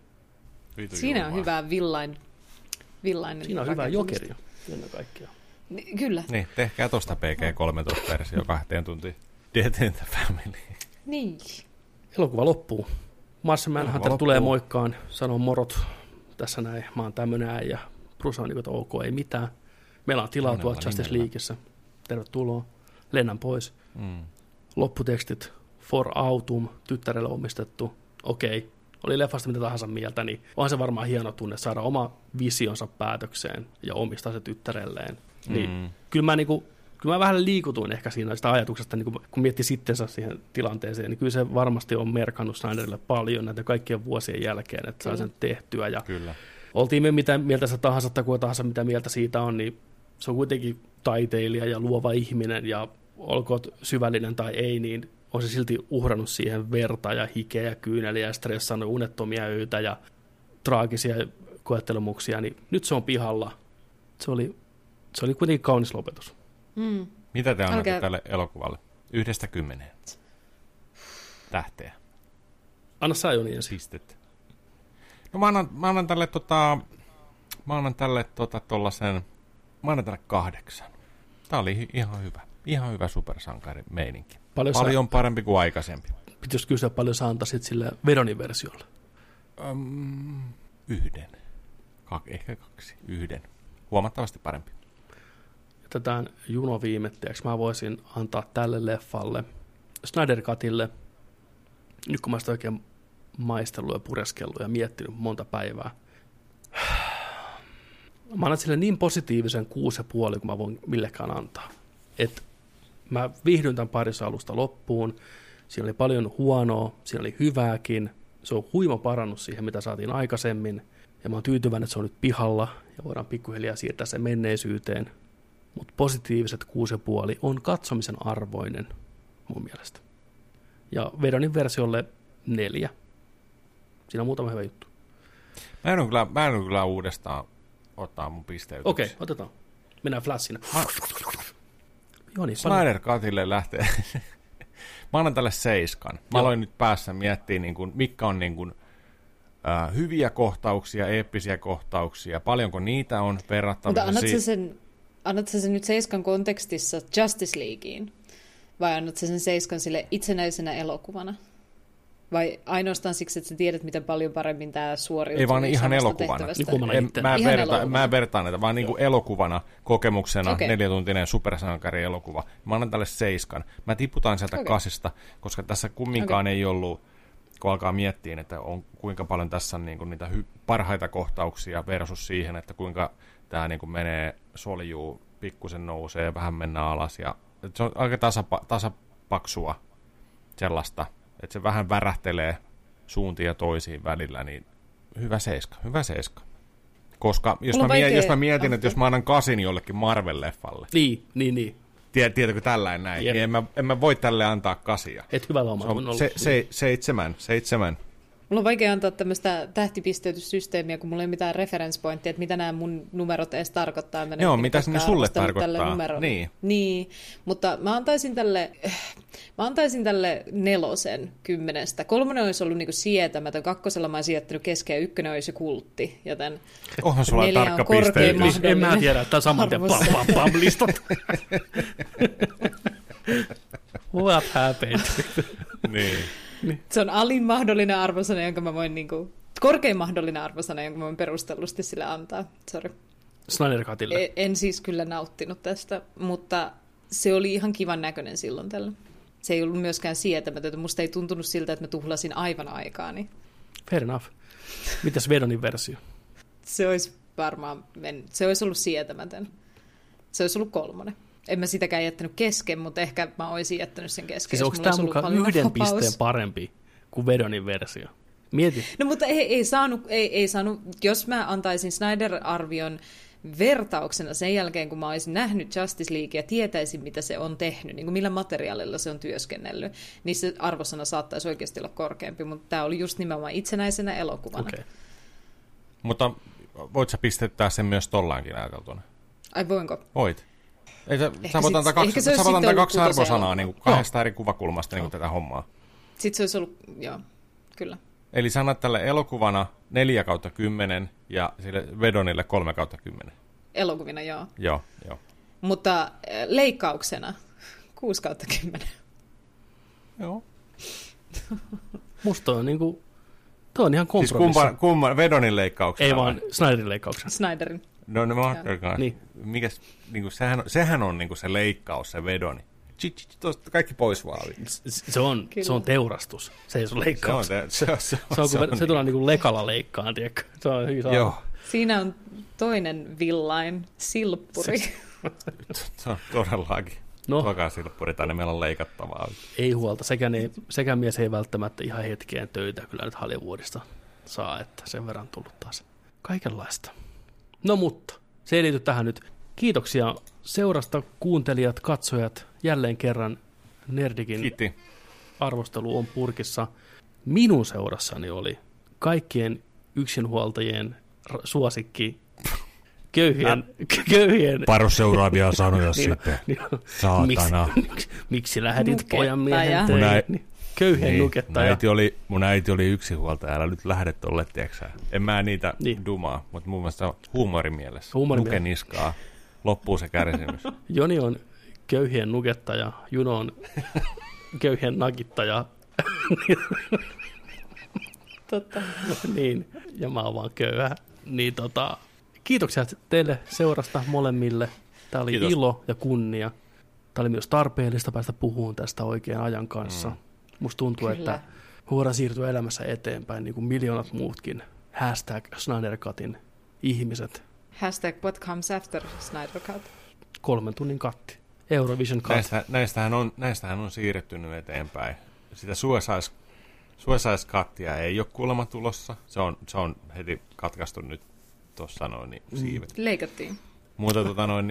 Siinä on hyvä villainen. Siinä on hyvä Jokeri ennen kaikkea. Kyllä. Niin, tehkää tosta PG-13-versio 2 tuntiin. Death in the Family. Niin. Elokuva loppuu. Martian Manhunter tulee moikkaan, sanoo morot tässä näin, mä oon tämmönen äijä. Bruce on niin, että ok, ei mitään. Meillä on tilaa tuolla Justice Leagueissä. Tervetuloa. Lennän pois. Lopputekstit. For Autumn, tyttärelle omistettu. Okei. Oli leffasta mitä tahansa mieltä, niin onhan se varmaan hieno tunne saada oma visionsa päätökseen ja omistaa se tyttärelleen. Niin, kyllä mä vähän liikutuin ehkä siinä sitä ajatuksesta, niin kun mietti sittensä siihen tilanteeseen, niin kyllä se varmasti on merkannut Snyderille paljon näitä kaikkien vuosien jälkeen, että saa sen tehtyä. Ja oltiin me mitä mieltä se tahansa tai kuka tahansa mitä mieltä siitä on, niin se on kuitenkin taiteilija ja luova ihminen, ja olkoon syvällinen tai ei, niin on se silti uhrannut siihen verta ja hikeä ja kyyneliä ja stressannut unettomia öitä ja traagisia koettelemuksia, niin nyt se on pihalla. Se oli kuitenkin kaunis lopetus. Mitä te annatte tälle elokuvalle? 1-10 tähteä. Anna sä Joni ensin. Pistet. No mä annan tälle tollasen, mä annan tälle 8. Tää oli ihan hyvä. Ihan hyvä supersankari meininki. Paljon parempi kuin aikaisempi. Pitäisi kysyä, paljon sä antaisit sille Vedonin-versiolle? 1. Ehkä 2. 1. Huomattavasti parempi. Jätetään juno viimetteeksi. Mä voisin antaa tälle leffalle, Snyder Cutille, nyt kun mä sitä oikein maistellut ja pureskellut ja miettinyt monta päivää. Mä annan sille niin positiivisen 6,5, kun mä voin millekään antaa. Et mä viihdyin tämän parissa alusta loppuun. Siinä oli paljon huonoa, siinä oli hyvääkin. Se on huima parannus siihen, mitä saatiin aikaisemmin. Ja mä oon tyytyväinen, että se on nyt pihalla ja voidaan pikkuhiljaa siirtää se menneisyyteen. Mutta positiiviset 6,5 on katsomisen arvoinen mun mielestä. Ja Vedonin versiolle 4. Siinä on muutama hyvä juttu. Mä en ole kyllä uudestaan ottaa mun pisteytyksiä. Okei, otetaan. Mennään flashina. Joni, Snyder Cutille lähtee. Mä annan tälle 7. Mä aloin nyt päässä miettiä, niin kun, mitkä on niin kun, hyviä kohtauksia, eeppisiä kohtauksia. Paljonko niitä on verrattavissa? Mutta annatko sen nyt 7 kontekstissa Justice Leagueen? Vai annatko sen 7 sille itsenäisenä elokuvana? Vai ainoastaan siksi, että sä tiedät, miten paljon paremmin tämä suoriutuu? Ei vaan ihan elokuvana. Mä vertaan näitä, vaan niin kuin elokuvana, kokemuksena, 4-tuntinen supersankarielokuva. Mä annan tälle 7. Mä tiputan sieltä 8, koska tässä kumminkaan ei ollut, kun alkaa miettiä, että on, kuinka paljon tässä on niin kuin niitä parhaita kohtauksia versus siihen, että kuinka tämä niin kuin menee soljuu, pikkusen nousee ja vähän mennään alas. Ja, se on aika tasapaksua sellaista, että se vähän värähtelee suuntiin ja toisiin välillä, niin hyvä 7. Koska jos mä mietin, että jos mä annan 8 jollekin Marvel-leffalle, niin. Tiedätkö tällainen näin, niin en mä voi tälle antaa 8. Et hyvällä omalla. 7. Mulla on vaikea antaa tämmöistä tähtipisteytyssysteemiä, kun mulla ei ole mitään reference pointtia, että mitä nämä mun numerot edes tarkoittaa. Joo, mitä ne sulle tarkoittaa. Niin, mutta mä antaisin tälle 4 10. 3 olisi ollut niinku sietämätön, 2 mä olisin jättänyt kesken ja 1 olisi kultti, joten onhan sulla 4 tarkka on korkein pisteytys. En mä tiedä, että saman tien listat. What happened? Niin. Se on alin mahdollinen arvosana, jonka mä voin korkein mahdollinen arvosana, jonka mä voin perustellusti sille antaa. Sorry. Snyder Cutille. En siis kyllä nauttinut tästä, mutta se oli ihan kivan näköinen silloin tällä. Se ei ollut myöskään sietämätöntä. Musta ei tuntunut siltä, että mä tuhlasin aivan aikaani. Fair enough. Mitäs Vedonin versio? Se olisi varmaan se olisi ollut sietämätön. Se olisi ollut 3. En mä sitäkään jättänyt kesken, mutta ehkä mä olisin jättänyt sen kesken. Siis onko tämä mukaan 1 pisteen parempi kuin Vedonin versio? Mieti. No mutta ei saanut, jos mä antaisin Snyder-arvion vertauksena sen jälkeen, kun mä olisin nähnyt Justice League ja tietäisin, mitä se on tehnyt, niin kuin millä materiaalilla se on työskennellyt, niin se arvosana saattaisi oikeasti olla korkeampi, mutta tämä oli just nimenomaan itsenäisenä elokuvana. Okay. Mutta voit sä pisteyttää sen myös tollaankin ajateltuna? Ai voinko? Voit. Sä voit antaa 2 arvosanaa niin 2 eri kuvakulmasta niin tätä hommaa. Sitten se olisi ollut, joo, kyllä. Eli sä annat tälle elokuvana 4/10 ja sille Vedonille 3/10. Elokuvina, joo. Joo. Mutta leikkauksena 6/10. Joo. Musta on niinku, toi on ihan kompromissi. Siis kumman Vedonin leikkauksena? Ei vaan Snyderin leikkauksena. Snyderin. No niin. Mikäs, niinku, sehän on niinku se leikkaus, se Vedoni. Kaikki pois vaan. Se on teurastus. Se ei ole leikkaus. Se tulee niinku lekalla leikkaan, tiedätkö? Se on hyvin Joo. Siinä on toinen villain, silppuri. Se on todellakin. Toka silppuri, tänne meillä on leikattavaa. Ei huolta. Sekään mies ei välttämättä ihan hetkeen töitä kyllä nyt Hollywoodista saa, että sen verran tullut taas kaikenlaista. No mutta, se ei liity tähän nyt. Kiitoksia seurasta, kuuntelijat, katsojat. Jälleen kerran Nerdikin arvostelu on purkissa. Minun seurassani oli kaikkien yksinhuoltajien suosikki köyhien... Paro seuraavia sanoja sitten. Saatana. Miksi lähdit pojan miehen töihin? Köyhien nukettaja. Mun äiti oli yksinhuoltaja, älä nyt lähdet tolle, tiiäksä. En mä niitä dumaa, mutta mun mielestä huumorimielessä. Nuke niskaa, loppuu se kärsimys. Joni on köyhien nukettaja, Juno on köyhien nakittaja. Totta. Niin, ja mä oon vaan köyhä. Niin kiitoksia teille seurasta molemmille. Tää oli ilo ja kunnia. Tää oli myös tarpeellista päästä puhumaan tästä oikean ajan kanssa. Musta tuntuu, että voidaan siirtyä elämässä eteenpäin, niin kuin miljoonat muutkin. #SnyderCutin ihmiset. #what comes after Snyder Cut. 3 tunnin katti. Eurovision Cut. Näistähän on siirretty nyt eteenpäin. Sitä Suicide Squadia ei ole kuulemma tulossa. Se on heti katkaistu nyt tuossa noin niin siivet. Leikattiin. Mutta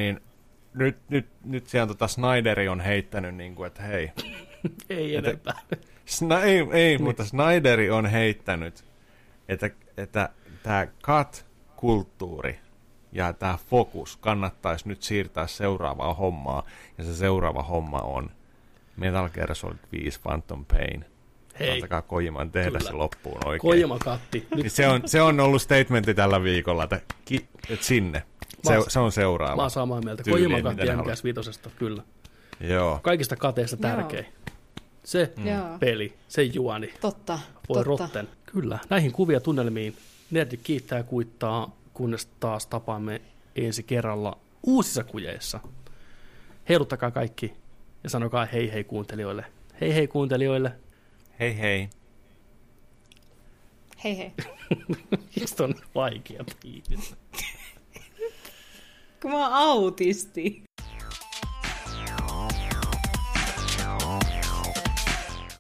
nyt siellä Snyderi on heittänyt, niin kuin, että hei. Ei enempää. Mutta Snyderi on heittänyt, että tämä cut-kulttuuri ja tämä fokus kannattaisi nyt siirtää seuraavaan hommaan. Ja se seuraava homma on Metal Gear Solid 5 Phantom Pain. Hei. Antakaa Kojiman tehdä se loppuun oikein. Kojima-katti. Se on ollut statementti tällä viikolla, että sinne. Se on seuraava. Mä oon samaa mieltä. Kojima-katti MGS5, kyllä. Joo. Kaikista kateista tärkein. Se peli, se juoni. Totta. Voi rotten. Kyllä. Näihin kuvia tunnelmiin Nerdik kiittää ja kuittaa, kunnes taas tapaamme ensi kerralla uusissa kujeissa. Heiluttakaa kaikki ja sanokaa hei hei kuuntelijoille. Hei hei kuuntelijoille. Hei hei. Hei hei. Miksi on vaikea piirtää? Kun mä oon autisti.